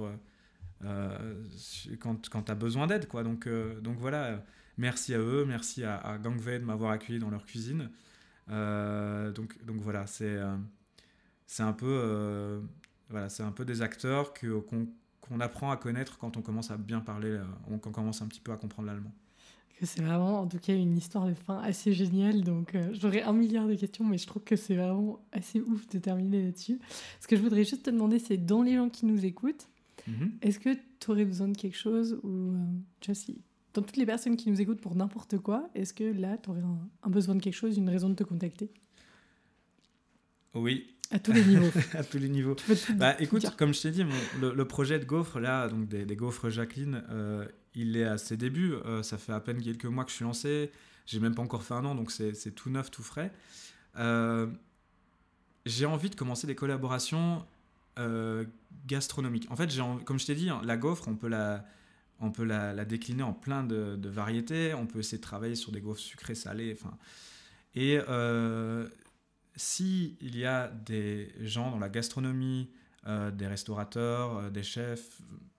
S2: Euh, quand, quand tu as besoin d'aide, quoi. Donc, euh, donc voilà, merci à eux, merci à, à Gangwei de m'avoir accueilli dans leur cuisine. Euh, donc, donc voilà, c'est, euh, c'est, un peu, euh, voilà, c'est un peu des acteurs que, qu'on, qu'on apprend à connaître quand on commence à bien parler, euh, on, on commence un petit peu à comprendre l'allemand.
S1: Que c'est vraiment, en tout cas, une histoire de fin assez géniale. Donc, euh, j'aurais un milliard de questions, mais je trouve que c'est vraiment assez ouf de terminer là-dessus. Ce que je voudrais juste te demander, c'est dans les gens qui nous écoutent, Mmh. est-ce que tu aurais besoin de quelque chose ou, euh, tu vois, si, dans toutes les personnes qui nous écoutent pour n'importe quoi, est-ce que là, tu aurais un, un besoin de quelque chose, une raison de te contacter ?
S2: Oui.
S1: À tous les niveaux.
S2: À tous les niveaux. Bah, écoute, comme je t'ai dit, mon, le, le projet de gaufres, là, donc des, des gaufres Jacqueline, euh, il est à ses débuts. Euh, ça fait à peine quelques mois que je suis lancé. J'ai même pas encore fait un an, donc c'est, c'est tout neuf, tout frais. Euh, j'ai envie de commencer des collaborations Euh, gastronomique. En fait, j'ai envie, comme je t'ai dit, la gaufre, on peut la, on peut la, la décliner en plein de, de variétés. On peut essayer de travailler sur des gaufres sucrées, salées. Enfin, et euh, si il y a des gens dans la gastronomie, euh, des restaurateurs, euh, des chefs,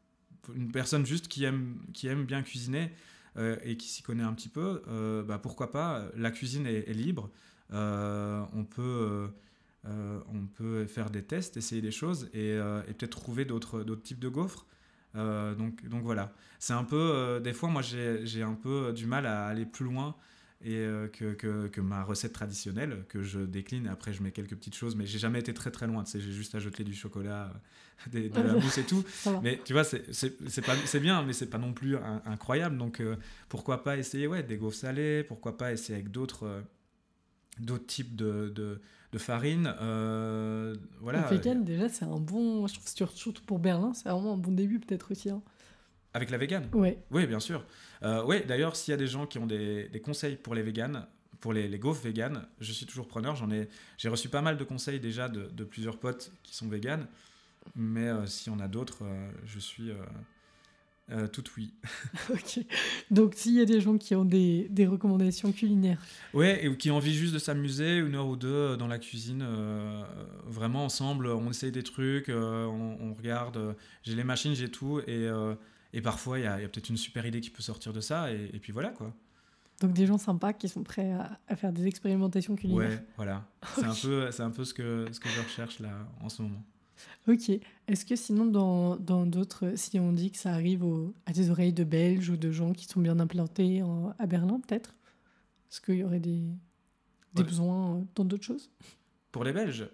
S2: une personne juste qui aime, qui aime bien cuisiner euh, et qui s'y connaît un petit peu, euh, bah, pourquoi pas, la cuisine est, est libre, euh, on peut... Euh, Euh, on peut faire des tests, essayer des choses et, euh, et peut-être trouver d'autres, d'autres types de gaufres. Euh, donc, donc voilà. C'est un peu. Euh, des fois, moi, j'ai, j'ai un peu du mal à aller plus loin et, euh, que, que, que ma recette traditionnelle, que je décline. Après, je mets quelques petites choses, mais j'ai jamais été très très loin. Tu sais, j'ai juste ajouté du chocolat, des, de la mousse et tout. Mais tu vois, c'est, c'est, c'est, pas, c'est bien, mais c'est pas non plus un, incroyable. Donc euh, pourquoi pas essayer ouais, des gaufres salées, pourquoi pas essayer avec d'autres. Euh, d'autres types de, de, de farine. Euh, voilà.
S1: Le vegan, déjà, c'est un bon... Je trouve, surtout pour Berlin, c'est vraiment un bon début peut-être aussi. Hein.
S2: Avec la végane ?
S1: Ouais.
S2: Oui, bien sûr. Euh, ouais, d'ailleurs, s'il y a des gens qui ont des, des conseils pour les véganes, pour les, les gaufres véganes, je suis toujours preneur. J'en ai, j'ai reçu pas mal de conseils déjà de, de plusieurs potes qui sont véganes. Mais euh, s'il y en a d'autres, euh, je suis... Euh, Euh, tout oui.
S1: Ok. Donc, s'il y a des gens qui ont des, des recommandations culinaires.
S2: Ouais, et qui ont envie juste de s'amuser une heure ou deux dans la cuisine, euh, vraiment ensemble, on essaye des trucs, euh, on, on regarde. Euh, j'ai les machines, j'ai tout, et, euh, et parfois il y, y a peut-être une super idée qui peut sortir de ça, et, et puis voilà quoi.
S1: Donc, des gens sympas qui sont prêts à, à faire des expérimentations culinaires.
S2: Ouais, voilà. C'est un peu, c'est un peu ce que, ce que je recherche là en ce moment.
S1: Ok. Est-ce que sinon, dans, dans d'autres, si on dit que ça arrive au, à des oreilles de Belges ou de gens qui sont bien implantés en, à Berlin, peut-être, est-ce qu'il y aurait des, des
S2: Ouais.
S1: besoins dans d'autres choses ?
S2: Pour les Belges,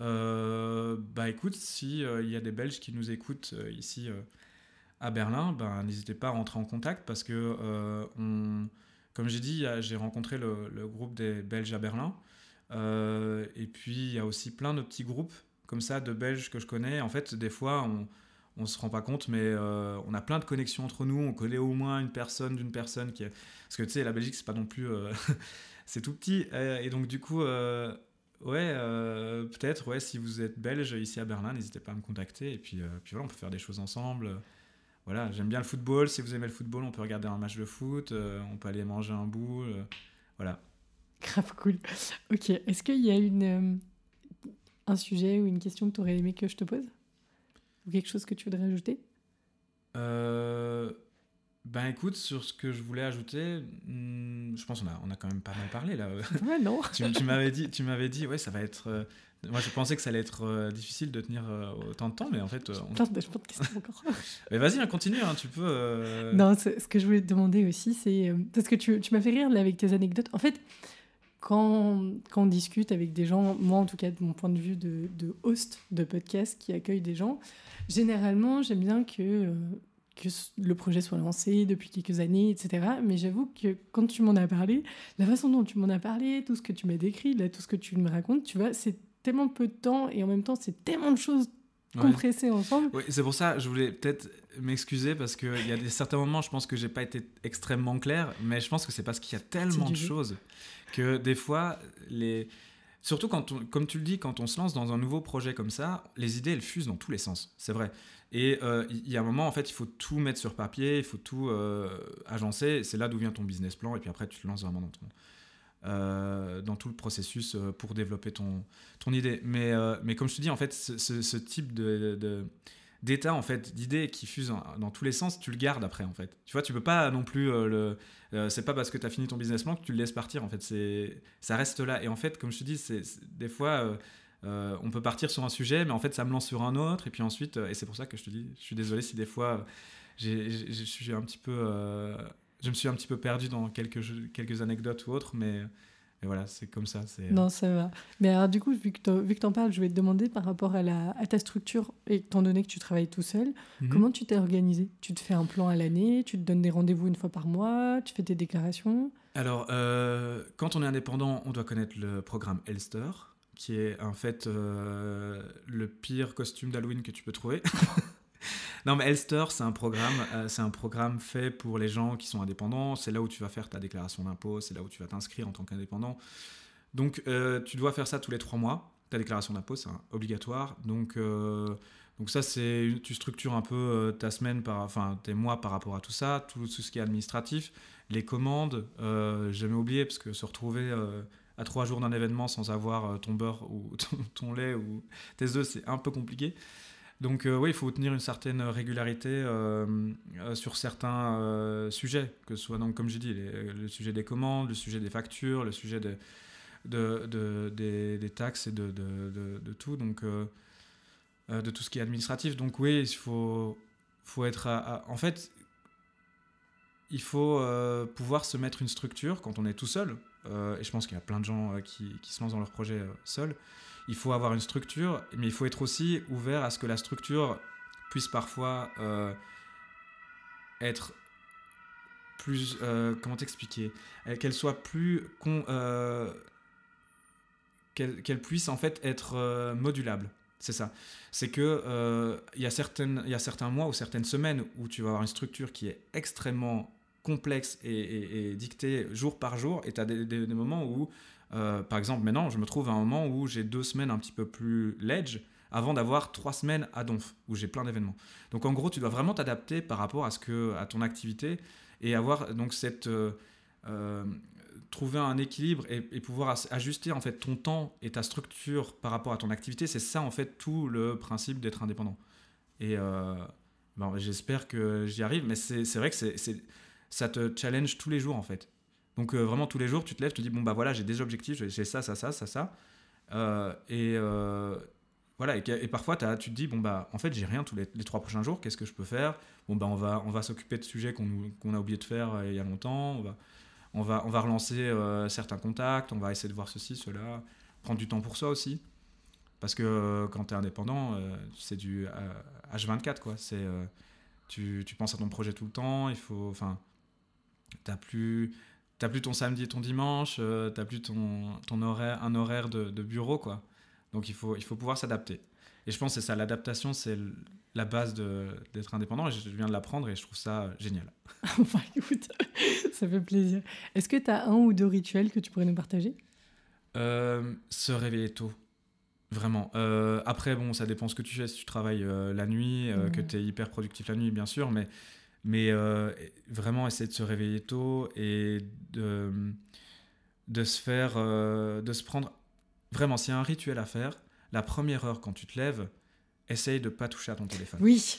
S2: euh, bah écoute, si il euh, y a des Belges qui nous écoutent euh, ici euh, à Berlin, bah, n'hésitez pas à rentrer en contact parce que, euh, on, comme j'ai dit, j'ai rencontré le, le groupe des Belges à Berlin. Euh, et puis, il y a aussi plein de petits groupes comme ça de Belges que je connais. En fait, des fois, on ne se rend pas compte, mais euh, on a plein de connexions entre nous. On connaît au moins une personne d'une personne. Qui est... Parce que tu sais, la Belgique, c'est pas non plus... Euh... c'est tout petit. Et donc, du coup... Euh... Ouais, euh, peut-être, ouais, si vous êtes belge ici à Berlin, n'hésitez pas à me contacter. Et puis, euh, puis voilà, on peut faire des choses ensemble. Voilà, j'aime bien le football. Si vous aimez le football, on peut regarder un match de foot. Euh, on peut aller manger un bout. Euh, voilà.
S1: Grave cool. Ok, est-ce qu'il y a une, euh, un sujet ou une question que tu aurais aimé que je te pose ? Ou quelque chose que tu voudrais ajouter ?
S2: euh, Ben écoute, sur ce que je voulais ajouter, hmm, je pense qu'on a, on a quand même pas mal parlé là.
S1: Ouais, non.
S2: tu, tu, m'avais dit, tu m'avais dit, ouais, ça va être... Euh, moi, je pensais que ça allait être euh, difficile de tenir euh, autant de temps, mais en fait... Euh, on...
S1: Plein de, plein de questions encore.
S2: Mais vas-y, hein, continue, hein, tu peux... Euh...
S1: Non, ce que je voulais te demander aussi, c'est... Euh, parce que tu, tu m'as fait rire là, avec tes anecdotes. En fait, quand, quand on discute avec des gens, moi en tout cas de mon point de vue de, de host de podcast qui accueille des gens, généralement, j'aime bien que... Euh, que le projet soit lancé depuis quelques années, et cetera. Mais j'avoue que quand tu m'en as parlé, la façon dont tu m'en as parlé, tout ce que tu m'as décrit, là, tout ce que tu me racontes, tu vois, c'est tellement peu de temps et en même temps, c'est tellement de choses compressées ouais. ensemble.
S2: Oui, c'est pour ça, je voulais peut-être m'excuser parce qu'il y a des, certains moments, je pense que j'ai pas été extrêmement clair, mais je pense que c'est parce qu'il y a tellement de choses que des fois, les... Surtout quand on, comme tu le dis, quand on se lance dans un nouveau projet comme ça, les idées, elles fusent dans tous les sens, c'est vrai. Et il euh, y a un moment, en fait, il faut tout mettre sur papier, il faut tout euh, agencer. C'est là d'où vient ton business plan. Et puis après, tu te lances vraiment dans, ton, euh, dans tout le processus euh, pour développer ton, ton idée. Mais, euh, mais comme je te dis, en fait, ce, ce, ce type de, de, d'état, en fait, d'idées qui fusent dans, dans tous les sens, tu le gardes après, en fait. Tu vois, tu peux pas non plus... Euh, le, euh, c'est pas parce que tu as fini ton business plan que tu le laisses partir, en fait. C'est, ça reste là. Et en fait, comme je te dis, c'est, c'est des fois... Euh, Euh, on peut partir sur un sujet, mais en fait ça me lance sur un autre, et puis ensuite, euh, et c'est pour ça que je te dis, je suis désolé si des fois euh, j'ai, j'ai, j'ai un petit peu, euh, je me suis un petit peu perdu dans quelques, jeux, quelques anecdotes ou autres, mais, mais voilà, c'est comme ça. C'est...
S1: Non, ça va. Mais alors du coup, vu que t'en, vu que t'en parles, je vais te demander par rapport à, la, à ta structure, étant donné que tu travailles tout seul, mm-hmm. comment tu t'es organisé ? Tu te fais un plan à l'année, tu te donnes des rendez-vous une fois par mois, tu fais tes déclarations ?
S2: Alors, euh, quand on est indépendant, on doit connaître le programme Elster, qui est en fait euh, le pire costume d'Halloween que tu peux trouver. Non, mais Elster, c'est un programme, euh, c'est un programme fait pour les gens qui sont indépendants. C'est là où tu vas faire ta déclaration d'impôt, c'est là où tu vas t'inscrire en tant qu'indépendant. Donc, euh, tu dois faire ça tous les trois mois. Ta déclaration d'impôt, c'est obligatoire. Donc, euh, donc ça, c'est tu structures un peu euh, ta semaine, par, enfin tes mois par rapport à tout ça, tout, tout ce qui est administratif, les commandes. Euh, jamais oublié parce que se retrouver euh, à trois jours d'un événement sans avoir ton beurre ou ton, ton lait ou tes œufs, c'est un peu compliqué. Donc euh, oui, il faut tenir une certaine régularité euh, euh, sur certains euh, sujets, que ce soit, donc, comme j'ai dit, les, le sujet des commandes, le sujet des factures, le sujet de, de, de, des, des taxes et de, de, de, de tout, donc euh, euh, de tout ce qui est administratif. Donc oui, il faut, faut être... À, à, en fait, il faut euh, pouvoir se mettre une structure quand on est tout seul, euh, et je pense qu'il y a plein de gens euh, qui, qui se lancent dans leur projet euh, seuls. Il faut avoir une structure, mais il faut être aussi ouvert à ce que la structure puisse parfois euh, être plus... Euh, comment t'expliquer ? Qu'elle soit plus... Con, euh, qu'elle, qu'elle puisse en fait être euh, modulable. C'est ça. C'est qu'il euh, y, y a certains mois ou certaines semaines où tu vas avoir une structure qui est extrêmement complexe et, et, et dictée jour par jour, et tu as des, des, des moments où... Euh, par exemple, maintenant, je me trouve à un moment où j'ai deux semaines un petit peu plus ledge avant d'avoir trois semaines à donf, où j'ai plein d'événements. Donc, en gros, tu dois vraiment t'adapter par rapport à, ce que, à ton activité et avoir donc cette... Euh, euh, trouver un équilibre et, et pouvoir ajuster en fait ton temps et ta structure par rapport à ton activité. C'est ça, en fait, tout le principe d'être indépendant. Et euh, bon, j'espère que j'y arrive, mais c'est, c'est vrai que c'est, c'est, ça te challenge tous les jours, en fait. Donc euh, vraiment tous les jours tu te lèves, tu te dis bon bah voilà, j'ai des objectifs, j'ai ça, ça, ça, ça, ça, euh, et euh, voilà, et, et parfois tu te dis bon bah en fait j'ai rien tous les, les trois prochains jours, qu'est-ce que je peux faire ? Bon bah on va, on va s'occuper de sujets qu'on, qu'on a oublié de faire euh, il y a longtemps, on va, on va, on va relancer euh, certains contacts, on va essayer de voir ceci, cela, prendre du temps pour soi aussi, parce que euh, quand tu es indépendant, euh, c'est du euh, H vingt-quatre quoi, c'est, euh, tu, tu penses à ton projet tout le temps, il faut, enfin, t'as plus... T'as plus ton samedi et ton dimanche, euh, t'as plus ton, ton horaire, un horaire de, de bureau, quoi. Donc il faut, il faut pouvoir s'adapter. Et je pense que c'est ça, l'adaptation, c'est la base de, d'être indépendant. Et je viens de l'apprendre et je trouve ça génial.
S1: Enfin, écoute, ça fait plaisir. Est-ce que t'as un ou deux rituels que tu pourrais nous partager ?
S2: euh, Se réveiller tôt. Vraiment. Euh, après, bon, ça dépend ce que tu fais. Si tu travailles euh, la nuit, euh, mmh. que tu es hyper productif la nuit, bien sûr, mais... Mais euh, vraiment essayer de se réveiller tôt et de, de se faire, euh, de se prendre... Vraiment, s'il y a un rituel à faire, la première heure quand tu te lèves, essaye de ne pas toucher à ton téléphone.
S1: Oui.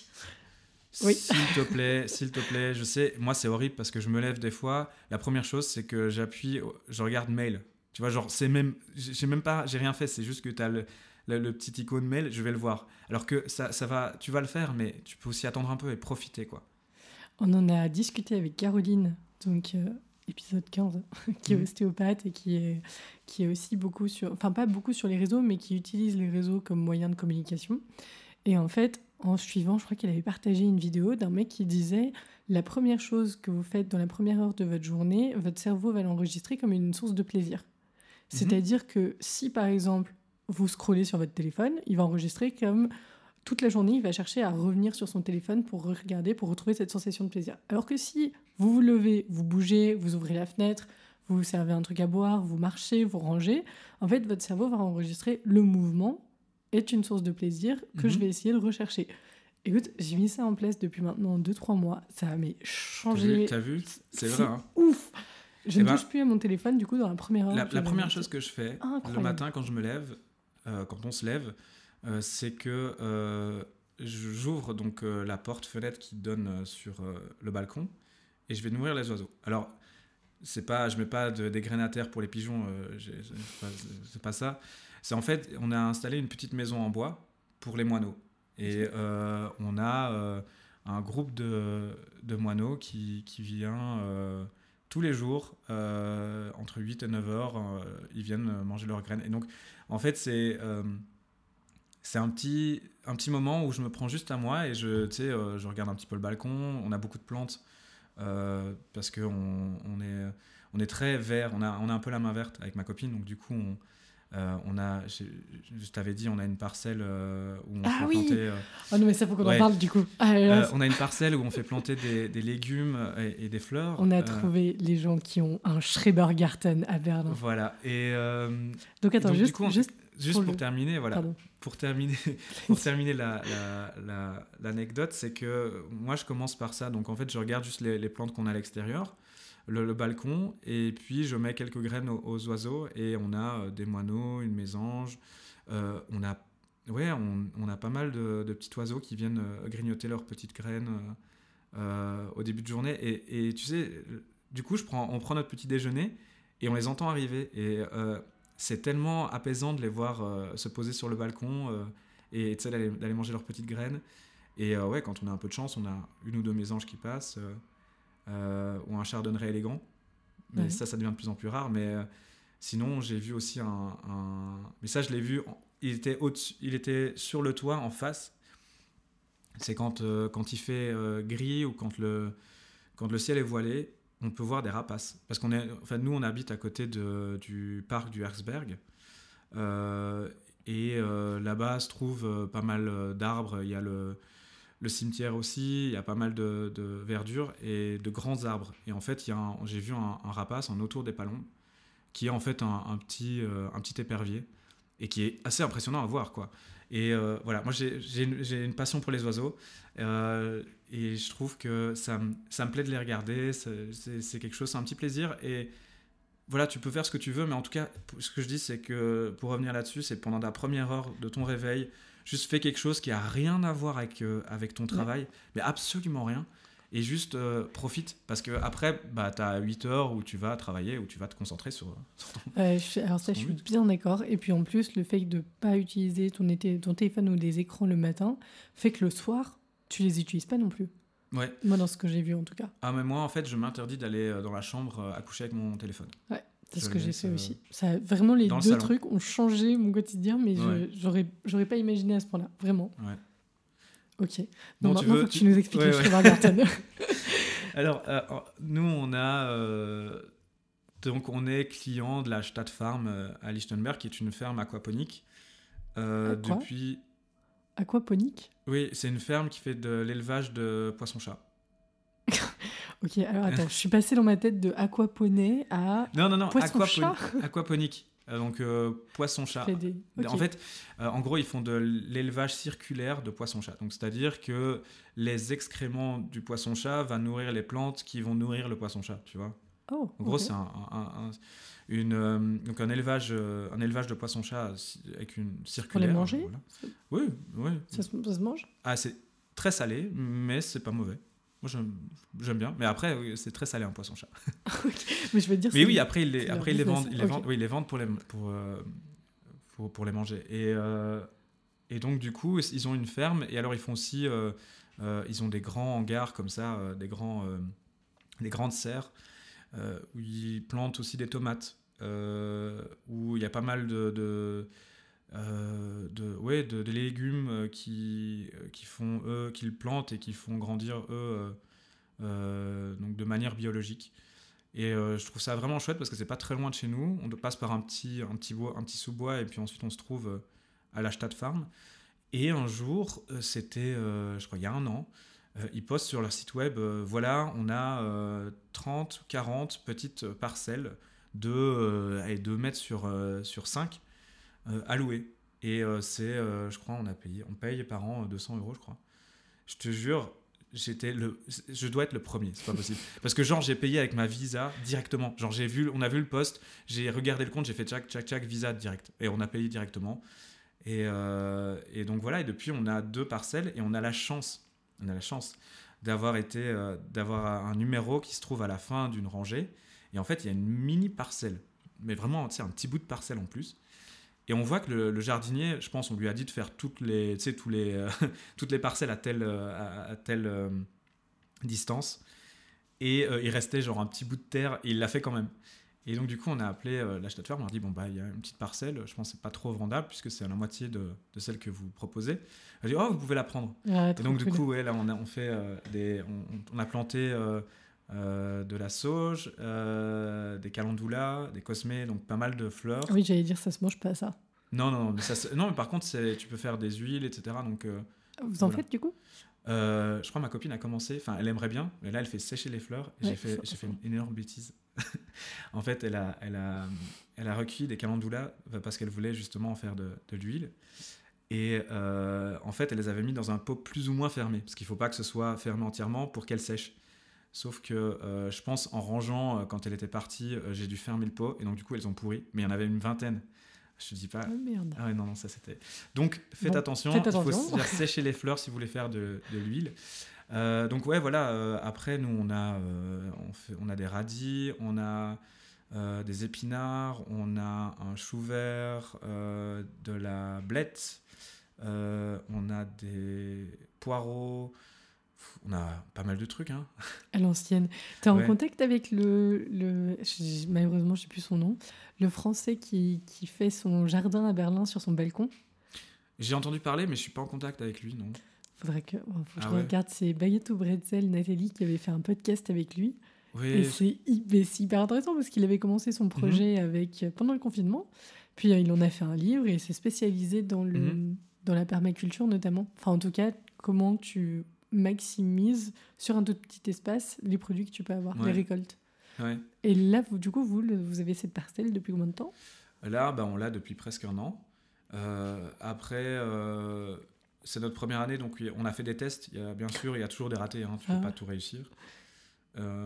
S1: Oui.
S2: S'il te plaît, s'il te plaît, je sais, moi c'est horrible parce que je me lève des fois, la première chose c'est que j'appuie, je regarde mail. Tu vois, genre, c'est même, j'ai même pas, j'ai rien fait, c'est juste que tu as le, le, le petit icône mail, je vais le voir. Alors que ça, ça va, tu vas le faire, mais tu peux aussi attendre un peu et profiter, quoi.
S1: On en a discuté avec Caroline, donc euh, épisode quinze, qui est mmh. ostéopathe et qui est, qui est aussi beaucoup sur... Enfin, pas beaucoup sur les réseaux, mais qui utilise les réseaux comme moyen de communication. Et en fait, en suivant, je crois qu'elle avait partagé une vidéo d'un mec qui disait « La première chose que vous faites dans la première heure de votre journée, votre cerveau va l'enregistrer comme une source de plaisir. Mmh. C'est-à-dire que si, par exemple, vous scrollez sur votre téléphone, il va enregistrer comme... Toute la journée, il va chercher à revenir sur son téléphone pour regarder, pour retrouver cette sensation de plaisir. Alors que si vous vous levez, vous bougez, vous ouvrez la fenêtre, vous vous servez un truc à boire, vous marchez, vous rangez, en fait, votre cerveau va enregistrer le mouvement est une source de plaisir que mmh. je vais essayer de rechercher. Écoute, j'ai mis ça en place depuis maintenant deux trois mois. Ça a changé.
S2: T'as vu, t'as vu C'est vrai. Hein.
S1: Ouf. Je
S2: eh
S1: ne
S2: ben,
S1: touche plus à mon téléphone, du coup, dans la première heure.
S2: La, la première chose que je fais
S1: Incroyable.
S2: Le matin quand je me lève, euh, quand on se lève, Euh, c'est que euh, j'ouvre donc euh, la porte-fenêtre qui donne euh, sur euh, le balcon et je vais nourrir les oiseaux. Alors, c'est pas, je mets pas de, des graines à terre pour les pigeons, euh, j'ai, j'ai pas, c'est pas ça. C'est en fait, on a installé une petite maison en bois pour les moineaux. Et euh, on a euh, un groupe de, de moineaux qui, qui vient euh, tous les jours, euh, entre huit et neuf heures, euh, ils viennent manger leurs graines. Et donc, en fait, c'est... Euh, C'est un petit, un petit moment où je me prends juste à moi et je, tu sais, euh, je regarde un petit peu le balcon. On a beaucoup de plantes euh, parce qu'on on est, on est très vert. On a, on a un peu la main verte avec ma copine. Donc, du coup, on, euh, on a, je, je t'avais dit, on a une parcelle euh, où on
S1: ah
S2: fait
S1: oui
S2: planter... Euh,
S1: oh non, mais ça, faut qu'on ouais. en parle du coup. Ah,
S2: euh, on a une parcelle où on fait planter des, des légumes et, et des fleurs.
S1: On a
S2: euh,
S1: trouvé les gens qui ont un Schrebergarten à Berlin.
S2: Voilà. Et, euh,
S1: donc, attends,
S2: donc,
S1: juste,
S2: du coup, on,
S1: juste
S2: Juste
S1: pour,
S2: pour
S1: le...
S2: terminer, voilà.
S1: Pardon.
S2: Pour terminer, pour terminer la, la, la, l'anecdote, c'est que moi, je commence par ça. Donc, en fait, je regarde juste les, les plantes qu'on a à l'extérieur, le, le balcon, et puis je mets quelques graines aux, aux oiseaux, et on a euh, des moineaux, une mésange, euh, on a ouais, on, on a pas mal de, de petits oiseaux qui viennent euh, grignoter leurs petites graines euh, euh, au début de journée. Et, et tu sais, du coup, je prends, on prend notre petit déjeuner et on les entend arriver. Et euh, c'est tellement apaisant de les voir euh, se poser sur le balcon euh, et tu sais, d'aller, d'aller manger leurs petites graines. Et euh, ouais, quand on a un peu de chance, on a une ou deux mésanges qui passent euh, euh, ou un chardonneret élégant. Mais
S1: Ouais.
S2: ça, ça devient de plus en plus rare. Mais euh, sinon, j'ai vu aussi un, un... Mais ça, je l'ai vu, en- il était, au-dessus- il était sur le toit en face. C'est quand, euh, quand il fait euh, gris ou quand le, quand le ciel est voilé, on peut voir des rapaces. Parce qu'on est, enfin, nous, on habite à côté de, du parc du Herzberg. Euh, et euh, là-bas se trouve euh, pas mal euh, d'arbres. Il y a le, le cimetière aussi, il y a pas mal de, de verdure et de grands arbres. Et en fait, il y a un- j'ai vu un, un rapace en autour des palombes, qui est en fait un, un petit, euh, un petit épervier, et qui est assez impressionnant à voir, quoi. Et euh, voilà, moi j'ai, j'ai, une, j'ai une passion pour les oiseaux, euh, et je trouve que ça, me- ça me plaît de les regarder, c'est, c'est, c'est quelque chose, c'est un petit plaisir, et voilà, tu peux faire ce que tu veux, mais en tout cas, ce que je dis, c'est que, pour revenir là-dessus, c'est pendant la première heure de ton réveil, juste fais quelque chose qui a rien à voir avec, euh, avec ton
S1: Ouais.
S2: travail, mais absolument rien, et juste euh, profite, parce que après, bah, tu as huit heures où tu vas travailler, où tu vas te concentrer sur, sur ton,
S1: Euh, je suis- alors ça,
S2: sur
S1: je
S2: ton
S1: suis
S2: but.
S1: bien d'accord. Et puis en plus, le fait de ne pas utiliser ton, été- ton téléphone ou des écrans le matin fait que le soir, tu les utilises pas non plus.
S2: Ouais.
S1: Moi, dans ce que j'ai vu en tout cas.
S2: Ah, mais moi, en fait, je m'interdis d'aller euh, dans la chambre euh, à coucher avec mon téléphone.
S1: Ouais, c'est
S2: Je
S1: ce
S2: le
S1: que j'ai
S2: laisse
S1: fait
S2: euh,
S1: aussi. Ça, vraiment, les
S2: dans le
S1: deux
S2: salon.
S1: trucs ont changé mon quotidien, mais
S2: Ouais,
S1: je j'aurais j'aurais pas imaginé à ce point-là. Vraiment.
S2: ouais.
S1: Ok. Donc
S2: Bon, tu
S1: maintenant, il
S2: veux...
S1: faut que
S2: Tu...
S1: tu nous expliques
S2: Ouais,
S1: le
S2: ouais.
S1: Schrebergarten.
S2: Alors, euh, nous, on a... euh, donc, on est client de la Stadtfarm euh, à Lichtenberg, qui est une ferme aquaponique.
S1: À
S2: Euh,
S1: quoi
S2: depuis...
S1: Aquaponique.
S2: Oui, c'est une ferme qui fait de l'élevage de poissons-chats.
S1: Ok, alors attends, je suis passée dans ma tête de aquaponie à
S2: Non, non, non,
S1: poisson-chat.
S2: aquapon... aquaponique. Euh, donc, euh,
S1: Qui
S2: poisson-chat.
S1: fait des...
S2: En
S1: Ok.
S2: fait, euh, en gros, ils font de l'élevage circulaire de poissons-chats. Donc, c'est-à-dire que les excréments du poisson-chat vont nourrir les plantes qui vont nourrir le poisson-chat, tu vois.
S1: Oh,
S2: En gros,
S1: ok.
S2: c'est un, un- un- un- une, euh, donc un élevage, euh, un élevage de poissons-chats si- avec une
S1: Pour les
S2: circulaire.
S1: manger
S2: Voilà.
S1: ça,
S2: Oui, oui.
S1: ça se, ça se mange.
S2: Ah, c'est très salé, mais c'est pas mauvais. Moi, j'aime, j'aime bien. Mais après, oui, c'est très salé un poisson-chat.
S1: Mais je veux dire,
S2: Mais
S1: c'est
S2: oui, après, ils les,
S1: c'est leur
S2: après, ils les
S1: business.
S2: vendent, ils les
S1: Ok.
S2: vendent, oui, ils les vendent pour les, pour, euh, pour, pour les manger. Et, euh, et donc, du coup, ils ont une ferme. Et alors, ils font aussi, euh, euh, ils ont des grands hangars comme ça, euh, des, grands, euh, des grandes serres, euh, où ils plantent aussi des tomates, euh, où il y a pas mal de, de, euh, de, ouais, de, de légumes euh, qui, euh, qui font, eux, qu'ils plantent et qui font grandir, eux, euh, euh, donc de manière biologique. Et euh, je trouve ça vraiment chouette parce que c'est pas très loin de chez nous. On passe par un petit, un petit, bois, un petit sous-bois et puis ensuite on se trouve euh, à la Stadtfarm. Et un jour, euh, c'était, euh, je crois, il y a un an, euh, ils postent sur leur site web, euh, voilà, on a euh, trente, quarante petites parcelles de euh, allez, deux mètres sur, euh, sur cinq euh, à louer. Et euh, c'est, euh, je crois, on a payé, on paye par an deux cents euros, je crois. Je te jure, j'étais le, je dois être le premier, c'est pas possible. Parce que genre j'ai payé avec ma Visa directement. Genre j'ai vu, on a vu le poste, j'ai regardé le compte, j'ai fait tchac tchac tchac Visa direct et on a payé directement. Et, euh, et donc voilà, et depuis on a deux parcelles et on a la chance, on a la chance d'avoir été, euh, d'avoir un numéro qui se trouve à la fin d'une rangée. Et en fait il y a une mini parcelle, mais vraiment tu sais un petit bout de parcelle en plus. Et on voit que le, le jardinier, je pense, on lui a dit de faire toutes les, tu sais, tous les, euh, toutes les parcelles à telle, euh, à, à telle euh, distance. Et euh, il restait genre un petit bout de terre et il l'a fait quand même. Et donc du coup, on a appelé euh, la Stadtfarm, on leur a dit, bon, bah, il y a une petite parcelle, je pense que c'est pas trop vendable puisque c'est à la moitié de, de celle que vous proposez. Elle a dit, oh, vous pouvez la prendre.
S1: Ah,
S2: Et
S1: trop
S2: donc du
S1: cool.
S2: coup, ouais, là, on a, on fait euh, des, on, on a planté euh, euh, de la sauge, euh, des calendulas, des cosmées, donc pas mal de fleurs.
S1: Ah oui, j'allais dire, ça se mange pas ça.
S2: Non, non, non, mais, ça, c'est- non, mais par contre, c'est, tu peux faire des huiles, et cetera. Donc, euh,
S1: Vous en
S2: voilà.
S1: faites du coup
S2: euh, je crois que ma copine a commencé, enfin, elle aimerait bien, mais là, elle fait sécher les fleurs. Et
S1: Ouais,
S2: j'ai fait,
S1: faut-
S2: j'ai fait
S1: faut.
S2: une, une énorme bêtise. En fait, elle a, elle a, elle a recueilli des calendulas parce qu'elle voulait justement en faire de, de l'huile. Et euh, en fait, elle les avait mis dans un pot plus ou moins fermé, parce qu'il ne faut pas que ce soit fermé entièrement pour qu'elles sèchent. Sauf que euh, je pense, en rangeant, euh, quand elle était partie, euh, j'ai dû fermer le pot, et donc du coup, elles ont pourri. Mais il y en avait une vingtaine. Je te dis pas.
S1: Oh merde.
S2: Ah ouais, non, non, ça c'était. Donc faites
S1: Bon,
S2: attention,
S1: faites
S2: il faut
S1: attention.
S2: faire sécher les fleurs si vous voulez faire de, de l'huile. Euh, donc ouais, voilà. euh, après, nous, on a, euh, on, fait, on a des radis, on a euh, des épinards, on a un chou vert, euh, de la blette, euh, on a des poireaux. On a pas mal de trucs, hein.
S1: À l'ancienne. Tu es en
S2: Ouais.
S1: contact avec le, le je- malheureusement, je sais plus son nom, le Français qui, qui fait son jardin à Berlin sur son balcon.
S2: J'ai entendu parler, mais je suis pas en contact avec lui, non.
S1: Faudrait que, bon, faut que
S2: Ah
S1: je
S2: ouais.
S1: regarde. C'est Baguette au Bretzel, Nathalie, qui avait fait un podcast avec lui.
S2: Oui.
S1: Et c'est hy- mais c'est hyper intéressant parce qu'il avait commencé son projet avec, pendant le confinement. Puis euh, il en a fait un livre et il s'est spécialisé dans, le,
S2: Mhm.
S1: dans la permaculture notamment. Enfin, en tout cas, comment tu maximises sur un tout petit espace les produits que tu peux avoir,
S2: Ouais.
S1: les récoltes.
S2: Ouais.
S1: Et là, vous, du coup, vous, le- vous avez cette parcelle depuis combien de temps?
S2: Là, bah, on l'a depuis presque un an. Euh, après, euh, c'est notre première année, donc oui, on a fait des tests. Il y a, bien sûr, il y a toujours des ratés, hein, tu ne
S1: Ah.
S2: peux pas tout réussir. Euh,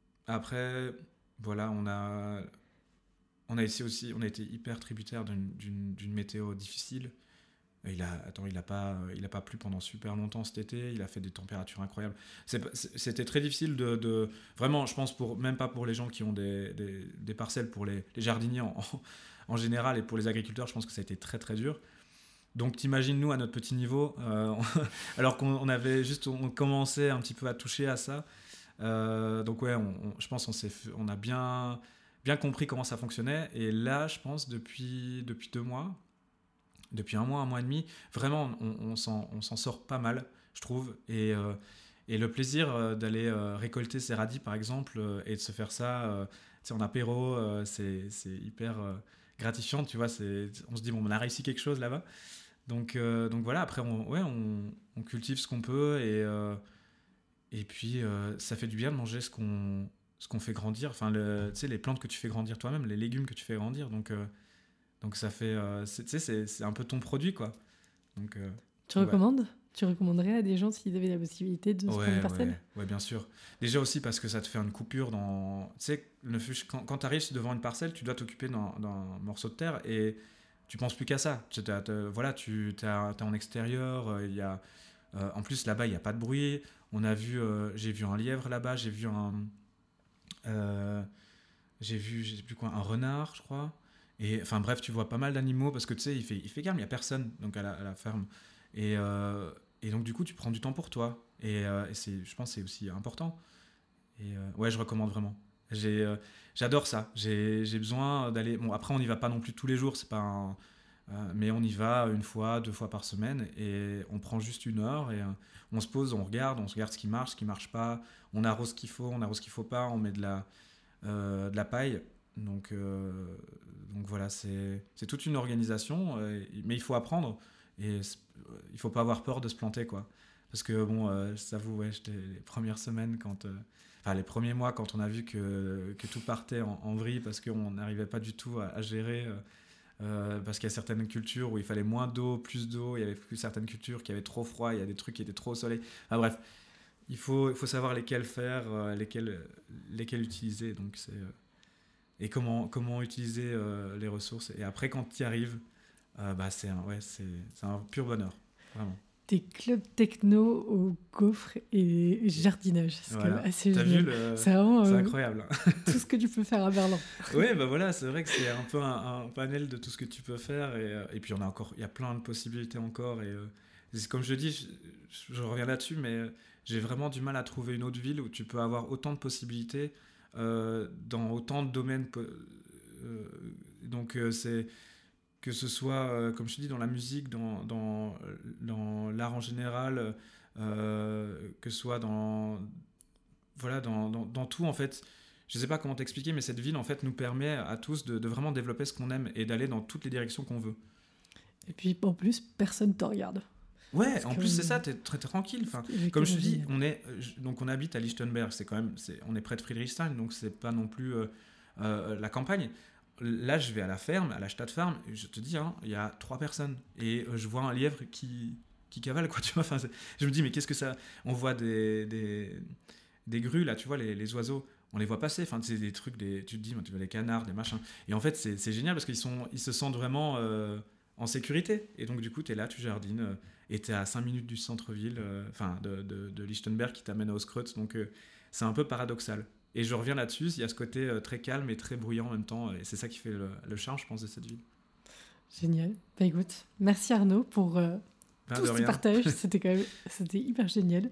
S2: après, voilà, on a, on a essayé aussi, on a été hyper tributaire d'une, d'une, d'une météo difficile. Il a, attends, il a pas, il a pas plu pendant super longtemps cet été. Il a fait des températures incroyables. C'est, pas- c'est- c'était très difficile de, de, vraiment, je pense pour même pas pour les gens qui ont des, des, des parcelles, pour les, les jardiniers en, en général et pour les agriculteurs, je pense que ça a été très très dur. Donc t'imagines nous à notre petit niveau, euh, alors qu'on on avait juste, on commençait un petit peu à toucher à ça. Euh, donc ouais, on, on- je pense on s'est, fait- on a bien, bien compris comment ça fonctionnait. Et là, je pense depuis depuis deux mois. Depuis un mois, un mois et demi, vraiment, on, on, s'en, on s'en sort pas mal, je trouve. Et, euh, et le plaisir euh, d'aller euh, récolter ces radis, par exemple, euh, et de se faire ça euh, tu sais, en apéro, euh, c'est, c'est hyper euh, gratifiant, tu vois. C'est, on se dit, bon, on a réussi quelque chose là-bas. Donc, euh, donc voilà, après, on, ouais, on, on cultive ce qu'on peut. Et, euh, et puis, euh, ça fait du bien de manger ce qu'on, ce qu'on fait grandir. Enfin, le, tu sais, les plantes que tu fais grandir toi-même, les légumes que tu fais grandir. Donc... Euh, donc ça fait, euh, c'est, tu sais, c'est, c'est un peu ton produit, quoi. Donc, euh,
S1: Tu
S2: ouais.
S1: recommandes? Tu recommanderais à des gens s'ils avaient la possibilité de se prendre
S2: Ouais,
S1: une parcelle?
S2: ouais, ouais, bien sûr. Déjà aussi parce que ça te fait une coupure dans... Tu sais, le fuch- quand, quand tu arrives devant une parcelle, tu dois t'occuper d'un, d'un morceau de terre et tu penses plus qu'à ça. Tu, t'as- t'as- voilà, tu es en extérieur, euh, il y a... euh, en plus, là-bas, il n'y a pas de bruit. On a vu... euh, j'ai vu un lièvre là-bas, j'ai vu un... euh, j'ai vu, j'ai plus quoi, un renard, je crois. Et enfin bref, tu vois pas mal d'animaux parce que tu sais, il fait, il fait calme, il y a personne donc à la, à la ferme. Et, euh, et donc du coup, tu prends du temps pour toi. Et, euh, et c'est, je pense que c'est aussi important. Et euh, ouais, je recommande vraiment. J'ai, euh, j'adore ça. J'ai, j'ai besoin d'aller. Bon, après, on n'y va pas non plus tous les jours, c'est pas un, euh, mais on y va une fois, deux fois par semaine et on prend juste une heure et euh, on se pose, on regarde, on regarde ce qui marche, ce qui marche pas. On arrose ce qu'il faut, on arrose ce qu'il faut pas. On met de la, euh, de la paille. Donc, euh, donc voilà, c'est, c'est toute une organisation, euh, mais il faut apprendre et c'est- il ne faut pas avoir peur de se planter, quoi. Parce que bon, euh, je t'avoue, ouais, j'étais les premières semaines, quand, euh, enfin les premiers mois, quand on a vu que, que tout partait en, en vrille parce qu'on n'arrivait pas du tout à, à gérer, euh, euh, parce qu'il y a certaines cultures où il fallait moins d'eau, plus d'eau, il y avait plus certaines cultures qui avaient trop froid, il y a des trucs qui étaient trop au soleil. Enfin bref, il faut, il faut savoir lesquels faire, euh, lesquels, lesquels utiliser. Donc c'est euh, et comment, comment utiliser euh, les ressources. Et après, quand tu y arrives, euh, bah, c'est, un, ouais, c'est, c'est un pur bonheur, vraiment.
S1: Des clubs techno au gaufre et jardinage. C'est
S2: Voilà.
S1: quand même assez
S2: T'as
S1: génial.
S2: vu le...
S1: C'est vraiment
S2: C'est
S1: euh,
S2: incroyable.
S1: tout ce que tu peux faire à Berlin.
S2: Oui, bah voilà, c'est vrai que c'est un peu un, un panel de tout ce que tu peux faire. Et, euh, et puis, on a encore, il y a plein de possibilités encore. Et, euh, c'est comme je dis, je, je reviens là-dessus, mais euh, j'ai vraiment du mal à trouver une autre ville où tu peux avoir autant de possibilités euh, dans autant de domaines. Po- euh, donc, euh, c'est que ce soit, euh, comme je te dis, dans la musique, dans, dans, dans l'art en général, euh, que ce soit dans, voilà, dans, dans, dans tout, en fait. Je ne sais pas comment t'expliquer, mais cette ville, en fait, nous permet à tous de, de vraiment développer ce qu'on aime et d'aller dans toutes les directions qu'on veut.
S1: Et puis, en plus, personne ne te regarde.
S2: Ouais,
S1: Parce
S2: en
S1: que-
S2: plus, c'est ça, t'es très tranquille. Enfin,
S1: J'ai
S2: comme je te
S1: quand
S2: dis,
S1: même-
S2: on, est, euh, je- donc on habite à Lichtenberg, c'est quand même, c'est, on est près de Friedrichshain, donc c'est pas non plus euh, euh, la campagne. Là, je vais à la ferme, à la Stadtfarm, et je te dis, hein, il y a trois personnes. Et euh, je vois un lièvre qui, qui cavale, quoi, tu vois. Enfin, c'est- je me dis, mais qu'est-ce que ça... On voit des, des, des grues, là, tu vois, les, les oiseaux, on les voit passer. Enfin, c'est des trucs, des, tu te dis, tu vois, des canards, des machins. Et en fait, c'est, c'est génial parce qu'ils sont, ils se sentent vraiment euh, en sécurité. Et donc, du coup, tu es là, tu jardines, euh, et tu es à cinq minutes du centre-ville, enfin, euh, de, de, de Lichtenberg qui t'amène à Oskreutz. Donc, euh, c'est un peu paradoxal. Et je reviens là-dessus, il y a ce côté euh, très calme et très bruyant en même temps. Et c'est ça qui fait le, le charme, je pense, de cette ville.
S1: Génial. Bah écoute, merci Arnaud pour euh,
S2: Ben,
S1: tout ce partage. C'était quand même, c'était hyper génial.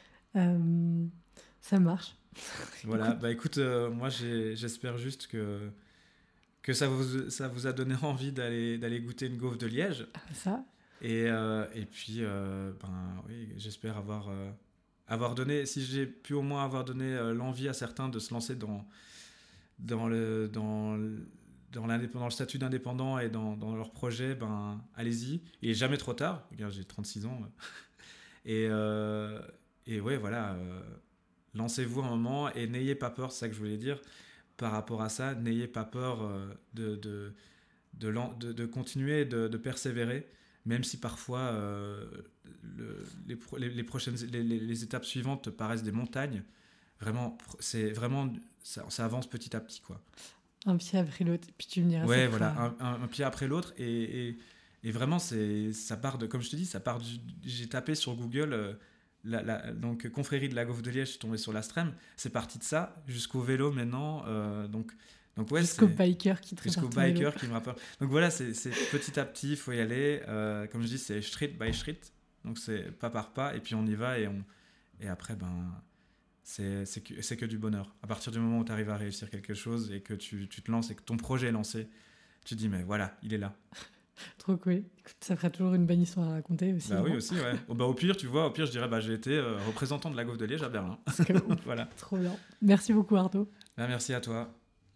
S1: Euh, ça marche.
S2: Voilà, écoute. bah écoute, euh, moi j'ai, j'espère juste que, que ça, vous, ça vous a donné envie d'aller, d'aller goûter une gaufre de Liège.
S1: Ça.
S2: Et, euh, et puis, euh, ben oui, j'espère avoir, euh, avoir donné, si j'ai pu au moins avoir donné euh, l'envie à certains de se lancer dans, dans le. Dans le Dans, dans le statut d'indépendant et dans, dans leur projet, ben, allez-y. Il n'est jamais trop tard. Regarde, j'ai trente-six ans. Et, euh, et ouais, voilà. Euh, lancez-vous un moment et n'ayez pas peur, c'est ça que je voulais dire. Par rapport à ça, n'ayez pas peur euh, de, de, de, de, de continuer, de, de persévérer, même si parfois euh, le, les, les, les, prochaines, les, les, les étapes suivantes te paraissent des montagnes. Vraiment, c'est vraiment, ça, ça avance petit à petit, quoi.
S1: Un pied après l'autre, puis tu me diras.
S2: Ouais, voilà, un, un, un pied après l'autre. Et, et, et vraiment, c'est, ça part de, comme je te dis, ça part du, j'ai tapé sur Google, euh, la, la, donc confrérie de la gaufre de Liège, je suis tombé sur l'Astrem. C'est parti de ça jusqu'au vélo maintenant. Euh, donc, donc ouais,
S1: jusqu'au
S2: c'est,
S1: biker qui te
S2: Jusqu'au biker qui me rapporte. Donc voilà, c'est, c'est petit à petit, il faut y aller. Euh, comme je dis, c'est street by street. Donc c'est pas par pas. Et puis on y va et, on, et après, ben. C'est, c'est, que, c'est que du bonheur. À partir du moment où tu arrives à réussir quelque chose et que tu, tu te lances et que ton projet est lancé, tu te dis, mais voilà, il est là.
S1: Trop cool. Écoute, ça ferait toujours une bonne histoire à raconter aussi.
S2: Bah oui, aussi, ouais. Au, bah, au pire, tu vois, au pire, je dirais, bah, j'ai été euh, représentant de la gaufre de Liège à Berlin. Voilà.
S1: Trop bien. Merci beaucoup, Arnaud.
S2: Bah, merci à toi.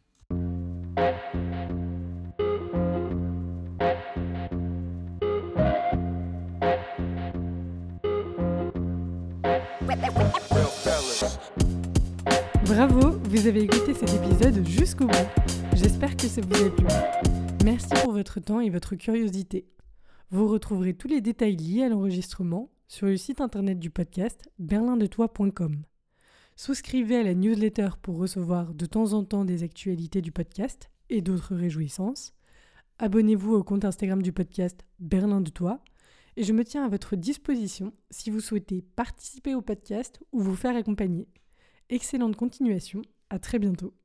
S1: Bravo, vous avez écouté cet épisode jusqu'au bout. J'espère que ça vous a plu. Merci pour votre temps et votre curiosité. Vous retrouverez tous les détails liés à l'enregistrement sur le site internet du podcast berlin de toi point com. Souscrivez à la newsletter pour recevoir de temps en temps des actualités du podcast et d'autres réjouissances. Abonnez-vous au compte Instagram du podcast Berlin de Toi et je me tiens à votre disposition si vous souhaitez participer au podcast ou vous faire accompagner. Excellente continuation, à très bientôt.